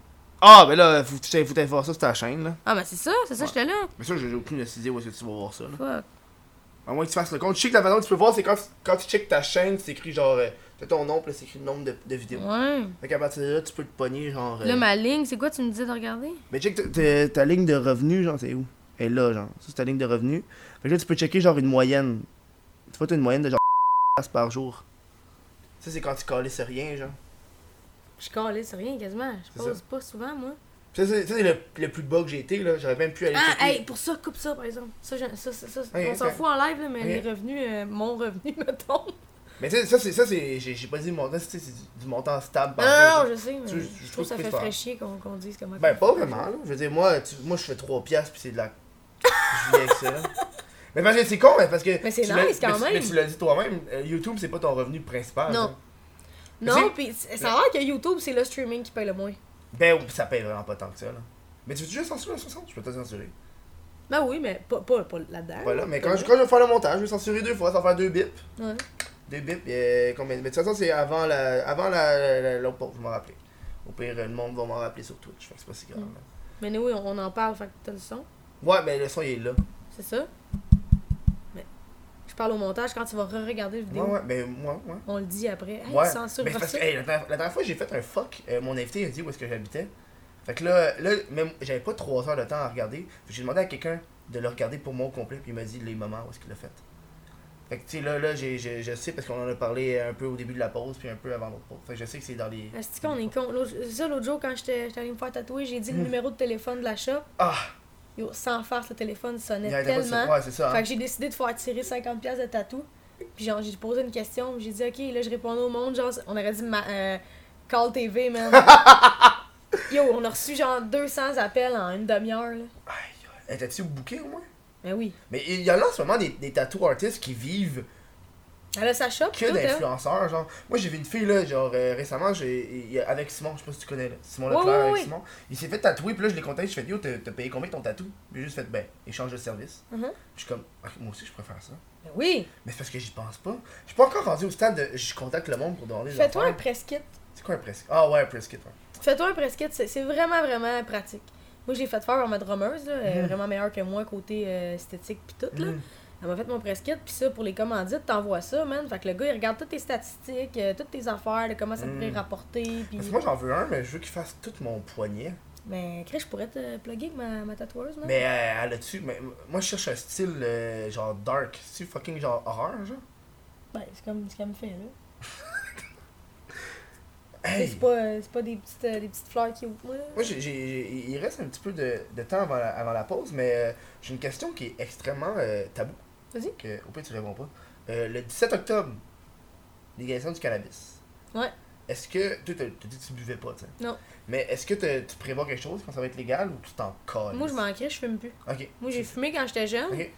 Ah, ben là, faut t'aller voir ça sur ta chaîne, là. Ah, ben c'est ça, j'étais là. Mais ça, j'ai aucune idée où est-ce que tu vas voir ça, là. Fuck. À moins que tu fasses le compte. Je sais que la façon que tu peux voir, c'est quand tu checkes ta chaîne, c'est écrit genre. T'as ton nom, puis là, c'est écrit le nombre de vidéos. Ouais. Fait qu'à partir de là, tu peux te pogner, genre. Là, ma ligne, c'est quoi tu me disais de regarder? Mais check ta ligne de revenus, genre, c'est où? Elle est là, genre. Ça, c'est ta ligne de revenus. Fait que là, tu peux checker, genre, une moyenne. Tu vois, t'as une moyenne de genre par jour. Ça, c'est quand tu calisses rien, genre. Je calais, c'est rien quasiment. Je C'est pose pas souvent, moi. Ça, c'est le plus bas que j'ai été, là. J'aurais même pu aller Ah, checker. hey, pour ça, coupe ça, par exemple. Ça, Ouais, on s'en ouais. fout en live, là, mais Ouais. les revenus, mon revenu, mettons. Mais tu sais, ça, c'est. J'ai pas dit le montant, c'est du montant stable par Non, jour. je sais, mais Tu- je trouve que ça que fait c'est frais chier qu'on dise comment. Ben, pas vraiment, là. Je veux dire, moi, je fais 3 piastres, pis c'est de la. Je vis avec ça, là. Mais parce que c'est con, parce que. Mais c'est tu l'as- nice, quand mais même. tu l'as dit toi-même, YouTube, c'est pas ton revenu principal. Non. hein. Non, pis ça a l'air que YouTube, c'est le streaming qui paye le moins. Ben, ça paye vraiment pas tant que ça, là. Mais tu veux juste censurer à 60? Je peux te censurer. Ben oui, mais pas là-dedans. Voilà, mais quand je vais faire le montage, je vais censurer 2 fois, ça va faire 2 bips. Ouais. 2 bips, combien? Mais de toute façon, c'est avant l'autre pause, je m'en rappelle. Au pire, le monde va m'en rappeler sur Twitch, fait que c'est pas si grave. là. Mais oui, on en parle, fait que t'as le son. Ouais, mais le son, il est là. C'est ça? Mais je parle au montage quand tu vas re-regarder la vidéo. Ouais, mais moi, ouais. On le dit après. Hey, Ouais, censure mais c'est parce ça. que hey, la dernière fois j'ai fait un fuck, mon invité a dit où est-ce que j'habitais. Fait que là même j'avais pas 3 heures de temps à regarder. Fait que j'ai demandé à quelqu'un de le regarder pour moi au complet, puis il m'a dit les moments où est-ce qu'il l'a fait. Fait que tu sais là je sais parce qu'on en a parlé un peu au début de la pause puis un peu avant l'autre pause. Fait que je sais que c'est dans les. Est-ce qu'on est con? L'autre jour, quand j'étais allé me faire tatouer, j'ai dit le numéro de téléphone de la shop. Ah! Yo, sans farce, le téléphone sonnait Il arrêtait pas de tellement. se- Ouais, c'est ça. hein. Fait que j'ai décidé de faire tirer 50$ de tatou. Puis genre, j'ai posé une question, j'ai dit, ok, là, je répondais au monde, genre, on aurait dit Call TV, man. Yo, on a reçu genre 200 appels en une demi-heure, là. Aïe, étais-tu booké au moins? Mais oui. Mais il y en a en ce moment des tattoo artistes qui vivent Elle a sa shop, que tout, hein. d'influenceurs, genre. Moi, j'ai vu une fille, là, genre, récemment, avec Simon, je sais pas si tu connais, là. Simon Ouais, Leclerc ouais, avec ouais. Simon. Il s'est fait tatouer, puis là, je l'ai contacté, je fais, yo, t'as payé combien ton tatou? Puis j'ai juste fait, ben, échange de service. Mhm. Puis je suis comme, ok, moi aussi, je préfère ça. Ben oui. Mais c'est parce que j'y pense pas. Je suis pas encore rendu au stade de, je contacte le monde pour demander des Fais-toi un affaires. press kit. C'est quoi un press kit? Ah ouais, un press kit, ouais. Fais-toi un press kit, c'est vraiment, vraiment pratique. Moi, j'ai fait faire par ma drummeuse, là. Elle est Mhm. vraiment meilleure que moi côté esthétique pis tout, là. Mhm. Elle m'a fait mon press kit, pis ça, pour les commandites, t'envoies ça, man. Fait que le gars, il regarde toutes tes statistiques, toutes tes affaires, de comment ça pourrait rapporter, pis... Parce que moi, j'en veux un, mais je veux qu'il fasse tout mon poignet. Ben, Chris, je pourrais te plugger avec ma tatoueuse, man. Mais elle a-tu. Mais moi, je cherche un style genre dark. C'est fucking genre horreur, genre? Ben, c'est comme ce qu'elle me fait, là. Hey! C'est pas des petites fleurs qui ouvrent, moi, là. Moi, il reste un petit peu de temps avant la pause, mais j'ai une question qui est extrêmement taboue. Vas-y. Au pire, tu réponds pas. Le 17 octobre, légalisation du cannabis. Ouais. Est-ce que. Toi, t'as dit que tu buvais pas, tu sais. Non. Mais est-ce que tu prévois quelque chose quand ça va être légal ou tu t'en colles? Moi, je m'en crée, je fume plus. Ok. Moi, j'ai fumé quand j'étais jeune. Ok.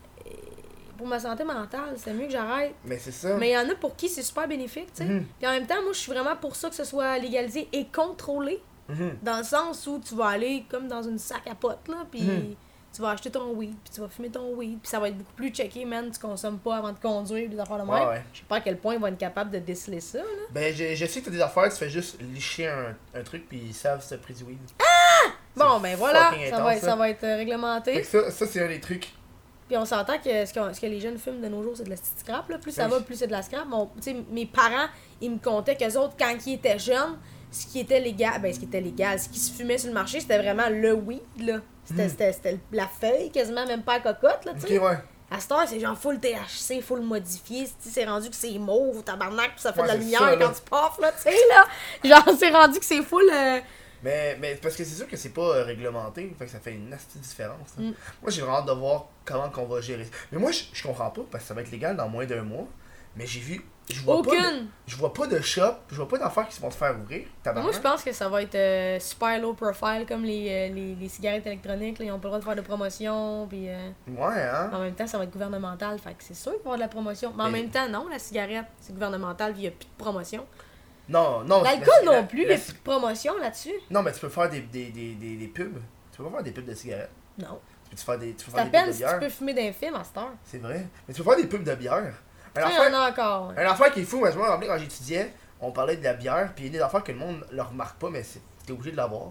Pour ma santé mentale, c'est mieux que j'arrête. Mais c'est ça. Mais il y en a pour qui c'est super bénéfique, tu sais. Mhm. Puis en même temps, moi, je suis vraiment pour ça que ce soit légalisé et contrôlé. Mhm. Dans le sens où tu vas aller comme dans une sac à potes, là, puis Mhm. tu vas acheter ton weed, puis tu vas fumer ton weed, puis ça va être beaucoup plus checké, man. Tu consommes pas avant de conduire, des affaires de même. Ouais. Je sais pas à quel point ils vont être capables de déceler ça, là. Ben, je sais que t'as des affaires, tu fais juste licher un truc, puis ils savent si t'as pris du weed. Bon, C'est ben voilà, fucking ça intense, va être Fait réglementé. que ça c'est un des trucs. Puis on s'entend que ce que les jeunes fument de nos jours, c'est de la petite scrap, là. Plus ça Oui. va, plus c'est de la scrap. Bon, tu sais, mes parents, ils me contaient qu'eux autres, quand ils étaient jeunes, ce qui était légal, ce qui se fumait sur le marché, c'était vraiment le weed, là. C'était la feuille, quasiment même pas la cocotte, là, tu Ok, sais. ouais. À cette heure, c'est genre full THC, full modifié, c'est rendu que c'est mauve, tabarnak, pis ça fait Ouais, de la c'est lumière ça, là. quand tu puffes, là, tu sais, là. Genre, c'est rendu que c'est full... Mais parce que c'est sûr que c'est pas réglementé, fait que ça fait une nasty différence. hein. Mm. Moi j'ai vraiment hâte de voir comment qu'on va gérer ça. Mais moi je comprends pas parce que ça va être légal dans moins d'un mois. Mais je vois pas de shop, je vois pas d'affaires qui vont se faire ouvrir. Moi, je pense que ça va être super low profile, comme les cigarettes électroniques, là, ils ont pas le droit de faire de promotion, puis... Ouais, hein? En même temps, ça va être gouvernemental, fait que c'est sûr qu'il va y avoir de la promotion. Mais en Mais- même temps, non, la cigarette, c'est gouvernemental, puis il n'y a plus de promotion. Non. L'alcool non plus, il n'y a plus de promotion là-dessus. Non, mais tu peux faire des pubs. Tu peux pas faire des pubs de cigarettes. Non. Tu peux faire des C'est à pubs de peine si tu bière. peux fumer d'un film à cette heure. C'est vrai. Mais tu peux faire des pubs de bière. Un Ça, il y affaire- en a encore. Ouais. Un affaire qui est fou, moi je me rappelle quand j'étudiais, on parlait de la bière, puis il y a des affaires que le monde ne remarque pas, mais t'es obligé de l'avoir.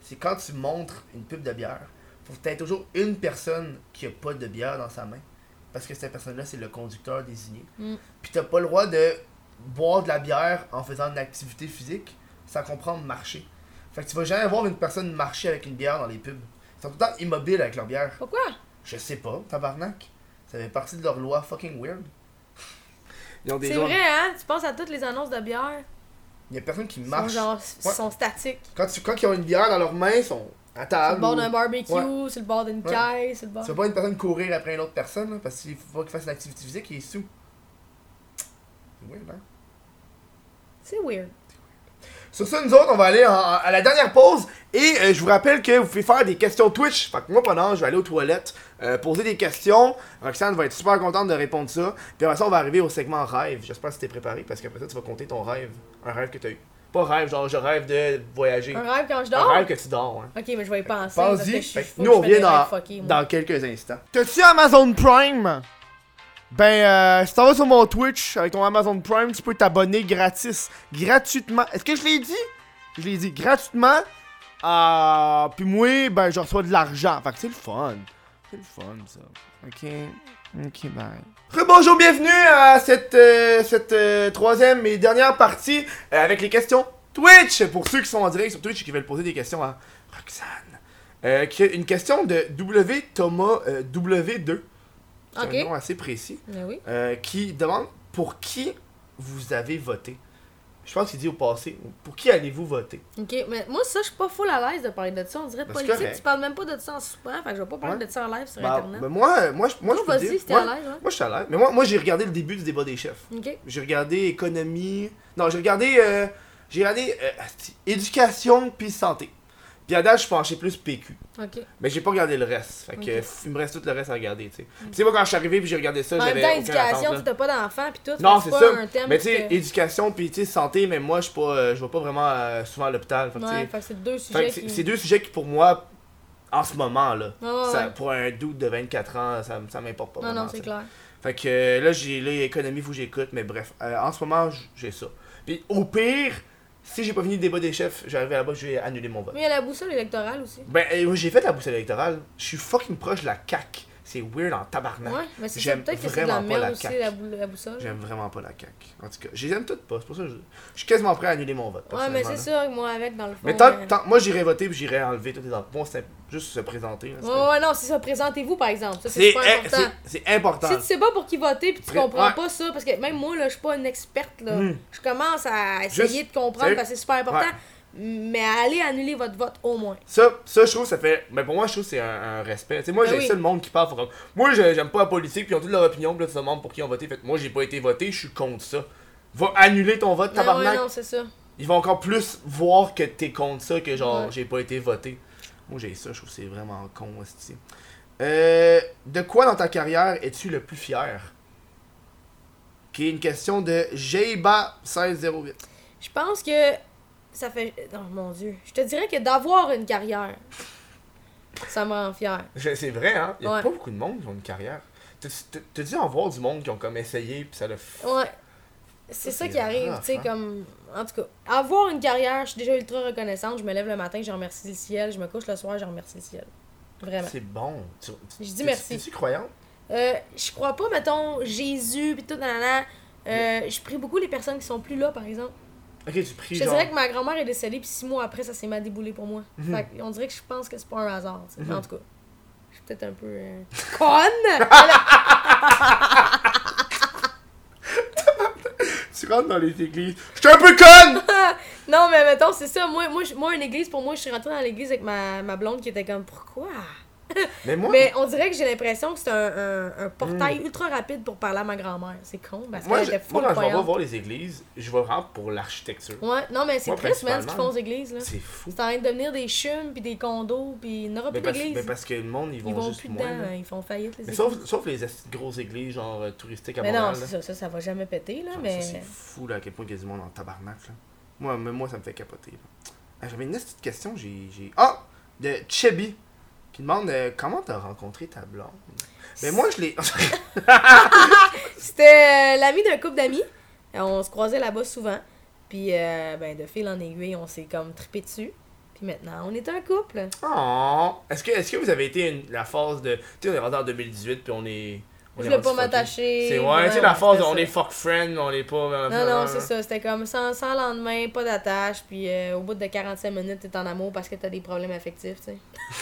c'est quand tu montres une pub de bière, faut que tu aies toujours une personne qui a pas de bière dans sa main. Parce que cette personne-là, c'est le conducteur désigné. Puis t'as pas le droit de boire de la bière en faisant une activité physique sans comprendre marcher. Fait que tu vas jamais voir une personne marcher avec une bière dans les pubs. Ils sont tout le temps immobiles avec leur bière. Pourquoi? Je sais pas, tabarnak. Ça fait partie de leur loi fucking weird. Ils ont des C'est lois. vrai, hein? Tu penses à toutes les annonces de bière. Il y a personne qui Ils sont marche. genre, sont statiques. Quand ils ont une bière dans leurs mains, ils sont à C'est table. le bord ou- d'un barbecue, Ouais. c'est le bord d'une Ouais. caisse, c'est le bord... Tu vas pas une personne courir après une autre personne, là, parce qu'il faut pas qu'il fasse une activité physique, il est sous. C'est weird, hein? C'est weird. Sur ça, nous autres, on va aller à la dernière pause. Et je vous rappelle que vous pouvez faire des questions Twitch. Fait que moi, pendant, je vais aller aux toilettes, poser des questions. Roxane va être super contente de répondre ça. Puis après ça, on va arriver au segment rêve. J'espère que t'es préparé, parce qu'après ça, tu vas compter ton rêve. Un rêve que t'as eu. Pas rêve, genre je rêve de voyager. Un rêve quand je Un dors? rêve que tu dors, hein. Ok, mais je vais y penser. parce que Pense-y. je suis Fait que fou, nous, on je fais vient des rêves fuckés, moi. dans quelques instants. T'as-tu Amazon Prime? Ben, si t'en vas sur mon Twitch avec ton Amazon Prime, tu peux t'abonner gratuitement. Est-ce que je l'ai dit? Je l'ai dit gratuitement. Puis moi, ben, je reçois de l'argent. Fait que c'est le fun. C'est le fun, ça. Ok, bye. Bonjour, bienvenue à cette troisième et dernière partie avec les questions Twitch. Pour ceux qui sont en direct sur Twitch et qui veulent poser des questions à Roxane. Une question de Thomas W2. C'est Ok. un nom assez précis. Mais oui. Qui demande pour qui vous avez voté. Je pense qu'il dit au passé. Pour qui allez-vous voter? Ok, mais moi, ça, je suis pas full à l'aise de parler de ça. On dirait de Ben, c'est politique, correct. tu parles même pas de ça en soupant, fait que je vais pas parler Ouais. de ça en live sur Ben, Internet. ben moi, je Toi, peux vas-y, dire. si t'es Ouais. à l'aise, ouais. Moi, je suis à l'aise. Mais moi j'ai regardé le début du débat des chefs. Ok. J'ai regardé économie. Non, j'ai regardé éducation puis santé. Puis à date, je penchais plus PQ. Ok. Mais j'ai pas regardé le reste. Fait que Ok. il me reste tout le reste à regarder, tu sais. Puis tu sais, moi, quand je suis arrivé puis j'ai regardé ça, En même j'avais temps, aucune éducation, attente, tu là. t'as pas d'enfant, pis tout. Non, fait c'est que ça. pas un thème Mais tu sais, que- éducation puis tu sais, santé, mais moi, je vais pas vraiment souvent à l'hôpital. Fait que, tu sais, Ouais, fait que c'est deux fait sujets que c'est qui... c'est deux sujets qui, pour moi, en ce moment, là, Ouais, ouais, ça, ouais. pour un dude de 24 ans, ça m'importe pas Non, vraiment. non, c'est ça. clair. Fait que là, j'ai économie, faut que j'écoute, mais bref. En ce moment, j'ai ça. Puis au pire, si j'ai pas fini le débat des chefs, j'arrive là-bas, je vais annuler mon vote. Mais il y a la boussole électorale aussi. Ben, j'ai fait la boussole électorale. Je suis fucking proche de la CAQ. C'est weird en tabarnak. Ouais, mais c'est ça, J'aime peut-être que c'est de la vraiment pas la merde aussi, CAQ. la boussole. J'aime vraiment pas la CAQ. En tout cas, je les aime toutes pas. C'est pour ça que je suis quasiment prêt à annuler mon vote. Ouais, mais c'est personnellement, là. ça, moi, avec, dans le fond. Mais moi, j'irai voter puis j'irai enlever tout les enfants. C'est juste se présenter. Là, c'est- Ouais, non, c'est ça. Présentez-vous, par exemple. Ça, c'est c'est super important. c'est important. Si tu sais pas pour qui voter puis tu comprends Ouais. pas ça, parce que même moi, là, je suis pas une experte, là. Mm. Je commence à essayer Juste- de comprendre sérieux? parce que c'est super important. Ouais. Mais allez annuler votre vote au moins. Ça, je trouve, ça fait. Mais pour moi, je trouve que c'est un respect. Tu sais, moi, Ben j'ai oui. ça le monde qui parle. Comme... Moi, j'aime pas la politique, puis ils ont toute leur opinion, puis là, tu te demandes pour qui ils ont voté. Fait que moi, j'ai pas été voté, je suis contre ça. Va annuler ton vote, Non, tabarnak. ouais, non, c'est ça. Ils vont encore plus voir que t'es contre ça que genre, Ouais. j'ai pas été voté. Moi, j'ai ça, je trouve que c'est vraiment con, hostie. De quoi dans ta carrière es-tu le plus fier? Qui est une question de Jeba1608. Je pense que ça fait... Oh mon Dieu. Je te dirais que d'avoir une carrière, ça me rend fier. C'est vrai, hein? Il y a Ouais. pas beaucoup de monde qui ont une carrière. T'as dû en voir du monde qui ont comme essayé, puis ça l'a Ouais. C'est ça c'est qui arrive, rough, tu sais, hein. comme... En tout cas, avoir une carrière, je suis déjà ultra reconnaissante. Je me lève le matin, je remercie le ciel. Je me couche le soir, je remercie le ciel. Vraiment. C'est bon. Je dis merci. Es-tu croyante? Je crois pas, mettons, Jésus, pis tout, nanana. Je prie beaucoup les personnes qui sont plus là, par exemple. Ok, tu pries Je te genre... dirais que ma grand-mère est décédée, puis 6 mois après, ça s'est mal déboulé pour moi. Mhm. Fait qu'on dirait que je pense que c'est pas un hasard, tu sais. Mhm. Mais en tout cas, je suis peut-être un peu... conne! Tu rentres dans les églises. Je suis un peu conne! Non, mais mettons, c'est ça. Moi, une église, pour moi, je suis rentrée dans l'église avec ma blonde qui était comme, pourquoi? Mais moi, Mais on dirait que j'ai l'impression que c'est un portail ultra rapide pour parler à ma grand-mère. C'est con, parce moi, qu'elle était full quand je vais croyante. voir les églises, je vais vraiment pour l'architecture. Ouais, non, mais c'est Moi, triste, man, ce qu'ils principalement. font aux églises, là. C'est fou. C'est en train de devenir des chumes, puis des condos, puis il n'y en aura Mais plus parce, d'églises. parce que le monde, ils Ils vont vont juste plus moins. dedans, là. ils font faillite, les Mais églises. sauf les grosses églises, genre touristiques à Mais Montréal. non, là. c'est ça va jamais péter, là, Genre, mais... ça, c'est fou, là, à quel point il y a du monde en tabarnak, là. Moi, ça me fait capoter, là. J'avais une petite question, Ah! De Chebi, qui demande comment t'as rencontré ta blonde? Ben moi, je l'ai... C'était l'ami d'un couple d'amis. On se croisait là-bas souvent. Puis, ben, de fil en aiguille, on s'est comme trippé dessus. Puis maintenant, on est un couple. Oh! Est-ce que vous avez été la phase de... Tu sais, on est rentré en 2018, puis on est Je voulais pas rendu m'attacher. C'est ouais, tu sais, la phase où on c'était est ça. fuck friend, on est pas... Non, c'est ça. C'était comme sans lendemain, pas d'attache. Puis au bout de 45 minutes, t'es en amour parce que t'as des problèmes affectifs, tu sais.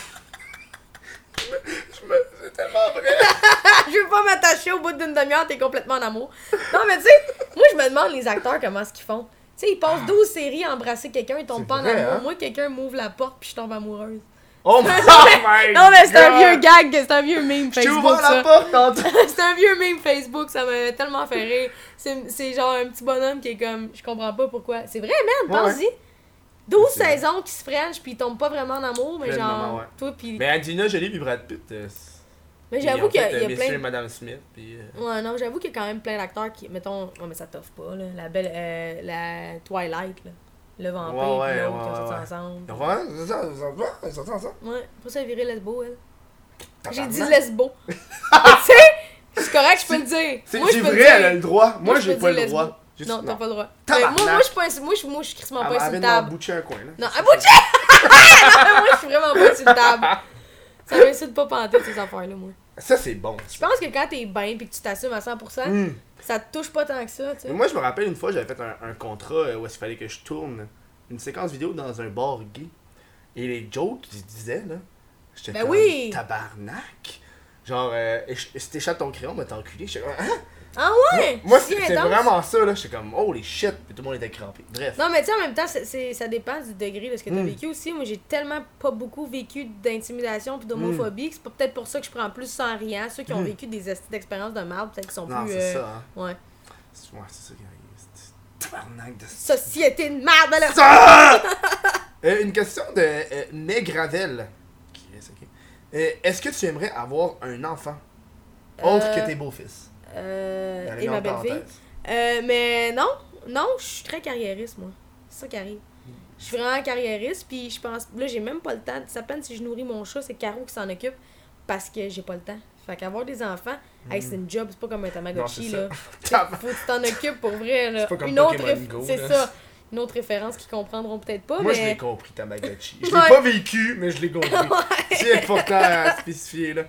C'est tellement vrai! Je veux pas m'attacher au bout d'une demi-heure, t'es complètement en amour. Non, mais tu sais, moi, je me demande les acteurs comment est-ce qu'ils font. Tu sais, ils passent 12 séries à embrasser quelqu'un, ils tombent C'est pas vrai, en amour. hein? Moi, quelqu'un m'ouvre la porte puis je tombe amoureuse. Oh my Non, mais c'est un God! vieux gag, c'est un vieux meme Je t'ai Facebook. ouvert la Ça. porte tantôt! C'est un vieux meme Facebook, ça m'a tellement fait rire. C'est genre un petit bonhomme qui est comme, je comprends pas pourquoi. C'est vrai, man, Ouais, pense-y. 12 C'est vrai. saisons qui se frenchent puis ils tombent pas vraiment en amour, mais Plein de genre, moments, ouais. toi puis. Mais Angelina Jolie puis Brad Pitt... Mais j'avoue qu'il y a Monsieur plein et de. Madame Smith, puis... Ouais, non, j'avoue qu'il y a quand même plein d'acteurs qui, mettons, ouais, mais ça t'offre pas, là. La belle, la Twilight, là. Le vampire, Ouais, pis l'autre, ouais, qui ont sorti ouais. ensemble. Ouais, c'est ça, ils sont ensemble. Ouais, pour ça, virer lesbo, elle. J'ai Tabarnak. dit lesbo. Tu sais, c'est correct, je peux le dire. C'est Moi, je peux vrai, le dire. elle a le droit. Moi, je j'ai peux pas dire le droit. lesbo. Juste- Non, t'as pas le droit. Tabarnak. Moi, je suis crissement pas Elle vient de insultable. m'emboucher un coin, là. Non, abouché! Non, moi, je suis vraiment pas insultable. Ça m'insulte pas pantoute, ces affaires-là, moi. Ça, c'est bon. Je pense que quand t'es bien pis que tu t'assumes à 100%, Hmm. ça te touche pas tant que ça, tu sais. Mais moi, je me rappelle une fois, j'avais fait un contrat où il fallait que je tourne une séquence vidéo dans un bar gay. Et les jokes qu'ils disaient, là, j'étais Ben comme oui! tabarnak. Genre, si t'échappes ton crayon, mais t'es enculé. J'étais comme, hein? Ah ouais? Moi, Si c'est intense. vraiment ça, là. J'étais comme, holy shit. Puis tout le monde était crampé. Bref. Non, mais tu sais, en même temps, ça dépend du degré de ce que t'as Mm. vécu aussi. Moi, j'ai tellement pas beaucoup vécu d'intimidation pis d'homophobie que c'est pas peut-être pour ça que je prends plus ça en riant. Ceux qui ont Mm. vécu des d'expériences de merde, peut-être qu'ils sont Non, plus. c'est ça, hein. Ouais. Ouais, c'est ça qui arrive. C'est tabarnak de Société de merde, là! ça! Une question de Meg Ravel. Qui est-ce, ok? Est-ce que tu aimerais avoir un enfant autre que tes beaux-fils? Elle est Et en ma belle-fille. parenthèse. Mais non, je suis très carriériste, moi. C'est ça qui arrive. Je suis vraiment carriériste, puis je pense. Là, j'ai même pas le temps. Ça peine si je nourris mon chat, c'est Caro qui s'en occupe parce que j'ai pas le temps. Fait qu'avoir des enfants, hey, c'est une job, c'est pas comme un Tamagotchi, Non, là. c'est ça. Faut que tu t'en occupes pour vrai, là. C'est pas comme Une autre Pokémon Go, c'est là. ça. Une autre référence qu'ils comprendront peut-être pas, Moi, je mais. l'ai compris, Tamagotchi. Je l'ai Ouais. pas vécu, mais je l'ai compris. C'est important à spécifier, là.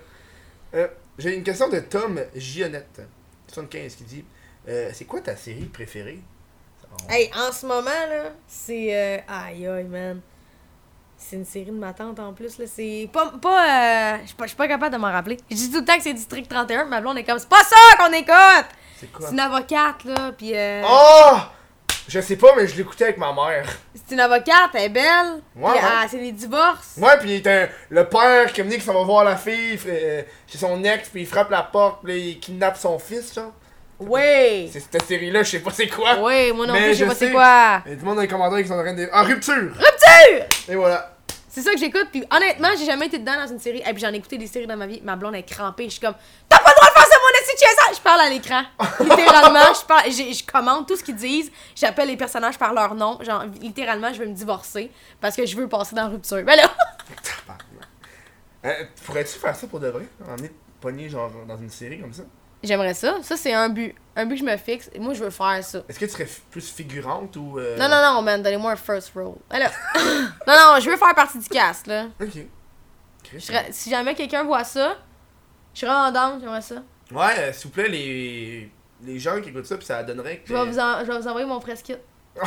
J'ai une question de Tom Gionette, 75, qui dit c'est quoi ta série préférée? Hey, en ce moment, là, c'est. Aïe, aïe, man. C'est une série de ma tante en plus, là. C'est pas. Je suis pas capable de m'en rappeler. Je dis tout le temps que c'est District 31, mais ma blonde est comme. C'est pas ça qu'on écoute! C'est quoi? C'est une avocate, là, pis. Oh! Je sais pas, mais je l'écoutais avec ma mère. C'est une avocate, elle est belle. Ouais, Pis, ouais. c'est des divorces. Ouais, pis le père qui qui s'en va voir la fille chez son ex, puis il frappe la porte, puis là, il kidnappe son fils, genre. Ouais! C'est cette série-là, je sais pas c'est quoi. Ouais, moi non Mais plus, je sais je pas c'est sais. quoi. Et tout le monde dans les commentaires qui sont en train de... En rupture! Rupture! Et voilà. C'est ça que j'écoute, puis honnêtement, j'ai jamais été dedans dans une série. Et puis j'en ai écouté des séries dans ma vie. Ma blonde est crampée. Je suis comme, t'as pas le droit de faire ça, mon esti de chez ça! Je parle à l'écran. Littéralement, je commande tout ce qu'ils disent. J'appelle les personnages par leur nom. Genre, littéralement, je veux me divorcer parce que je veux passer dans rupture. Ben là! Pourrais-tu faire ça pour de vrai? Emmener pogner genre dans une série comme ça? J'aimerais ça. Ça, c'est un but. Un but que je me fixe. Et moi, je veux faire ça. Est-ce que tu serais plus figurante ou... Non, man, donnez-moi un first role. Ben là. non, je veux faire partie du cast, là. Ok. Chris, Si jamais quelqu'un voit ça, je serais en down, j'aimerais ça. Ouais, s'il vous plaît, les gens qui écoutent ça, puis ça donnerait que... Je vais vous envoyer mon press kit.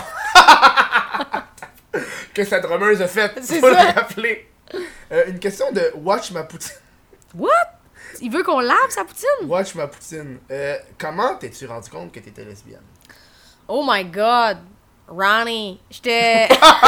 que cette drummeuse a fait. C'est Faut le ça. rappeler. Une question de Watch ma poutine. What? Il veut qu'on lave sa poutine? Watch ma poutine. Comment t'es-tu rendu compte que t'étais lesbienne? Oh my god. Ronnie. J'étais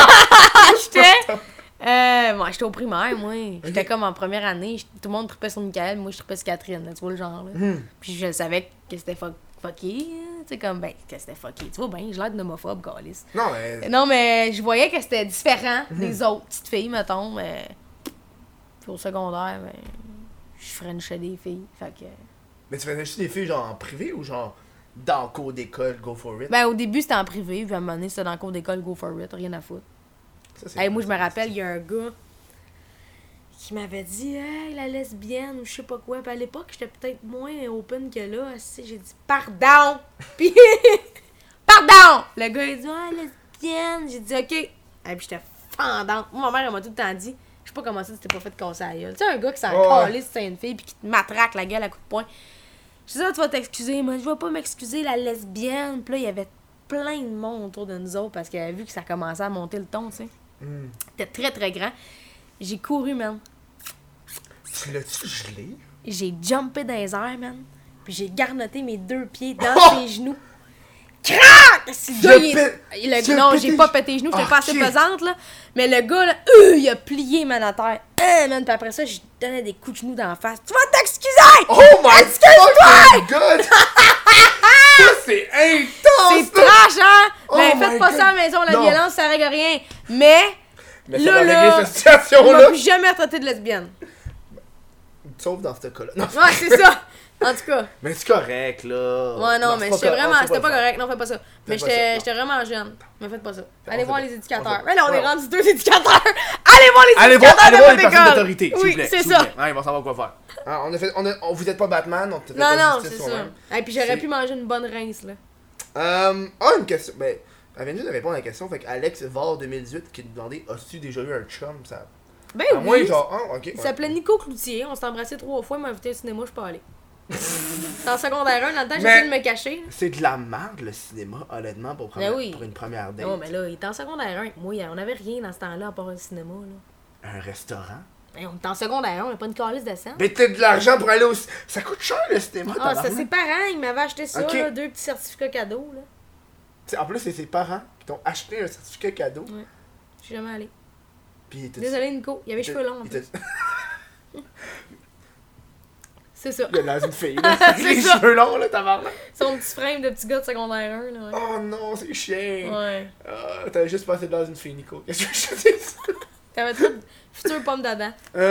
au primaire, moi. J'étais Ok. comme en première année. Tout le monde trippait sur Michael, moi je trippais sur Catherine, là, tu vois le genre. Là. Puis je savais que c'était fucké. Tu sais, comme, ben, que c'était fucké. Tu vois, ben, j'ai l'air d'une homophobe, calice. Non, mais... Non, mais je voyais que c'était différent des autres petites filles, mettons. Mais. Puis au secondaire, ben. Je frenchais des filles. Fait que. Mais tu faisais juste des filles genre en privé ou genre dans le cours d'école, go for it? Ben, au début, c'était en privé. Puis à un moment donné, c'était dans le cours d'école, go for it. Rien à foutre. Ça, c'est Hey, moi, je me rappelle, il y a un gars qui m'avait dit, hey, la lesbienne, ou je sais pas quoi. Puis à l'époque, j'étais peut-être moins open que là. J'ai dit, pardon. Puis, pardon. Le gars, il dit, ah, lesbienne. J'ai dit, ok. Et puis, j'étais fendante. Moi, ma mère, elle m'a tout le temps dit, je sais pas comment ça, tu t'es pas fait casser la gueule. Tu sais, un gars qui s'en Ouais. calisse, c'est une fille, puis qui te matraque la gueule à coups de poing. Je dis, tu vas t'excuser. Moi, je vais pas m'excuser, la lesbienne. Puis là, il y avait plein de monde autour de nous autres parce qu'elle a vu que ça commençait à monter le ton, tu sais. C'était très, très grand. J'ai couru, man. Tu l'as-tu gelé? J'ai jumpé dans les airs, man. Puis j'ai garnoté mes 2 pieds dans ses genoux. Crac! Si le gars, non, j'ai pas pété les genoux, j'étais pas assez pesante, là. Mais le gars, là, il a plié, man, à terre. Man, puis après ça, je lui donnais des coups de genoux dans la face. Tu vas t'excuser! Oh my fucking god! Ça, c'est intense! C'est trash, hein? Oh Mais my faites pas God. ça à la maison, la Non. violence, ça règle rien. Mais Mais ça là, va régler là, cette situation-là. on m'a plus jamais traité de lesbienne. Sauf dans ce cas-là. Non. Ouais, c'est ça. En tout cas. Mais c'est correct, là. Ouais, non, mais c'est c'était pas vraiment. correct. C'était pas correct, non, faites pas ça. Mais Faites pas ça, j'étais vraiment jeune. Mais faites pas ça. Allez fait voir pas. les On éducateurs. fait- Mais là, on est ouais. rendu 2 éducateurs. Allez voir les Allez voir, éducateurs allez de voir votre les personnes école. d'autorité, s'il vous Oui, plaît. c'est s'il vous ça. plaît. Ouais, ils vont savoir quoi faire. Ah, vous êtes pas Batman, on te fait Non, pas non, justice c'est sur ça. même. Et puis j'aurais C'est- pu manger une bonne rince, là. Une question. Ben, elle vient juste de répondre à la question. Fait que Alex Var 2018 qui nous demandait as-tu déjà eu un chum? Ça... Ben À moins, oui. genre, ok. Il s'appelait Nico Cloutier. On s'est embrassé 3 fois. Il m'a invité au cinéma, je suis pas allée. Dans le secondaire 1, dans le temps, j'ai Mais- essayé de me cacher. Là. C'est de la merde, le cinéma, honnêtement, pour, Ben oui. pour une première date. Non, mais là, il était en secondaire 1. Moi, on avait rien dans ce temps-là à part le cinéma. Là. Un restaurant? Ben, on était en secondaire 1, on n'a pas une calice de sang. Mais t'as de l'argent pour aller au... Ça coûte cher, le cinéma, Ah, ça, tabarnak. ses parents, ils m'avaient acheté ça, Ok. là, 2 petits certificats cadeaux. Là. T'sais, en plus, c'est ses parents qui t'ont acheté un certificat cadeau. Ouais. Je suis jamais allée. Puis Désolé, Nico. Il avait les cheveux longs. en plus. C'est ça. Il a l'air d'une fille, là. C'est Les ça. cheveux longs, là, tabarnak. Son petit frame de petit gars de secondaire 1. Là, ouais. Oh non, c'est chiant. Ouais. Ah, t'avais juste passé de l'air d'une fille, Nico. Qu'est-ce que je te dis? T'avais trop de futures pommes d'Adam.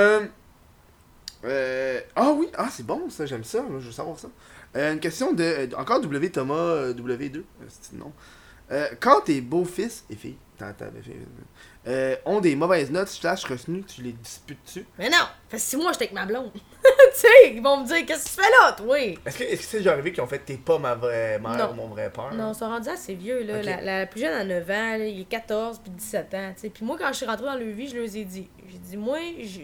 Ah oui, c'est bon ça, j'aime ça, moi, je veux savoir ça. Une question de encore W Thomas W2, c'est non. Quand tes beaux-fils et filles ont des mauvaises notes slash retenues, tu les disputes-tu? Mais non, fait 6 mois j'étais avec ma blonde. Tu sais, ils vont me dire qu'est-ce que tu fais là, toi? Est-ce que c'est déjà arrivé qu'ils ont fait t'es pas ma vraie mère Non. ou mon vrai père? Non, ils sont rendus assez vieux, là. Ok. La plus jeune a 9 ans, là, il est 14 puis 17 ans, tu sais. Puis moi, quand je suis rentrée dans leur vie, je leur ai dit. J'ai dit, moi,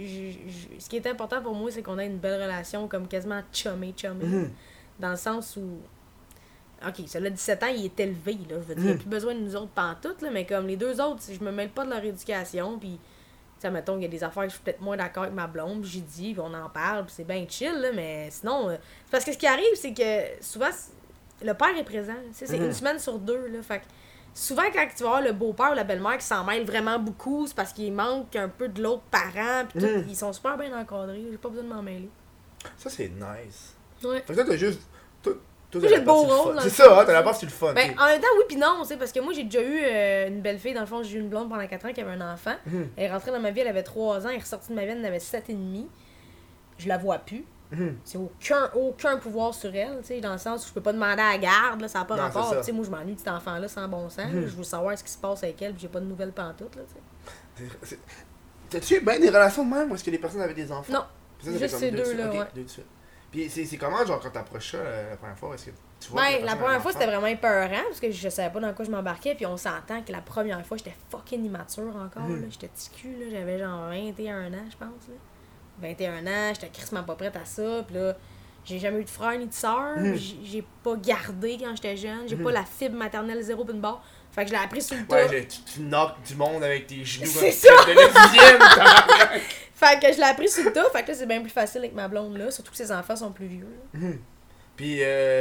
ce qui est important pour moi, c'est qu'on ait une belle relation, comme quasiment chummy. Mhm. Dans le sens où. Ok, celui-là, 17 ans, il est élevé, là. Je veux dire, il n'y a plus besoin de nous autres pantoute, là. Mais comme les deux autres, je me mêle pas de leur éducation, puis. Tu sais, mettons, il y a des affaires que je suis peut-être moins d'accord avec ma blonde, puis j'ai dit, puis on en parle, puis c'est bien chill, là, mais sinon... c'est parce que ce qui arrive, c'est que souvent, le père est présent, tu sais, c'est une semaine sur 2, là, fait que souvent, quand tu vas voir le beau-père ou la belle-mère qui s'en mêle vraiment beaucoup, c'est parce qu'il manque un peu de l'autre parent, puis tout, ils sont super bien encadrés, j'ai pas besoin de m'en mêler. Ça c'est nice. Ouais. Fait que toi t'as juste. Toi, Moi, j'ai le beau rôle, dans C'est le ça, fond, hein, t'as la part sur le fun. Ben, t'sais. en même temps, oui puis non, tu sais, parce que moi, j'ai déjà eu une belle fille, dans le fond, j'ai eu une blonde pendant 4 ans qui avait un enfant. Elle est rentrée dans ma vie, elle avait 3 ans, elle est ressortie de ma vie, elle en avait 7 et demi. Je la vois plus. C'est aucun pouvoir sur elle, tu sais, dans le sens où je peux pas demander à la garde, là, ça n'a pas Non, rapport. c'est ça. Tu sais, moi, je m'ennuie de cet enfant-là sans bon sens. là. Je veux savoir ce qui se passe avec elle, puis j'ai pas de nouvelles pantoutes, là, tu sais. T'as-tu eu bien des relations de même où est-ce que les personnes avaient des enfants? Non, Puis ça juste fait ces comme 2 deux-là, de suite. ouais. Ok, 2 de suite. Puis c'est comment, genre, quand t'approches ça la première fois, est-ce que tu vois que Ben, la personne a première un fois, enfant? c'était vraiment épeurant, parce que je savais pas dans quoi je m'embarquais, puis on s'entend que la première fois, j'étais fucking immature encore, là. J'étais petit cul, là, j'avais genre 21 ans, je pense, là. 21 ans, j'étais crissement pas prête à ça, puis là, j'ai jamais eu de frère ni de sœur, j'ai pas gardé quand j'étais jeune, j'ai pas la fibre maternelle 0 puis une barre, fait que je l'ai appris sur le tas. Ouais, tu knocks du monde avec tes genoux C'est comme ça! de lesbienne, tabarnak. Fait que je l'ai appris sur le tas, fait que là, c'est bien plus facile avec ma blonde, là, surtout que ses enfants sont plus vieux, là. Puis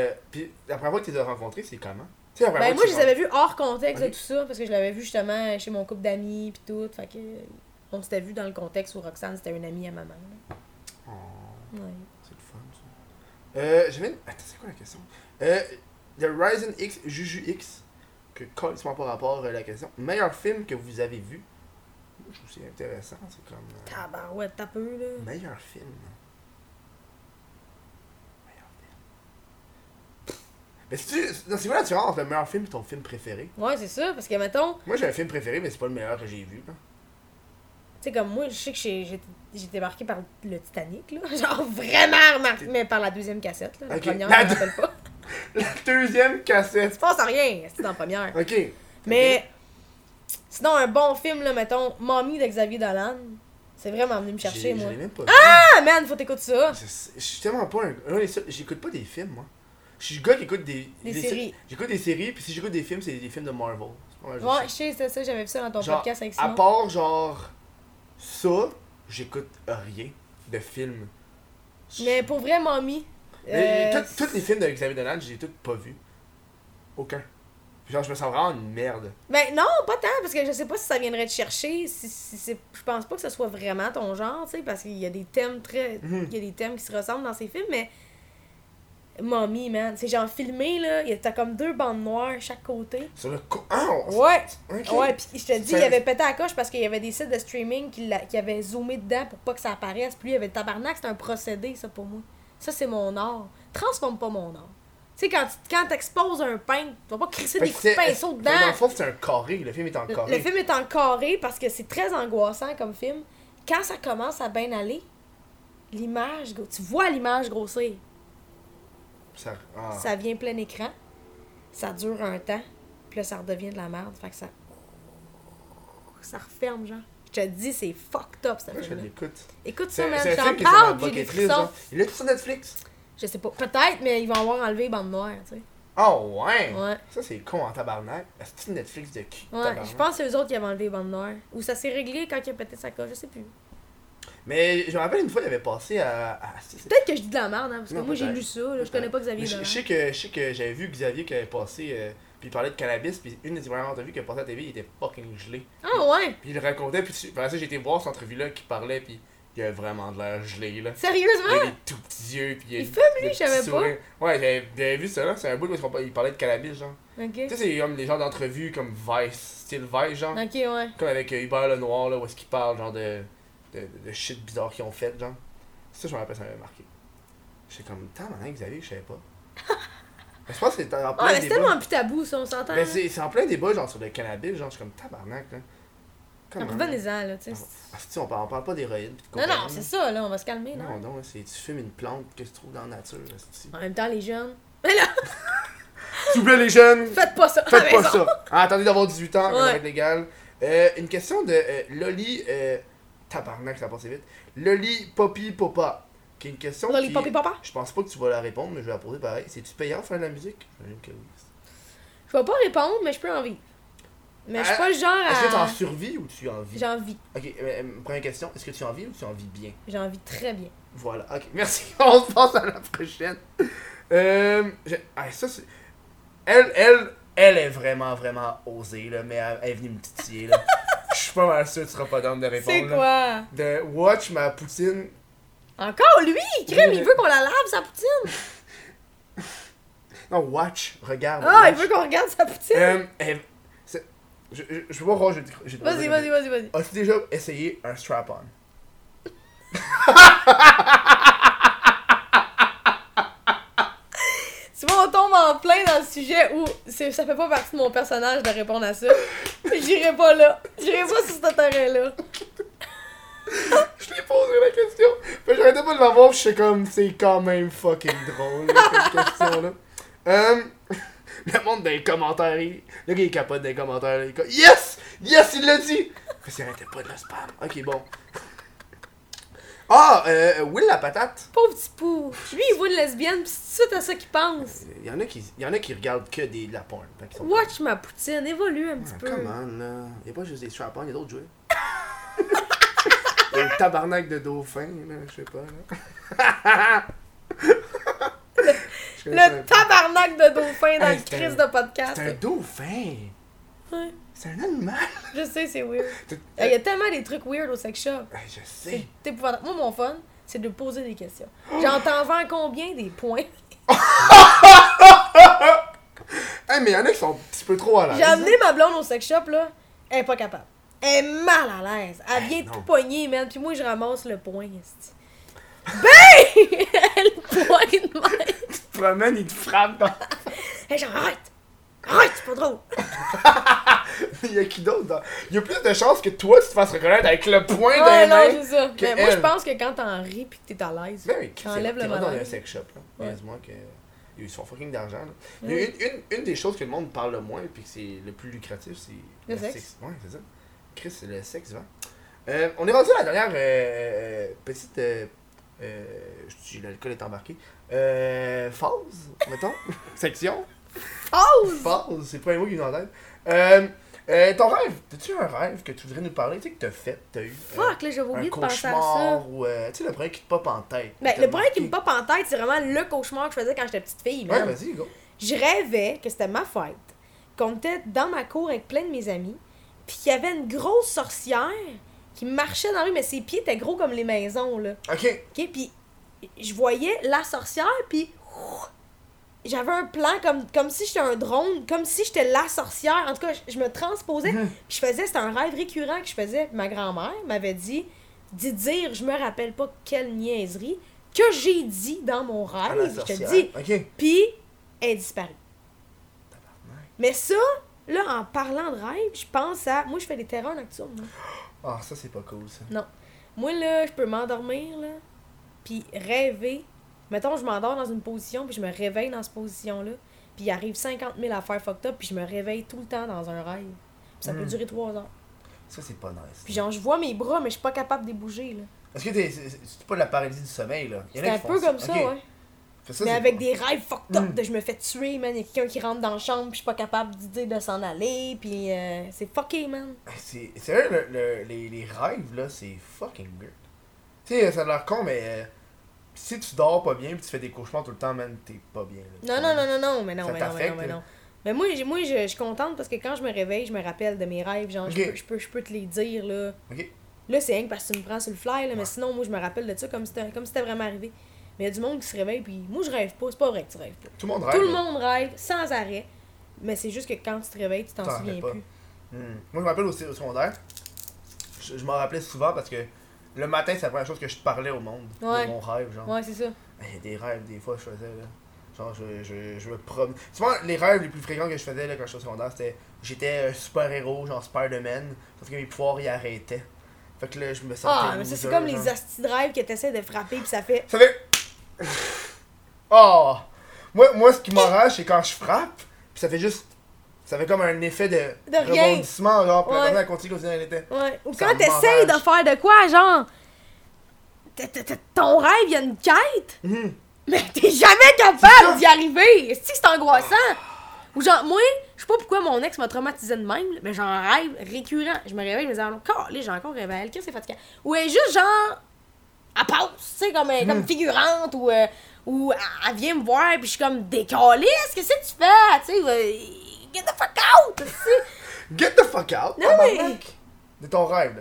la première fois que tu les as rencontrés, c'est comment? Tu sais, la première Ben, fois moi, que je tu les avais vus hors contexte Ok. de tout ça, parce que je l'avais vu justement chez mon couple d'amis, pis tout. Fait que, on s'était vu dans le contexte où Roxane, c'était une amie à maman. Là. Oh, Ouais. c'est le fun, ça. J'avais une... Attends, c'est quoi la question? The Ryzen X, Juju X, que complètement par rapport à la question. Meilleur film que vous avez vu? Moi, je trouve que c'est intéressant, c'est comme... Tabarouette, t'as peu, là. Meilleur film. Mais c'est quoi la différence entre le meilleur film et ton film préféré? Ouais, c'est ça, parce que, mettons, Moi, j'ai un film préféré, mais c'est pas le meilleur que j'ai vu. Là. tu sais, comme moi, je sais que j'ai été marquée par le Titanic, là. Genre, vraiment marquée, mais par la deuxième cassette, là. La Ok. première, La je me rappelle pas. La deuxième cassette. Tu penses à rien, c'est dans la première. Ok. Mais, Sinon, un bon film, là, mettons, Mommy de Xavier Dolan. C'est vraiment venu me chercher, moi. J'ai même pas Ah, man, faut t'écouter ça. Je suis tellement pas j'écoute pas des films, moi. Je suis le gars qui écoute des séries. J'écoute des séries, puis si j'écoute des films, c'est des films de Marvel. Ouais, je sais, c'est ça, j'avais vu ça dans ton genre, podcast avec Simon. à part, genre, ça, j'écoute rien de films. Mais pour vrai, Mommy. Tous les films de Xavier Dolan, je les ai tous pas vus. Aucun. Genre, je me sens vraiment une merde. Ben non, pas tant, parce que je sais pas si ça viendrait te chercher. Je pense pas que ce soit vraiment ton genre, tu sais, parce qu'il y a des thèmes il y a des thèmes qui se ressemblent dans ces films, mais. Mommy, man. C'est genre filmé, là. T'as comme 2 bandes noires chaque côté. Sur le Ouais. Okay. Ouais, pis je te dis, il avait pété à la coche parce qu'il y avait des sites de streaming qui avaient zoomé dedans pour pas que ça apparaisse. Puis lui, il avait le tabarnak, c'est un procédé, ça, pour moi. Ça, c'est mon art. Transforme pas mon art. Tu sais, quand t'exposes un pain, tu vas pas crisser des coups de pinceau dedans. Dans le fond, c'est un carré. Le film est en carré. Le film est en carré parce que c'est très angoissant comme film. Quand ça commence à bien aller, l'image, tu vois l'image grossir. Ça vient plein écran. Ça dure un temps. Puis là, ça redevient de la merde. Fait que ça referme, genre. Je te dis, c'est fucked up, ça. Je l'écoute. Écoute ça, man. C'est J'en parle, j'ai des frissons. Il est sur Netflix? Je sais pas. Peut-être, mais ils vont avoir enlevé les bandes noires, tu sais. Oh, ouais! Ouais. Ça, c'est con en tabarnak. C'est Netflix de cul. Ouais, je pense que c'est eux autres qui avaient enlevé les bandes noires. Ou ça s'est réglé quand il a pété sa coche, je sais plus. Mais je me rappelle une fois, il avait passé à peut-être que je dis de la merde, hein, parce que non, moi j'ai lu ça, là, je connais pas Xavier Dolan. Je sais que j'avais vu Xavier qui avait passé, puis il parlait de cannabis, puis une des premières entrevues qu'il a passé à la TV, il était fucking gelé. Ah ouais? Puis il le racontait, puis après ça, j'ai été voir cette entrevue-là qui parlait, puis il avait vraiment de l'air gelé, là. Sérieusement? Il a des tout petits yeux, puis il fume, lui, je savais pas. Ouais, j'avais vu ça, là, c'est un bout où il parlait de cannabis, genre. Ok. Tu sais, c'est comme les genres d'entrevues comme Vice, style Vice, genre. Ok, ouais. Comme avec Hubert Lenoir, là, où est-ce qu'il parle, genre de shit bizarre qu'ils ont fait, genre. Ça, je me rappelle, ça m'avait marqué. J'étais comme, maintenant, Xavier, je savais pas. Mais je pense que c'est en plein débat. C'est tellement plus tabou, ça, on s'entend. Mais c'est en plein débat, genre, sur le cannabis, genre, je suis comme, tabarnak, là. Revenez-en, là, tu sais. On parle pas d'héroïne pis de cocaïne. Non, c'est ça, là, on va se calmer, là. Non, tu fumes une plante que tu trouves dans la nature, là, en même temps, les jeunes. Mais là! S'il vous plaît, les jeunes! Faites pas ça! Faites pas ça! Attendez d'avoir 18 ans, ça va ouais. être légal. Une question de Loli. Tabarnak, ça a passé vite. Loli Poppy Popa. Qui est une question. Loli Poppy Popa? Je pense pas que tu vas la répondre, mais je vais la poser pareil. C'est-tu payant faire de la musique? J'imagine que oui. Je vais pas répondre, mais je peux en vivre. Mais je suis pas le genre à. Est-ce que tu en survis ou tu en vis? J'en vis. Ok, première question. Est-ce que tu en vis ou tu en vis bien? J'en vis très bien. Voilà, ok, merci. On se passe à la prochaine. Ça, c'est. Elle est vraiment, vraiment osée, là, mais elle est venue me titiller, là. Je suis pas mal sûr que tu seras pas d'homme de répondre. C'est quoi? De Watch ma poutine. Encore lui? Crème, il veut qu'on la lave, sa poutine? Non, Watch, regarde. Ah, watch. il veut qu'on regarde sa poutine? Je peux pas voir, Vas-y. As-tu déjà essayé un strap-on? Tu vois, on tombe en plein dans le sujet où ça fait pas partie de mon personnage de répondre à ça. J'irai pas là. J'irai pas sur ce terrain-là. Je t'ai posé la question. J'arrêtais pas de la voir, je sais comme, c'est quand même fucking drôle, cette question-là. Le monde dans les commentaires, le gars il capote dans les commentaires, il est yes! Yes, il l'a dit! Parce qu'il arrêtait pas de le spam. Ok, bon. Will la patate. Pauvre petit pou. Lui, il voit une lesbienne, pis c'est tout à ça qu'il pense. Il y en a qui regardent que de la porn. Watch ma poutine, évolue un petit peu. Come on, là. Y'a pas juste des strap-on, y'a d'autres jouets. Un tabarnak de dauphin, là, je sais pas, là. Le tabarnak de dauphin dans le crise de podcast. C'est un dauphin. Ouais. C'est un animal. Je sais, c'est weird. Il y a tellement des trucs weird au sex shop. Je sais. C'est épouvantable. Moi, mon fun, c'est de poser des questions. J'entends vendre combien des points? Hey, mais y'en a qui sont un petit peu trop à l'aise. J'ai amené ma blonde au sex shop, là. Elle est pas capable. Elle est mal à l'aise. Elle vient tout poigner, man. Puis moi, je ramasse le point. Ben! Elle pointe, man. Tu te promènes, il te frappe dans... Hey, genre, arrête! Arrête, c'est pas drôle! Il y a qui d'autre? Il y a plus de chances que toi, tu te fasses reconnaître avec le point ouais, d'un non, main. c'est ça. Mais moi, je pense que quand t'en ris pis que t'es à l'aise, ben oui, t'enlèves le malaise. T'es dans un malaise. sex shop, là. Ouais. Dis-moi que... Ils se font fucking d'argent. Là. Il y a une des choses que le monde parle le moins, puis que c'est le plus lucratif, c'est le sexe. Ouais, c'est ça. Chris, c'est le sexe, hein. On est rendu à la dernière petite. L'alcool est embarqué. Phase, mettons. Section. Phase, c'est le premier mot qui nous en tête. Ton rêve, t'as-tu un rêve que tu voudrais nous parler, tu sais, que t'as fait, t'as eu? Fuck, là, j'avais oublié de penser à ça. Ou, tu sais, le premier qui te pop en tête. Ben, le premier qui me pop en tête, c'est vraiment le cauchemar que je faisais quand j'étais petite fille. Ouais, vas-y, go. Je rêvais que c'était ma fête, qu'on était dans ma cour avec plein de mes amis, puis qu'il y avait une grosse sorcière qui marchait dans la rue, mais ses pieds étaient gros comme les maisons, là. Ok. Ok, puis je voyais la sorcière, puis j'avais un plan comme si j'étais un drone, comme si j'étais la sorcière. En tout cas, je me transposais. Puis je faisais, c'était un rêve récurrent que je faisais. Ma grand-mère m'avait dit d'y dire, je me rappelle pas quelle niaiserie, que j'ai dit dans mon rêve. Je te dis. Okay. Puis, elle est disparue. Mais ça, là, en parlant de rêve, je pense à. Moi, je fais des terreurs nocturnes. Ah, ça, c'est pas cool, ça. Non. Moi, là, je peux m'endormir, là, puis rêver. Mettons, je m'endors dans une position, puis je me réveille dans cette position-là, puis il arrive 50 000 affaires fucked up, puis je me réveille tout le temps dans un rêve. Puis ça peut durer 3 heures. Ça, c'est pas nice. Puis genre, je vois mes bras, mais je suis pas capable de les bouger, là. Est-ce que c'est pas de la paralysie du sommeil, là? C'est un peu comme ça, ouais. Ça, mais avec des rêves fucked up, de je me fais tuer, man. Il y a quelqu'un qui rentre dans la chambre, puis je suis pas capable d'idée de s'en aller, puis c'est fucké, man. C'est vrai, les rêves, là, c'est fucking weird. Tu sais, ça a l'air con, mais si tu dors pas bien, puis tu fais des cauchemars tout le temps, man, t'es pas bien, là. Non, mais non. Mais moi, je suis contente parce que quand je me réveille, je me rappelle de mes rêves, genre, je peux te les dire, là. Ok. Là, c'est rien que parce que tu me prends sur le fly, là, mais sinon, moi, je me rappelle de ça comme si c'était vraiment arrivé. Mais il y a du monde qui se réveille, puis moi, je rêve pas. C'est pas vrai que tu rêves pas. Tout le monde rêve. Tout le monde rêve, sans arrêt. Mais c'est juste que quand tu te réveilles, tu t'en souviens plus. Moi, je me rappelle aussi au secondaire. Je m'en rappelais souvent parce que le matin, c'est la première chose que je parlais au monde. De mon rêve, genre. Ouais, c'est ça. Il y a des rêves, des fois, je faisais, là. Genre, je me promenais. Souvent, les rêves les plus fréquents que je faisais là, quand j'étais au secondaire, c'était j'étais un super-héros, genre Spider-Man, sauf que mes pouvoirs, ils arrêtaient. Fait que là, je me sentais. Ah, mais ça, c'est comme les astis de rêve que t'essaies de frapper, pis ça fait. Ça fait. Oh! Moi, ce qui m'enrage, c'est quand je frappe, pis ça fait juste. Ça fait comme un effet de rebondissement, genre, pis la personne continue comme si elle était. Ouais. Ou quand t'essayes de faire de quoi, genre. Ton rêve, il y a une quête, mais t'es jamais capable d'y arriver. C'est angoissant. Ou genre, moi, je sais pas pourquoi mon ex m'a traumatisé de même, mais j'ai un rêve récurrent. Je me réveille, je me dis, encore, j'ai encore rêvé à elle, qu'est-ce que c'est fatigant. Ou elle est juste genre, elle passe, tu sais, comme figurante, ou elle vient me voir, puis je suis comme, décalisse, qu'est-ce que tu fais, tu sais, get the fuck out, tu sais. Get the fuck out? Non, mais. De ton rêve, là.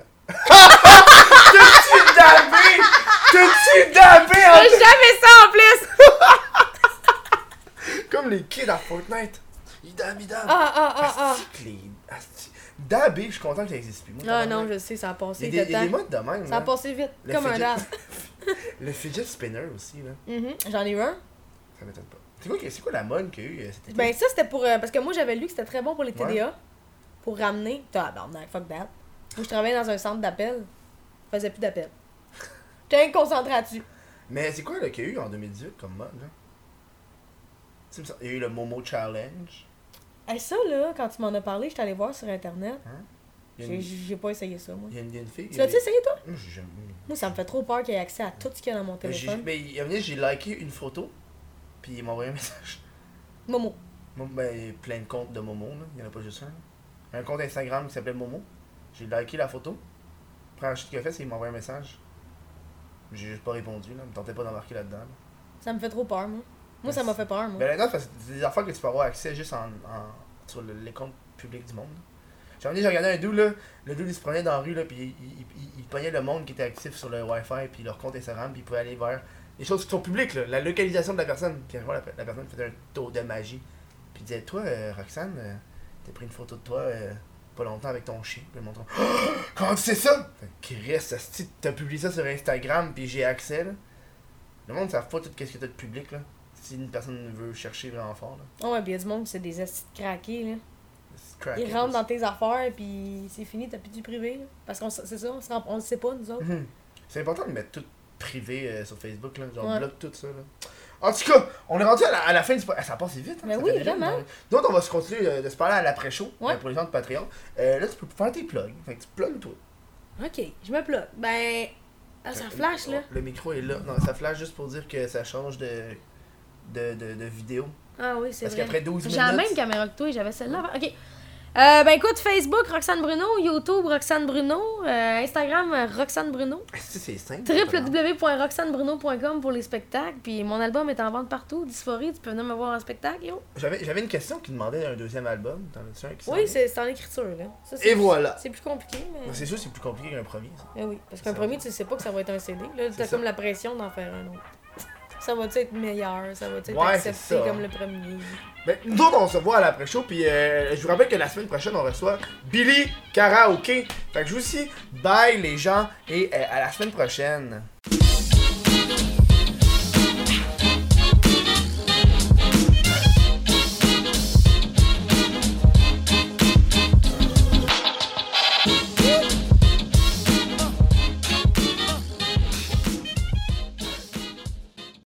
T'as-tu dabé en J'ai jamais ça en plus! Comme les kids à Fortnite. Ils dabent. Ah. Dabé, je suis content que ça existe plus. Moi, non, je sais, ça a passé. Il y a des modes de même. Ça a passé vite, comme un dab. Le fidget spinner aussi, là. J'en ai eu un. Ça m'étonne pas. C'est quoi la mode qu'il y a eu cet été? Ben, ça, c'était pour. Parce que moi, j'avais lu que c'était très bon pour les TDA. Pour ramener. Fuck that. Moi, je travaillais dans un centre d'appel. Je faisais plus d'appel. J'étais concentré là-dessus. Mais c'est quoi qu'il y a eu en 2018 comme mode, là? Il y a eu le Momo Challenge. Et ça, là, quand tu m'en as parlé, j'étais allé voir sur Internet. J'ai pas essayé ça, moi. Il y a une fille. Tu l'as-tu essayé, toi? J'ai Moi, ça me fait trop peur qu'il y ait accès à tout ce qu'il y a dans mon téléphone. Mais j'ai liké une photo, puis il m'a envoyé un message. Momo. Ben, plein de comptes de Momo, là. Il y en a pas juste un. Un compte Instagram qui s'appelait Momo. J'ai liké la photo. Première chose qu'il a fait, c'est qu'il m'a envoyé un message. J'ai juste pas répondu, là. Il me tentait pas d'embarquer là-dedans. Là. Ça me fait trop peur, moi. Moi, ça m'a fait peur, moi. Ben, là, c'est des affaires que tu peux avoir accès juste sur les comptes publics du monde. J'ai regardé un dude, là. Le dude, il se promenait dans la rue, là, puis il pognait le monde qui était actif sur le Wi-Fi, puis leur compte Instagram, puis il pouvait aller vers les choses qui sont publiques, là. La localisation de la personne. Puis la personne faisait un tour de magie. Puis il disait, toi, Roxane, t'as pris une photo de toi pas longtemps avec ton chien. Puis il montre, comment tu sais ça? Christ, t'as publié ça sur Instagram, puis j'ai accès, là. Le monde ne savent pas tout ce que t'as de public, là. Si une personne veut chercher vraiment fort, là. Oh, ouais, pis y a du monde qui c'est des astis de craqués, là. Ils rentrent dans tes affaires, puis c'est fini, t'as plus du privé, là. Parce qu'on c'est ça, on le sait pas, nous autres. C'est important de mettre tout privé sur Facebook, là. Genre, bloque tout ça, là. En tout cas, on est rendu à la fin du podcast. Ça passe vite. Hein, Mais ça oui, fait déjà vraiment. Donc, on va se continuer de se parler à l'après-show Ouais. pour les gens de Patreon. Là, tu peux faire tes plugs. Fait que tu plugs toi. Ok, je me plug. Ben. Ah, ça flash là. Le micro est là. Non, ça flash juste pour dire que ça change de vidéo. Ah oui, c'est Parce vrai. qu'après 12 J'ai la minutes. même caméra que toi, j'avais celle-là avant. Ok. Ben écoute, Facebook, Roxane Bruno, YouTube, Roxane Bruno, Instagram, Roxane Bruno, C'est simple. www.roxanebruno.com pour les spectacles, puis mon album est en vente partout, Dysphorie, tu peux venir me voir en spectacle, yo. J'avais une question qui demandait un deuxième album. T'en as-tu un qui s'en Oui, vient? c'est en écriture, là. Ça, Et voilà. C'est plus compliqué, mais... C'est sûr, c'est plus compliqué qu'un premier. Ça. Eh oui, parce qu'un Ça premier, va. tu sais pas que ça va être un CD. Là, C'est t'as ça. comme la pression d'en faire un autre. Ça va-tu être meilleur? Ça va-tu être Ouais, c'est accepté ça. comme le premier? Ben, nous autres, on se voit à l'après-show, puis je vous rappelle que la semaine prochaine, on reçoit Billy Karaoke. Fait que je vous dis bye les gens, et à la semaine prochaine.